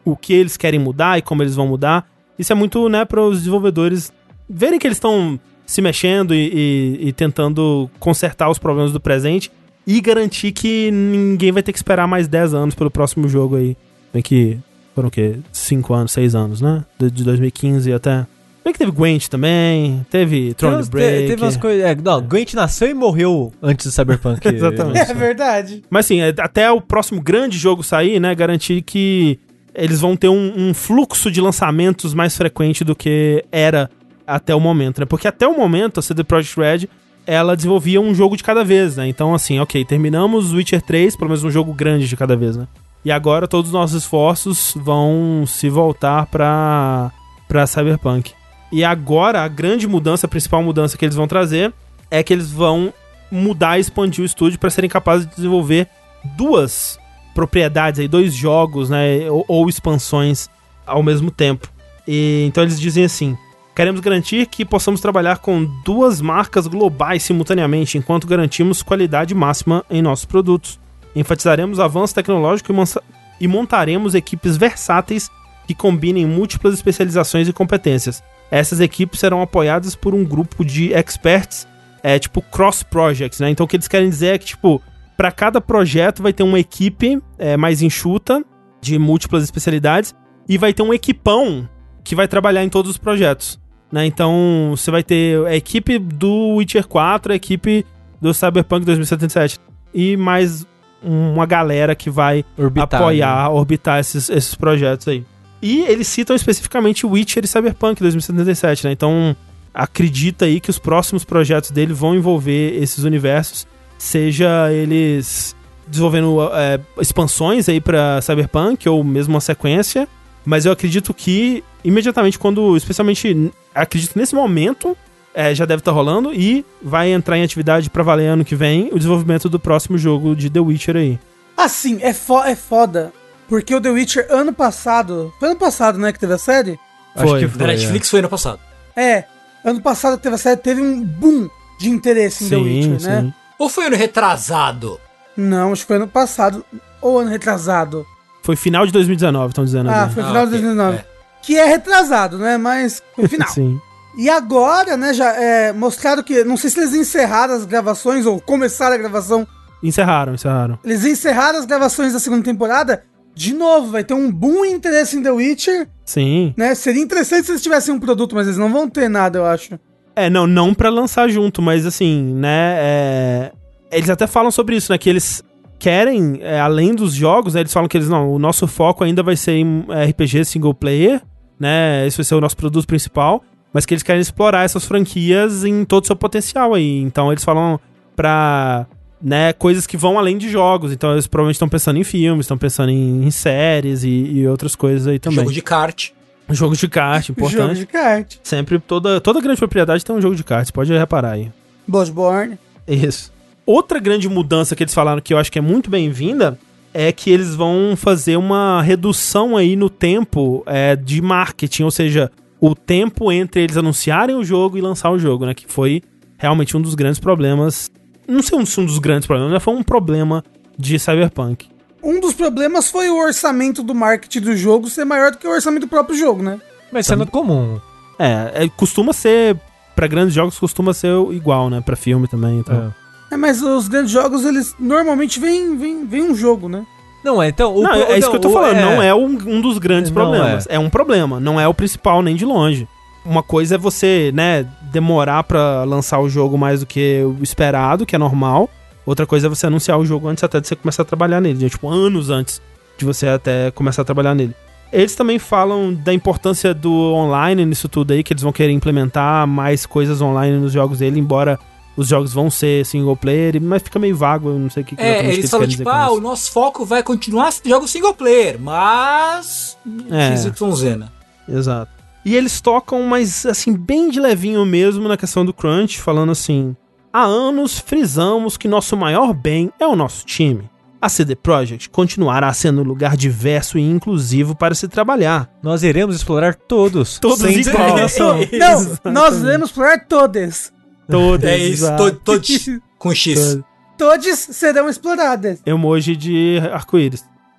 o que eles querem mudar e como eles vão mudar. Isso é muito, né, para os desenvolvedores verem que eles estão se mexendo e, e, e tentando consertar os problemas do presente e garantir que ninguém vai ter que esperar mais dez anos pelo próximo jogo aí. Bem que foram o quê? cinco anos, seis anos, né? De, de dois mil e quinze até... Bem que teve Gwent também, teve Throne Break. Teve umas coisas... É, não, Gwent nasceu e morreu antes do Cyberpunk. Exatamente. É verdade. Mas assim, até o próximo grande jogo sair, né? Garantir que eles vão ter um, um fluxo de lançamentos mais frequente do que era até o momento, né? Porque até o momento, a C D Projekt Red, ela desenvolvia um jogo de cada vez, né? Então, assim, ok, terminamos Witcher três, pelo menos um jogo grande de cada vez, né? E agora todos os nossos esforços vão se voltar pra, pra Cyberpunk. E agora, a grande mudança, a principal mudança que eles vão trazer é que eles vão mudar e expandir o estúdio para serem capazes de desenvolver duas propriedades, aí, dois jogos, né, ou, ou expansões ao mesmo tempo. E, então eles dizem assim: queremos garantir que possamos trabalhar com duas marcas globais simultaneamente, enquanto garantimos qualidade máxima em nossos produtos. Enfatizaremos o avanço tecnológico e, monta- e montaremos equipes versáteis que combinem múltiplas especializações e competências. Essas equipes serão apoiadas por um grupo de experts, é, tipo cross-projects, né? Então o que eles querem dizer é que, tipo, para cada projeto vai ter uma equipe é, mais enxuta, de múltiplas especialidades, e vai ter um equipão que vai trabalhar em todos os projetos, né? Então você vai ter a equipe do Witcher quatro, a equipe do Cyberpunk dois mil e setenta e sete, e mais uma galera que vai orbitar, apoiar, né? orbitar esses, esses projetos aí. E eles citam especificamente Witcher e Cyberpunk dois mil e setenta e sete, né? Então, acredita aí que os próximos projetos dele vão envolver esses universos, seja eles desenvolvendo é, expansões aí pra Cyberpunk, ou mesmo uma sequência, mas eu acredito que, imediatamente quando, especialmente, acredito nesse momento, é, já deve estar rolando, e vai entrar em atividade pra valer ano que vem, o desenvolvimento do próximo jogo de The Witcher aí. Assim, é, fo- é foda. Porque o The Witcher, ano passado... Foi ano passado, né, que teve a série? Foi. Acho que foi, Da Netflix é. foi ano passado. É, ano passado que teve a série, teve um boom de interesse em The Witcher, sim. né? Ou foi ano retrasado? Não, acho que foi ano passado, ou ano retrasado. Foi final de dois mil e dezenove, estão dizendo Ah, ali. foi Ah, final de ok, dois mil e dezenove. é. Que é retrasado, né, mas foi final. Sim. E agora, né, já é, mostraram que... Não sei se eles encerraram as gravações, ou começaram a gravação. Encerraram, encerraram. Eles encerraram as gravações da segunda temporada. De novo, vai ter um boom em interesse em The Witcher, Sim. né? Seria interessante se eles tivessem um produto, mas eles não vão ter nada, eu acho. É, não, não pra lançar junto, mas assim, né, é... eles até falam sobre isso, né, que eles querem, é, além dos jogos, né, eles falam que eles, não, o nosso foco ainda vai ser em R P G single player, né, esse vai ser o nosso produto principal, mas que eles querem explorar essas franquias em todo o seu potencial aí, então eles falam pra... né, coisas que vão além de jogos, então eles provavelmente estão pensando em filmes, estão pensando em, em séries e, e outras coisas aí também. Jogo de kart. Jogo de kart, importante. Jogo de kart. Sempre, toda, toda grande propriedade tem um jogo de kart, você pode reparar aí. Bloodborne. Isso. Outra grande mudança que eles falaram que eu acho que é muito bem-vinda é que eles vão fazer uma redução aí no tempo é, de marketing, ou seja, o tempo entre eles anunciarem o jogo e lançar o jogo, né, que foi realmente um dos grandes problemas. Não sei um, um dos grandes problemas, mas foi um problema de Cyberpunk. Um dos problemas foi o orçamento do marketing do jogo ser maior do que o orçamento do próprio jogo, né? Mas isso é muito comum. É, é, costuma ser, pra grandes jogos, costuma ser igual, né, pra filme também, então. É. É, mas os grandes jogos, eles normalmente vêm vem, vem um jogo, né? Não, é, então... O, Não, é o, isso que eu tô o- falando, não é um, um dos grandes Não problemas. É. um problema, não é o principal nem de longe. Uma coisa é você, né, demorar pra lançar o jogo mais do que o esperado, que é normal. Outra coisa é você anunciar o jogo antes até de você começar a trabalhar nele, tipo, anos antes de você até começar a trabalhar nele. Eles também falam da importância do online nisso tudo aí, que eles vão querer implementar mais coisas online nos jogos dele, embora os jogos vão ser single player, mas fica meio vago, eu não sei o que, que É, exatamente eles que falam, querem tipo, dizer com ah, isso. o nosso foco vai continuar sendo jogos single player, mas... É. X Y Z, né? Exato. E eles tocam, mas assim, bem de levinho mesmo na questão do crunch, falando assim: há anos frisamos que nosso maior bem é o nosso time. A C D Projekt continuará sendo um lugar diverso e inclusivo para se trabalhar. Nós iremos explorar todos. Todos sem igual. discriminação. Não, nós iremos explorar todas. Todos. É isso, exato. to- todos com X. Todos. Todas serão exploradas. Emoji de arco-íris.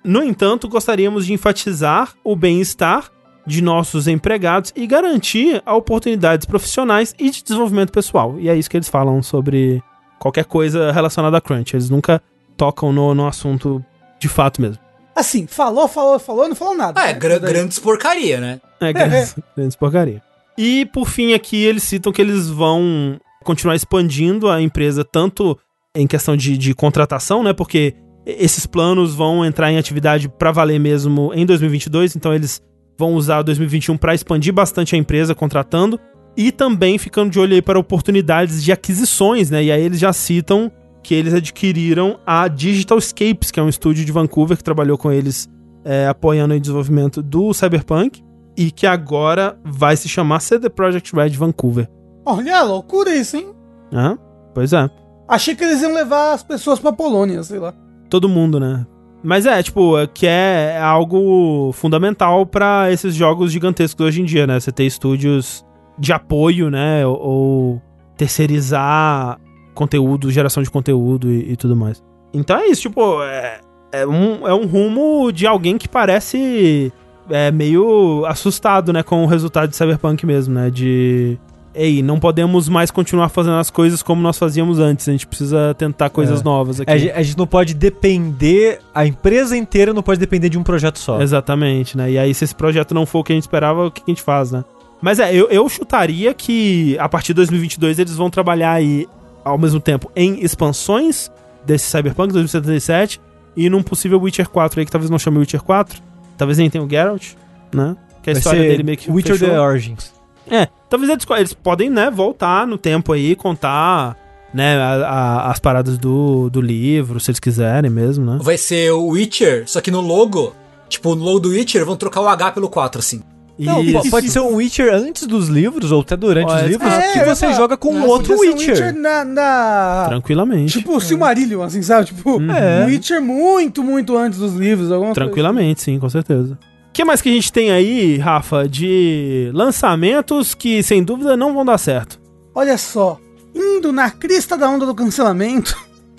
No entanto, gostaríamos de enfatizar o bem-estar de nossos empregados e garantir oportunidades profissionais e de desenvolvimento pessoal. E é isso que eles falam sobre qualquer coisa relacionada a crunch. Eles nunca tocam no, no assunto de fato mesmo. Assim, falou, falou, falou, não falou nada. Ah, é, né? gra- grandes porcaria, né? É, grandes, grandes porcaria. E, por fim, aqui eles citam que eles vão continuar expandindo a empresa tanto em questão de, de contratação, né? Porque esses planos vão entrar em atividade para valer mesmo em dois mil e vinte e dois, então eles vão usar dois mil e vinte e um para expandir bastante a empresa contratando e também ficando de olho aí para oportunidades de aquisições, né? E aí eles já citam que eles adquiriram a Digital Escapes, que é um estúdio de Vancouver que trabalhou com eles é, apoiando o desenvolvimento do Cyberpunk e que agora vai se chamar C D Projekt Red Vancouver. Olha, loucura isso, hein? Ah, pois é. Achei que eles iam levar as pessoas pra Polônia, sei lá. Todo mundo, né? Mas é, tipo, é que é algo fundamental pra esses jogos gigantescos hoje em dia, né? Você ter estúdios de apoio, né? Ou, ou terceirizar conteúdo, geração de conteúdo e, e tudo mais. Então é isso, tipo, é, é, um, é um rumo de alguém que parece é, meio assustado, né? Com o resultado de Cyberpunk mesmo, né? De... Ei, não podemos mais continuar fazendo as coisas como nós fazíamos antes. A gente precisa tentar coisas é. novas aqui. A gente não pode depender... A empresa inteira não pode depender de um projeto só. Exatamente, né? E aí, se esse projeto não for o que a gente esperava, o que a gente faz, né? Mas é, eu, eu chutaria que a partir de dois mil e vinte e dois eles vão trabalhar aí, ao mesmo tempo, em expansões desse Cyberpunk dois mil e setenta e sete e num possível Witcher quatro aí, que talvez não chame Witcher quatro. Talvez nem tenha o Geralt, né? Que a Vai história ser dele meio que Witcher fechou. The Origins. É, talvez eles, eles podem, né, voltar no tempo aí, contar, né, a, a, as paradas do, do livro, se eles quiserem mesmo, né? Vai ser o Witcher, só que no logo, tipo, no logo do Witcher, vão trocar o H pelo quatro, assim. Não, Isso. pode ser um Witcher antes dos livros, ou até durante Olha, os livros, é, que eu ia você falar, joga com né, outro podia ser um Witcher. na, na... Tranquilamente. Tipo o Silmarillion, assim, sabe? Tipo, É. um Witcher muito, muito antes dos livros. Alguma Tranquilamente, sim, com certeza. O que mais que a gente tem aí, Rafa, de lançamentos que, sem dúvida, não vão dar certo? coisa. Olha só, indo na crista da onda do cancelamento,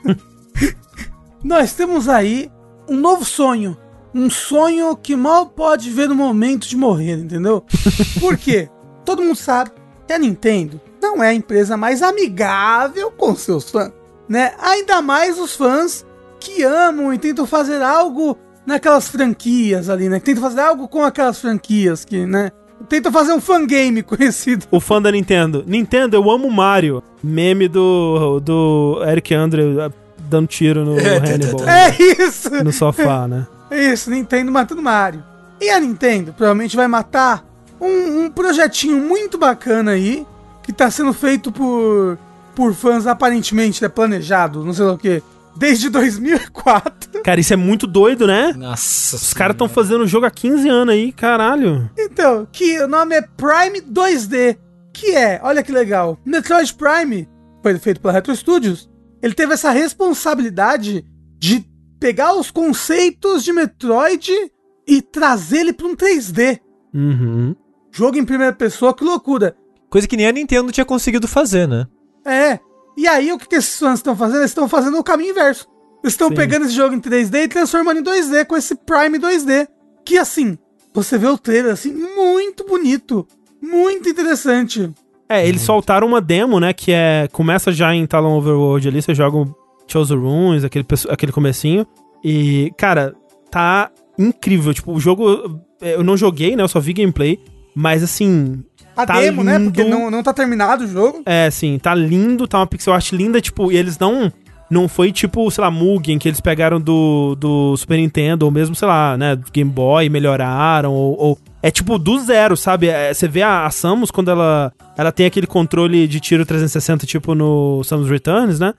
nós temos aí um novo sonho. Um sonho que mal pode ver no momento de morrer, entendeu? Por quê? Todo mundo sabe que a Nintendo não é a empresa mais amigável com seus fãs, né? Ainda mais os fãs que amam e tentam fazer algo naquelas franquias ali, né? Tentam fazer algo com aquelas franquias que, né? Tentam fazer um fangame conhecido. O fã da Nintendo. Nintendo, eu amo Mario. Meme do, do Eric Andre dando tiro no Hannibal. É isso! No sofá, né? É isso, Nintendo matando Mario. E a Nintendo provavelmente vai matar um, um projetinho muito bacana aí, que tá sendo feito por, por fãs aparentemente, né, planejado, não sei lá o que, desde dois mil e quatro. Cara, isso é muito doido, né? Nossa. Os caras estão fazendo o jogo há quinze anos aí, caralho. Então, que o nome é Prime dois D, que é, olha que legal, Metroid Prime, foi feito pela Retro Studios, ele teve essa responsabilidade de pegar os conceitos de Metroid e trazer ele pra um três D. Uhum. Jogo em primeira pessoa, que loucura. Coisa que nem a Nintendo tinha conseguido fazer, né? É. E aí, o que, que esses fãs estão fazendo? Eles estão fazendo o caminho inverso. Eles estão pegando esse jogo em três D e transformando em dois D com esse Prime dois D. Que, assim, você vê o trailer, assim, muito bonito. Muito interessante. É, eles soltaram uma demo, né, que é... Começa já em Talon Overworld ali, você joga o Chosen Runes, aquele, aquele comecinho. E, cara, tá incrível. Tipo, o jogo... Eu não joguei, né, eu só vi gameplay. Mas, assim... A tá demo, lindo. né? Porque não, não tá terminado o jogo. É, sim, tá lindo, tá uma pixel art linda, tipo, e eles não... Não foi tipo, sei lá, Mugen, que eles pegaram do, do Super Nintendo, ou mesmo, sei lá, né, do Game Boy, melhoraram, ou... ou é tipo do zero, sabe? É, você vê a, a Samus quando ela, ela tem aquele controle de tiro trezentos e sessenta, tipo no Samus Returns, né?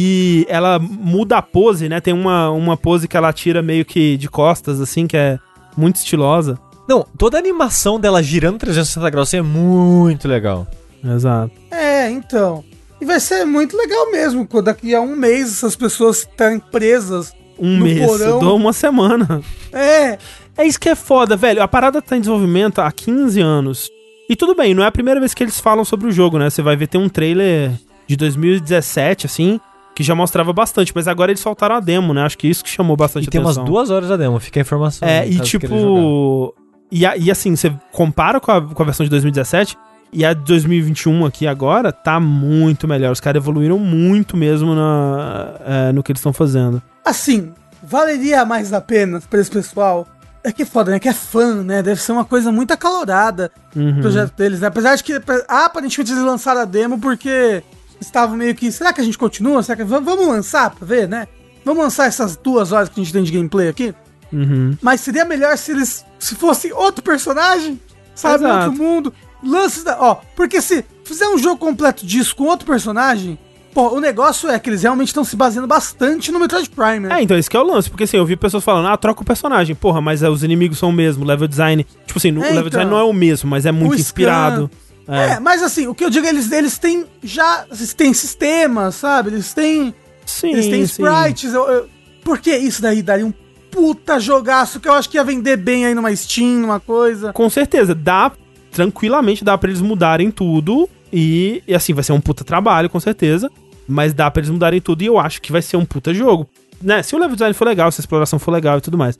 E ela muda a pose, né? Tem uma, uma pose que ela tira meio que de costas, assim, que é muito estilosa. Não, toda a animação dela girando trezentos e sessenta graus assim, é muito legal. Exato. É, então... E vai ser muito legal mesmo, quando daqui a um mês essas pessoas estão presas Um no mês, porão. eu dou uma semana. É, É isso que é foda, velho. A parada tá em desenvolvimento há quinze anos. E tudo bem, não é a primeira vez que eles falam sobre o jogo, né? Você vai ver, tem um trailer de dois mil e dezessete, assim, que já mostrava bastante, mas agora eles soltaram a demo, né? Acho que isso que chamou bastante E tem atenção. umas duas horas a demo, fica a informação. É, e caso queira jogar. tipo... E, a- e assim, você compara com a, com a versão de dois mil e dezessete, e a de dois mil e vinte e um aqui agora tá muito melhor. Os caras evoluíram muito mesmo na, é, no que eles estão fazendo. Assim, valeria mais a pena pra esse pessoal. É que foda, né? Que é fã, né? Deve ser uma coisa muito acalorada Uhum. o projeto deles, né? Apesar de que aparentemente eles lançaram a demo porque estavam meio que... Será que a gente continua? Será que... v- Vamos lançar pra ver, né? Vamos lançar essas duas horas que a gente tem de gameplay aqui? Uhum. Mas seria melhor se eles... Se fosse outro personagem, sabe? Exato. Outro mundo. Lances da... Ó, porque se fizer um jogo completo disso com outro personagem... Pô, o negócio é que eles realmente estão se baseando bastante no Metroid Prime, né? É, então esse que é o lance, porque assim, eu vi pessoas falando, ah, troca o personagem, porra, mas é, os inimigos são o mesmo, o level design, tipo assim, no- É, o level então. design não é o mesmo, mas é muito O inspirado. É. mas assim, o que eu digo, eles, eles têm já... Eles têm sistemas, sabe? Eles têm... Sim, Eles têm sim. sprites. Eu, eu, porque isso daí daria um puta jogaço que eu acho que ia vender bem aí numa Steam, numa coisa. Com certeza, dá, tranquilamente dá pra eles mudarem tudo e, e assim, vai ser um puta trabalho, com certeza, mas dá pra eles mudarem tudo e eu acho que vai ser um puta jogo, né? Se o level design for legal, se a exploração for legal e tudo mais,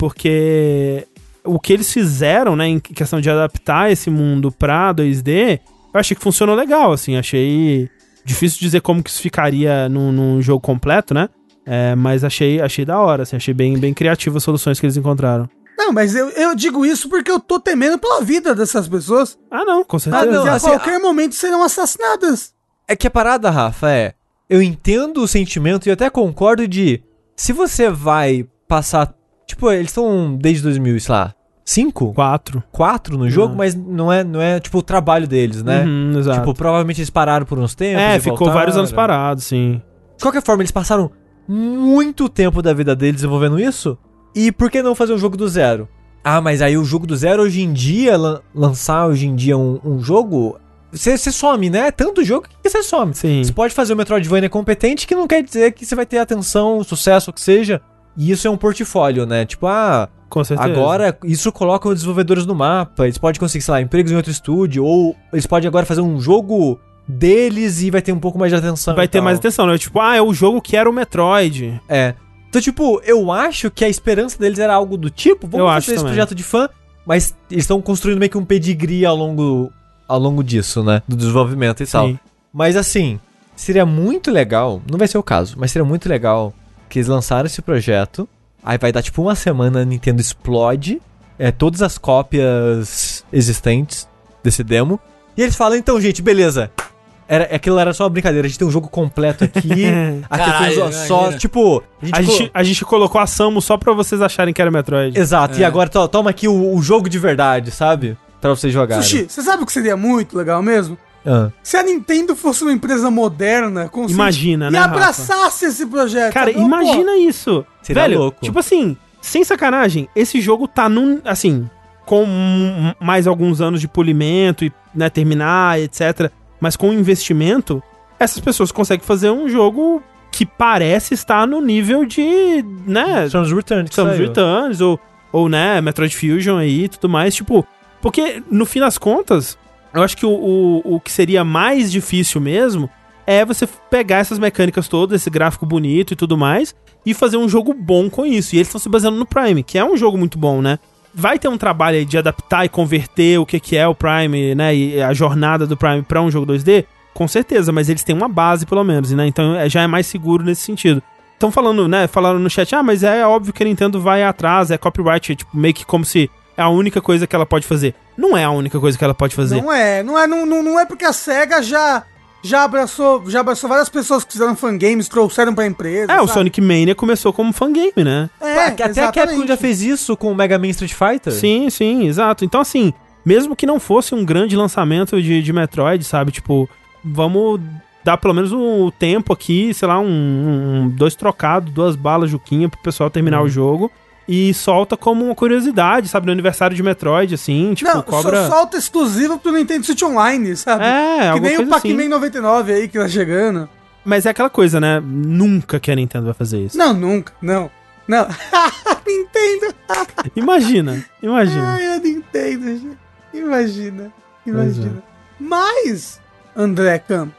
porque o que eles fizeram, né, em questão de adaptar esse mundo pra dois D, eu achei que funcionou legal, assim, achei difícil dizer como que isso ficaria num, num jogo completo, né? É, mas achei, achei da hora, assim, achei bem, bem criativo as soluções que eles encontraram. Não, mas eu, eu digo isso porque eu tô temendo pela vida dessas pessoas. Ah, não, com certeza. Ah, não, que a assim, qualquer momento serão assassinadas. É que a parada, Rafa, é... Eu entendo o sentimento e eu até concordo de... Se você vai passar... Tipo, eles estão desde dois mil, sei lá, cinco? Quatro. quatro no jogo, Não. mas não é, não é, tipo, o trabalho deles, né? Uhum, exato. Tipo, provavelmente eles pararam por uns tempos é, e ficou voltaram. vários anos parado, sim. De qualquer forma, eles passaram muito tempo da vida deles desenvolvendo isso. E por que não fazer um jogo do zero? Ah, mas aí o jogo do zero hoje em dia, lan- lançar hoje em dia um, um jogo... Você some, né? Tanto jogo que você some. Sim. Você pode fazer o Metroidvania competente, que não quer dizer que você vai ter atenção, sucesso, o que seja. E isso é um portfólio, né? Tipo, ah, Com certeza. agora isso coloca os desenvolvedores no mapa. Eles podem conseguir, sei lá, empregos em outro estúdio. Ou eles podem agora fazer um jogo deles e vai ter um pouco mais de atenção. Vai e ter tal. mais atenção, né? Tipo, ah, é o jogo que era o Metroid. É. Então, tipo, eu acho que a esperança deles era algo do tipo, vamos Eu fazer acho esse também. projeto de fã, mas eles estão construindo meio que um pedigree ao longo, ao longo disso, né? Do desenvolvimento e tal. Sim. Mas assim, seria muito legal, não vai ser o caso, mas seria muito legal que eles lançaram esse projeto, aí vai dar tipo uma semana, a Nintendo explode é, todas as cópias existentes desse demo, e eles falam, então gente, beleza, era, aquilo era só uma brincadeira, a gente tem um jogo completo aqui, aqui Caralho, tem só, só, imagina. tipo... A gente, a gente colocou a Samus só pra vocês acharem que era Metroid. Exato, e É. agora to- toma aqui o, o jogo de verdade, sabe? Pra vocês jogarem. Sushi, você sabe o que seria muito legal mesmo? Ah. Se a Nintendo fosse uma empresa moderna, consciente, Imagina, e né, Rafa? abraçasse esse projeto. Cara, sabe? Ô, imagina isso. Seria Velho, louco. tipo assim, sem sacanagem, esse jogo tá num, assim, com m- mais alguns anos de polimento e, né, terminar, etcétera. Mas com investimento, essas pessoas conseguem fazer um jogo que parece estar no nível de, né, Samus Returns. que Samus saiu. Returns, ou, ou, né, Metroid Fusion aí e tudo mais, tipo... Porque, no fim das contas, eu acho que o, o, o que seria mais difícil mesmo é você pegar essas mecânicas todas, esse gráfico bonito e tudo mais, e fazer um jogo bom com isso. E eles estão se baseando no Prime, que é um jogo muito bom, né? Vai ter um trabalho aí de adaptar e converter o que, que é o Prime, né, e a jornada do Prime pra um jogo dois D, com certeza, mas eles têm uma base, pelo menos, né? Então é- já é mais seguro nesse sentido. Estão falando, né, falaram no chat, ah, mas é óbvio que a Nintendo vai atrás, é copyright, é, tipo, meio que como se é a única coisa que ela pode fazer. Não é a única coisa que ela pode fazer. Não é, não é, não, não, não é porque a SEGA já, já, abraçou, já abraçou várias pessoas que fizeram fangames, trouxeram pra empresa. É, o sabe? Sonic Mania começou como fangame, né? É, Até a Capcom exatamente. já fez isso com o Mega Man Street Fighter. Sim, sim, exato. Então, assim, mesmo que não fosse um grande lançamento de, de Metroid, sabe? Tipo, vamos dar pelo menos um tempo aqui, sei lá, um, um- dois trocados, duas balas Juquinha pro pessoal terminar o jogo. E solta como uma curiosidade, sabe? No aniversário de Metroid, assim, tipo, Não, cobra... só solta exclusivo pro Nintendo Switch Online, sabe? É, que alguma nem o coisa Pac-Man assim. noventa e nove aí que tá chegando. Mas é aquela coisa, né? Nunca que a Nintendo vai fazer isso. Não, nunca, não. Não. Nintendo. Imagina, imagina. Ai, a Nintendo. gente. Imagina, Pois imagina. Mas, André Campos,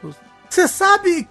Você sabe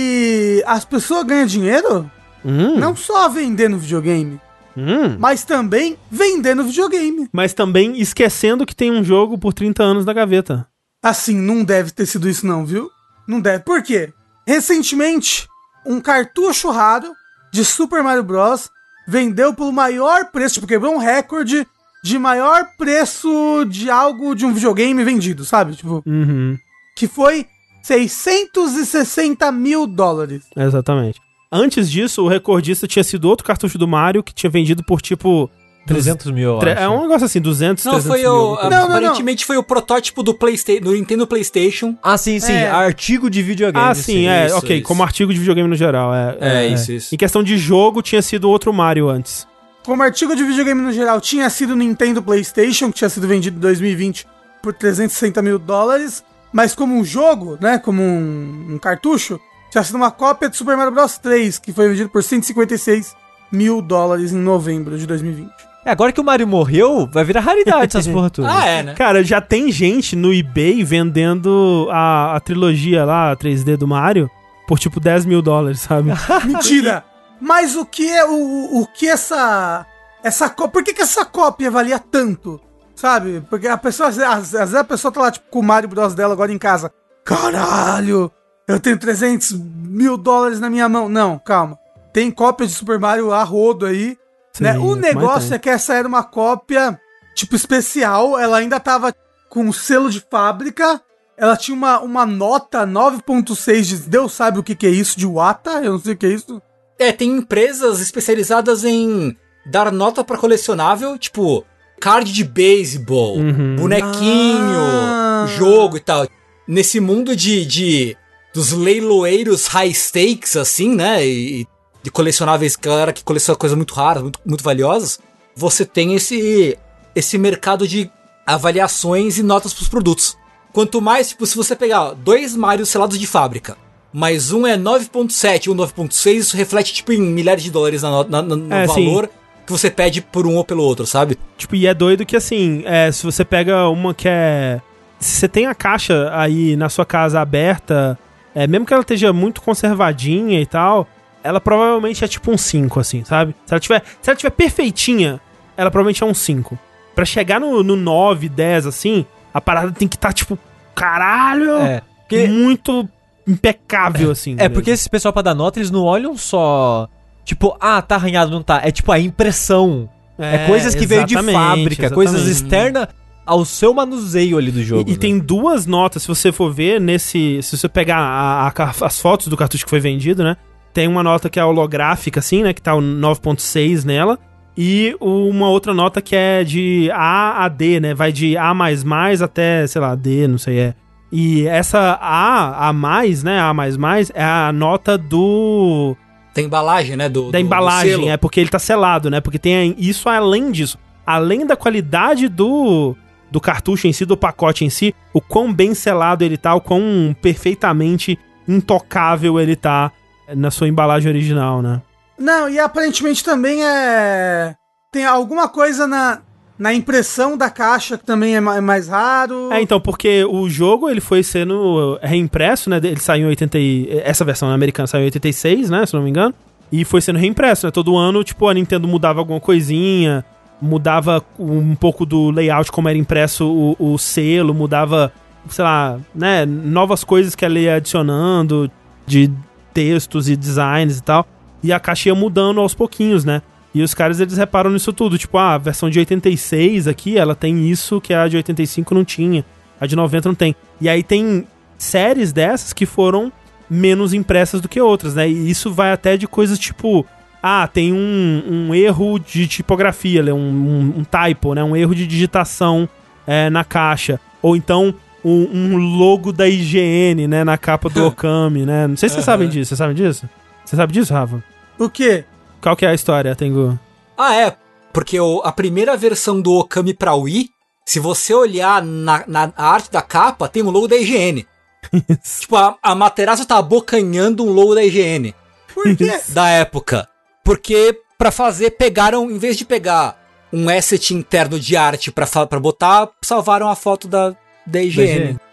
que as pessoas ganham dinheiro Hum. não só vendendo videogame, Hum. mas também vendendo videogame. Mas também esquecendo que tem um jogo por trinta anos na gaveta. Assim, não deve ter sido isso não, viu? Não deve. Por quê? Recentemente, um cartucho raro de Super Mario Bros. Vendeu pelo maior preço, tipo, quebrou um recorde de maior preço de algo de um videogame vendido, sabe? Tipo, Uhum. que foi seiscentos e sessenta mil dólares. Exatamente. Antes disso, o recordista tinha sido outro cartucho do Mario que tinha vendido por tipo... trezentos mil, eu tre- acho. É um negócio assim, duzentos, Não, trezentos foi mil. o. alguma coisa Não, não, aparentemente foi o protótipo do PlayStation, do Nintendo PlayStation. Ah, sim, sim. É. Artigo de videogame. Ah, sim, é, isso, ok, isso. como artigo de videogame no geral. É, É, isso, isso. Em questão de jogo, tinha sido outro Mario antes. Como artigo de videogame no geral, tinha sido o Nintendo PlayStation, que tinha sido vendido em dois mil e vinte por trezentos e sessenta mil dólares, mas como um jogo, né, como um, um cartucho, tinha sido uma cópia de Super Mario Bros. três, que foi vendido por cento e cinquenta e seis mil dólares em novembro de dois mil e vinte. É, agora que o Mario morreu, vai virar raridade essas porra todas. Ah, é, né? Cara, já tem gente no eBay vendendo a, a trilogia lá, a três D do Mario, por tipo dez mil dólares, sabe? Mentira! Mas o que é o, o que essa essa cópia, por que que essa cópia valia tanto? Sabe? Porque a pessoa às às vezes a pessoa tá lá tipo com o Mario Bros dela agora em casa. Caralho! Eu tenho trezentos mil dólares na minha mão. Não, calma. Tem cópia de Super Mario a rodo aí, Sim, né? O mas negócio tem. é que essa era uma cópia tipo especial, ela ainda tava com o selo de fábrica. Ela tinha uma, uma nota nove ponto seis de Deus sabe o que que é isso, de Wata, eu não sei o que é isso. É, tem empresas especializadas em dar nota pra colecionável, tipo card de beisebol, Uhum. bonequinho, Ah. jogo e tal. Nesse mundo de, de dos leiloeiros high stakes, assim, né? E de colecionáveis, galera que coleciona coisas muito raras, muito, muito valiosas, você tem esse, esse mercado de avaliações e notas pros produtos. Quanto mais, tipo, se você pegar dois Mario selados de fábrica, mas um é nove ponto sete e um nove ponto seis, isso reflete, tipo, em milhares de dólares na, na, na, no É, valor que você pede por um ou pelo outro, sabe? Tipo, e é doido que assim, é, se você pega uma que é... Se você tem a caixa aí na sua casa aberta, é, mesmo que ela esteja muito conservadinha e tal, ela provavelmente é tipo um cinco, assim, sabe? Se ela tiver, se ela tiver perfeitinha, ela provavelmente é um cinco. Pra chegar no, no nove, dez, assim, a parada tem que estar, tá, tipo, caralho, É. Porque, muito impecável, assim. é porque esse pessoal pra dar nota, eles não olham só... Tipo, ah, tá arranhado, não tá. É tipo a impressão. É, coisas que veio de exatamente, fábrica, coisas exatamente. externas ao seu manuseio ali do jogo. E, e né? tem duas notas, se você for ver, nesse. Se você pegar a- a- as fotos do cartucho que foi vendido, né? Tem uma nota que é holográfica, assim, né? Que tá o nove ponto seis nela. E uma outra nota que é de A a D, né? Vai de A mais mais até, sei lá, D, não sei, é. E essa A, A mais, né? A mais mais é a nota do. Da embalagem, né? Do, Da do- do embalagem, selo. é porque ele tá selado, né? Porque tem isso além disso. Além da qualidade do, do cartucho em si, do pacote em si, o quão bem selado ele tá, o quão perfeitamente intocável ele tá na sua embalagem original, né? Não, e aparentemente também é... Tem alguma coisa na, na impressão da caixa que também é ma- é mais raro. É, então, porque o jogo, ele foi sendo reimpresso, né? Ele saiu em oitenta e... Essa versão americana saiu em oitenta e seis, né? Se não me engano. E foi sendo reimpresso, né? Todo ano, tipo, a Nintendo mudava alguma coisinha, mudava um pouco do layout como era impresso o, o selo, mudava, sei lá, né? Novas coisas que ela ia adicionando de textos e designs e tal. E a caixa ia mudando aos pouquinhos, né? E os caras, eles reparam nisso tudo. Tipo, ah, a versão de oitenta e seis aqui, ela tem isso que a de oitenta e cinco não tinha. A de noventa não tem. E aí tem séries dessas que foram menos impressas do que outras, né? E isso vai até de coisas tipo... Ah, tem um, um erro de tipografia, um, um, um typo, né? Um erro de digitação é, na caixa. Ou então... Um, um logo da I G N, né? Na capa do Okami, né? Não sei se vocês Uhum. sabem disso. Você sabe disso? Você sabe disso, Rafa? O quê? Qual que é a história, Tengu? Ah, é. Porque o- a primeira versão do Okami pra Wii, se você olhar na, na arte da capa, tem um logo da I G N. Isso. Tipo, a, a Materaço tá abocanhando um logo da I G N. Por quê? Da época. Porque pra fazer, pegaram, em vez de pegar um asset interno de arte pra, fa- pra botar, salvaram a foto da, da I G N.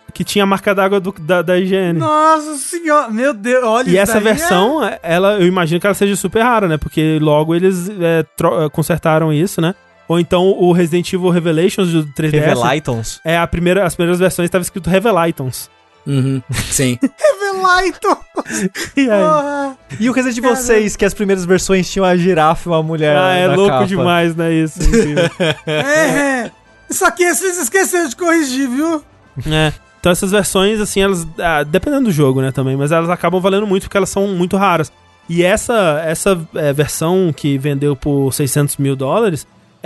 que tinha a marca d'água do- da, da higiene. Nossa senhora, meu Deus, olha E isso essa daí versão, ela, eu imagino que ela seja super rara, né? Porque logo eles é, tro- consertaram isso, né? Ou então o Resident Evil Revelations do três D S. Revelitons. É, a primeira, as primeiras versões estava escrito Revelitons. Uhum, sim. é Revelator. E aí? Porra. E o Resident Evil seis, que as primeiras versões tinham a girafa e uma mulher Ah, é na louco capa. demais, né? Isso. incrível. É, isso aqui vocês esqueceram de corrigir, viu? É. Então essas versões, assim, elas... ah, dependendo do jogo, né, também. Mas elas acabam valendo muito porque elas são muito raras. E essa, essa é, versão que vendeu por seiscentos mil dólares,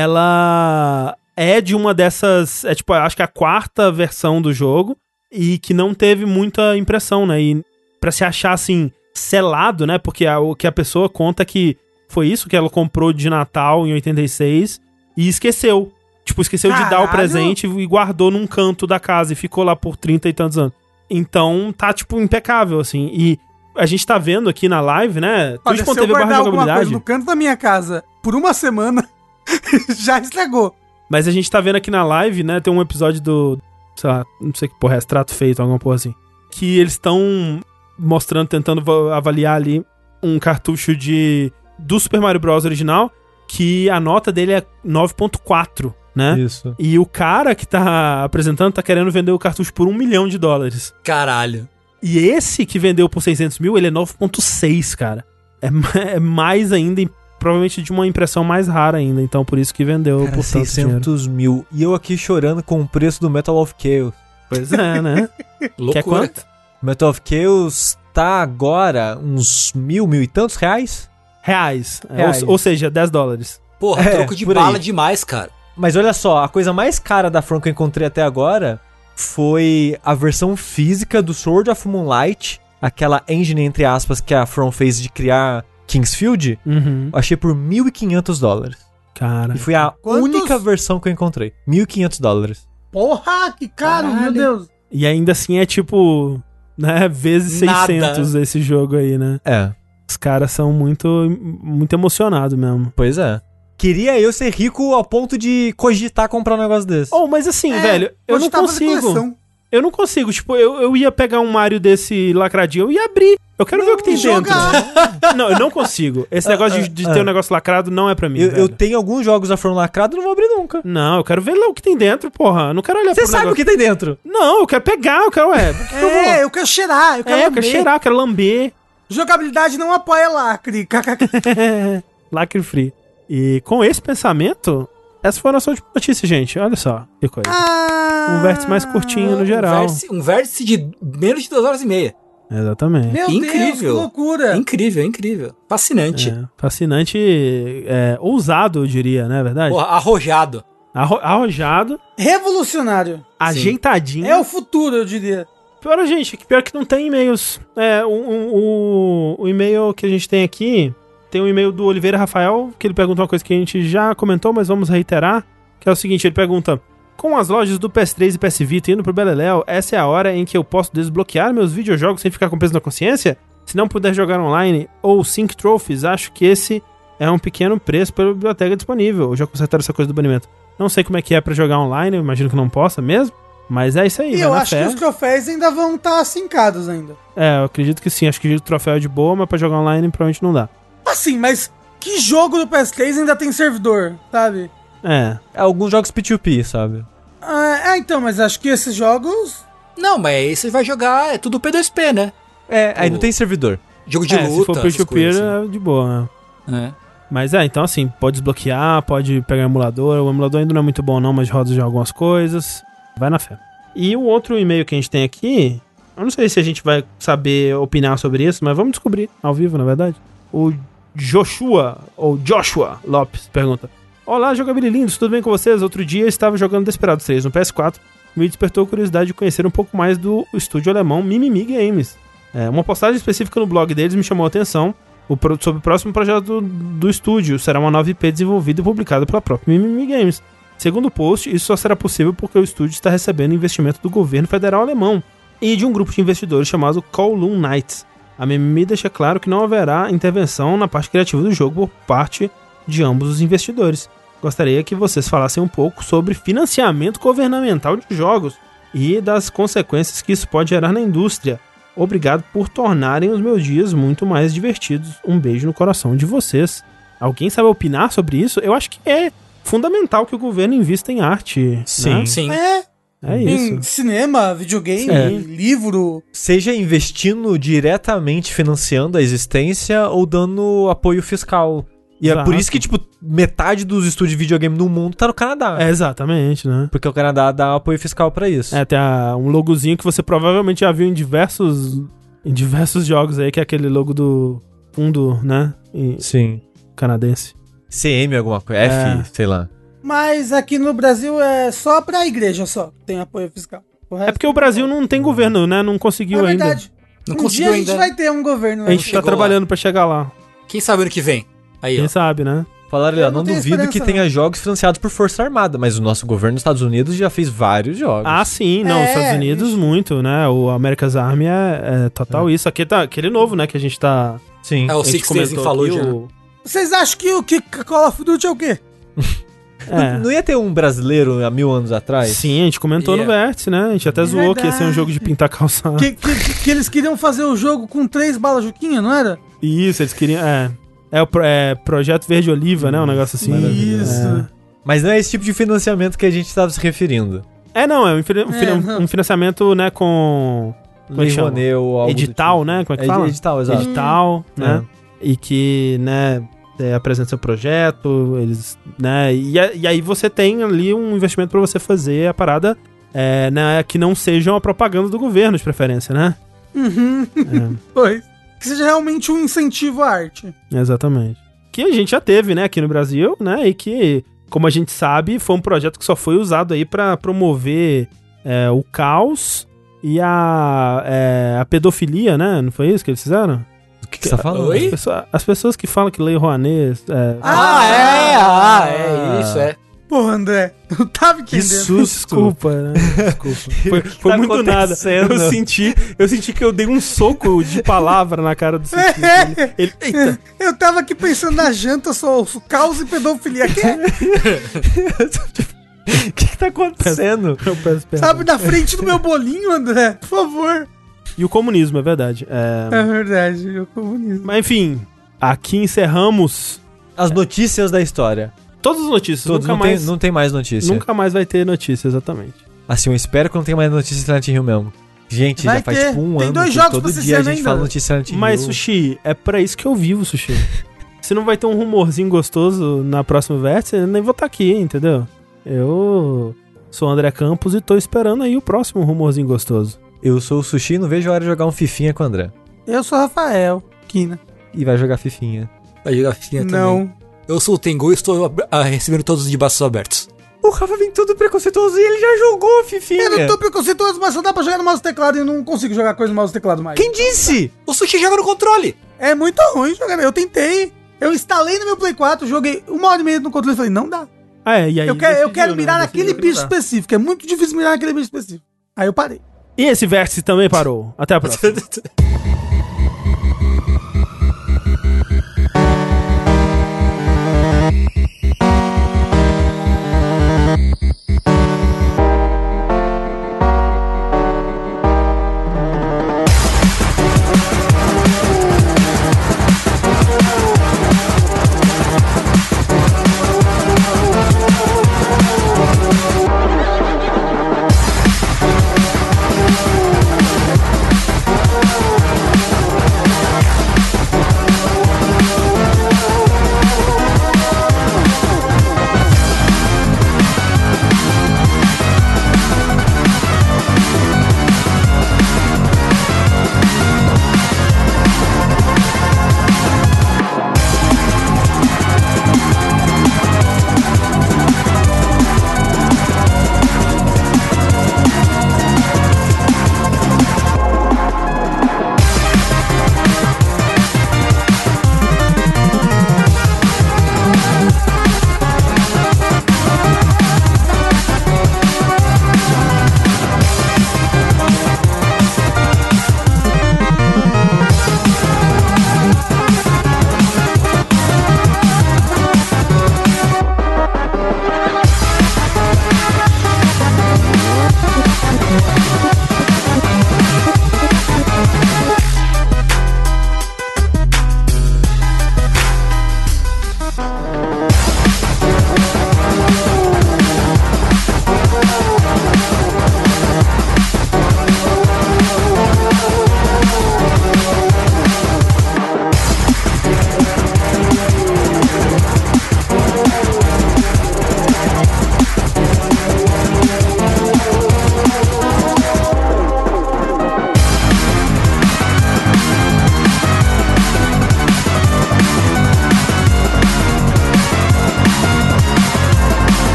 ela é de uma dessas... É tipo, acho que é a quarta versão do jogo. E que não teve muita impressão, né? E pra se achar, assim, selado, né? Porque a, o que a pessoa conta que foi isso que ela comprou de Natal em oitenta e seis e esqueceu. Tipo, esqueceu de dar o Caralho! presente e guardou num canto da casa e ficou lá por trinta e tantos anos. Então, tá, tipo, impecável, assim. E a gente tá vendo aqui na live, né? Olha, se eu twitch.tv barra guardar alguma coisa jogabilidade. no canto da minha casa por uma semana, já estragou. Mas a gente tá vendo aqui na live, né? Tem um episódio do... Sei lá, não sei que porra é, extrato feito, alguma porra assim. Que eles estão mostrando, tentando va- avaliar ali um cartucho de do Super Mario Bros. Original, que a nota dele é nove ponto quatro, né? Isso. E o cara que tá apresentando tá querendo vender o cartucho por um milhão de dólares. Caralho. E esse que vendeu por seiscentos mil, ele é nove ponto seis, cara. É, ma- é mais ainda, e provavelmente de uma impressão mais rara ainda. Então por isso que vendeu Cara, por tanto dinheiro. seiscentos mil. E eu aqui chorando com o preço do Metal of Chaos. Pois é, né? Loucura. Quer quanto? Metal of Chaos tá agora uns mil, mil e tantos reais? Reais. É, Reais. Ou, ou seja, dez dólares. Porra, É, troco de por aí. bala demais, cara. Mas olha só, a coisa mais cara da From que eu encontrei até agora foi a versão física do Sword of Moonlight, aquela engine, entre aspas, que a From fez de criar Kingsfield. Uhum. Eu achei por mil e quinhentos dólares. Cara. E foi a Quantos? única versão que eu encontrei. mil e quinhentos dólares. Porra, que caro, Caralho. meu Deus. E ainda assim é tipo, né, vezes Nada. seiscentos esse jogo aí, né? É, Os caras são muito, muito emocionados mesmo. pois é. Queria eu ser rico ao ponto de cogitar comprar um negócio desse. Oh, mas assim, É, velho, eu hoje não tá fazendo consigo. coleção. Eu não consigo. Tipo, eu, eu ia pegar um Mario desse lacradinho, eu ia abrir. Eu quero ver o que tem jogar. dentro. Não, eu não consigo. Esse negócio de, de ah, ter ah. um negócio lacrado não é pra mim. eu, velho. eu tenho alguns jogos da From lacrado e não vou abrir nunca. Não, eu quero ver lá o que tem dentro, porra. Eu não quero olhar Você pro sabe o negócio. que tem dentro. Não, eu quero pegar, eu quero, ué. por que que eu vou? É, eu quero cheirar, eu quero É, eu quero lamber. cheirar, eu quero lamber. Jogabilidade não apoia lacre. kkk. Lacre free. E com esse pensamento, essa foi a nossa última notícia, gente. Olha só, que coisa. Ah, Um vértice mais curtinho no geral. Um vértice, um vértice de menos de duas horas e meia. Exatamente. Meu Deus, que Incrível. loucura. Incrível, incrível. Fascinante. É, fascinante, é, ousado, eu diria, né? Verdade? Porra, arrojado. Arro- arrojado, Revolucionário. ajeitadinho. É o futuro, eu diria. Pior, gente, que pior que não tem e-mails. É, o, o, o, o e-mail que a gente tem aqui, tem um e-mail do Oliveira Rafael, que ele pergunta uma coisa que a gente já comentou, mas vamos reiterar, que é o seguinte, ele pergunta: com as lojas do P S três e P S Vita indo pro Beleléu, essa é a hora em que eu posso desbloquear meus videojogos sem ficar com peso na consciência? Se não puder jogar online ou Sync Trophies, acho que esse é um pequeno preço pela biblioteca disponível. Já consertaram essa coisa do banimento. Não sei como é que é pra jogar online, eu imagino que não possa mesmo, mas é isso aí, E vai eu na acho fé. que os troféus ainda vão estar sincados ainda. É, eu acredito que sim. Acho que o troféu é de boa, mas pra jogar online provavelmente não dá. Assim, mas que jogo do P S três ainda tem servidor, sabe? É. Alguns jogos P dois P, sabe? Ah, é, então, mas acho que esses jogos... Não, mas aí você vai jogar, é tudo P dois P, né? É, aí O- não tem servidor. Jogo de é, luta, se for essas peer-to-peer coisas é de boa, né? assim. É. Mas é, então assim, pode desbloquear, pode pegar emulador. O emulador ainda não é muito bom não, mas roda já algumas coisas. Vai na fé. E o outro e-mail que a gente tem aqui, eu não sei se a gente vai saber opinar sobre isso, mas vamos descobrir ao vivo, na verdade. O Joshua, ou Joshua Lopes, pergunta: olá, jogabililindos, tudo bem com vocês? Outro dia eu estava jogando Desperados três no P S quatro. Me despertou a curiosidade de conhecer um pouco mais do estúdio alemão Mimimi Games. É, uma postagem específica no blog deles me chamou a atenção o pro, sobre o próximo projeto do, do estúdio. Será uma nova I P desenvolvida e publicada pela própria Mimimi Games. Segundo o post, isso só será possível porque o estúdio está recebendo investimento do governo federal alemão e de um grupo de investidores chamado Kowloon Knights. A Mimimi deixa claro que não haverá intervenção na parte criativa do jogo por parte de ambos os investidores. Gostaria que vocês falassem um pouco sobre financiamento governamental de jogos e das consequências que isso pode gerar na indústria. Obrigado por tornarem os meus dias muito mais divertidos. Um beijo no coração de vocês. Alguém sabe opinar sobre isso? Eu acho que é fundamental que o governo invista em arte. Sim. Né? Sim. É, É em isso. cinema, videogame, É. livro. Seja investindo diretamente financiando a existência ou dando apoio fiscal. E Exato. é por isso que, tipo, metade dos estúdios de videogame no mundo tá no Canadá. É, exatamente, né? Porque o Canadá dá apoio fiscal pra isso. É, tem a- um logozinho que você provavelmente já viu em diversos, em diversos jogos aí, que é aquele logo do fundo, né? em- Sim. canadense. C M alguma coisa. F, É. sei lá. Mas aqui no Brasil é só pra igreja só que tem apoio fiscal. É porque o Brasil não tem governo, né? Não conseguiu É ainda. verdade. Não um conseguiu dia a ainda. gente vai ter um governo. A né? gente tá chegou trabalhando pra chegar lá. Quem sabe ano que vem? Aí, Quem ó. sabe, né? Falaram, Eu ó, não não tenho duvido que esperança, tenha jogos financiados por Força Armada, mas o nosso governo dos Estados Unidos já fez vários jogos. Ah, sim, não, É, os Estados Unidos isso. muito, né? O America's Army é, é total isso. Aqui tá aquele novo, né? Que a gente tá. Sim. É o a gente Six Days in comentou Fallujah. aqui, né? o- Vocês acham que o que Call of Duty é o quê? É. Não ia ter um brasileiro há mil anos atrás? Sim, a gente comentou no Yeah. Vértice, né? A gente até É zoou que ia ser um jogo de pintar calçado. Que, que, que eles queriam fazer o jogo com três balas Juquinha, não era? Isso, eles queriam. É. É o pro- é, Projeto Verde Oliva, né? Um negócio assim. Isso. Mas não é esse tipo de financiamento que a gente estava se referindo. É, é não, é um, fina- um É, fina- não. um financiamento, né, com. Como é que Lei chama? Rouanet ou algo do Edital, tipo. né? Como é que É, fala? Edital, exato. Edital, né? É. E que, né, é, apresenta seu projeto, eles, né, e, a- e aí você tem ali um investimento pra você fazer a parada, é, né, que não seja uma propaganda do governo, de preferência, né? Uhum. Pois. Que seja realmente um incentivo à arte. Exatamente. Que a gente já teve, né, aqui no Brasil, né, e que, como a gente sabe, foi um projeto que só foi usado aí pra promover é, o caos e a, é, a pedofilia, né, não foi isso que eles fizeram? O que, que você tá falando? Oi? As pessoas, as pessoas que falam que Lei Rouanet... É, Ah, é! Ah, é isso, é. Porra, André. Não tava Que entendendo. susto. Desculpa, né? Desculpa. Foi, que foi tá muito nada. acontecendo? Eu senti, eu senti que eu dei um soco de palavra na cara do Sushi. Ele, ele- eita. Eu tava aqui pensando na janta, só só caos e pedofilia. Que é, O que, que tá acontecendo? Eu peço perdão. sabe, na frente do meu bolinho, André? Por favor. E o comunismo, é verdade. É, É verdade, eu comunismo. Mas enfim, aqui encerramos As notícias da história. todas as notícias. Todos, nunca, não, mais, tem, não tem mais notícia. nunca mais vai ter notícia, exatamente. Assim, eu espero que não tenha mais notícia de Silent Hill mesmo. Gente, Vai já faz ter. tipo um Tem ano dois que jogos todo pra esse dia a ano gente ainda. fala notícia de Silent Hill. Mas, Sushi, é pra isso que eu vivo, Sushi. Se não vai ter um rumorzinho gostoso na próxima vértice, eu nem vou estar aqui, entendeu? Eu sou o André Campos e tô esperando aí o próximo rumorzinho gostoso. Eu sou o Sushi e não vejo a hora de jogar um fifinha com o André. Eu sou Rafael Kina. E vai jogar fifinha. Vai jogar fifinha também. Não. Eu sou o Tengu e estou ab- ah, recebendo todos de braços abertos. O Rafa vem todo preconceituoso e ele já jogou fifinha. Eu não tô preconceituoso, mas só dá pra jogar no mouse e teclado e eu não consigo jogar coisa no mouse e teclado mais. Quem disse? O Sushi joga no controle! É muito ruim jogar. Eu tentei. Eu instalei no meu Play quatro, joguei uma hora e meia no controle e falei, não dá. Ah, é, e aí eu quero, eu decidiu, quero né? mirar Decidiu naquele que não bicho dá. específico. É muito difícil mirar naquele bicho específico. Aí eu parei. E esse vértice também parou. Até a próxima.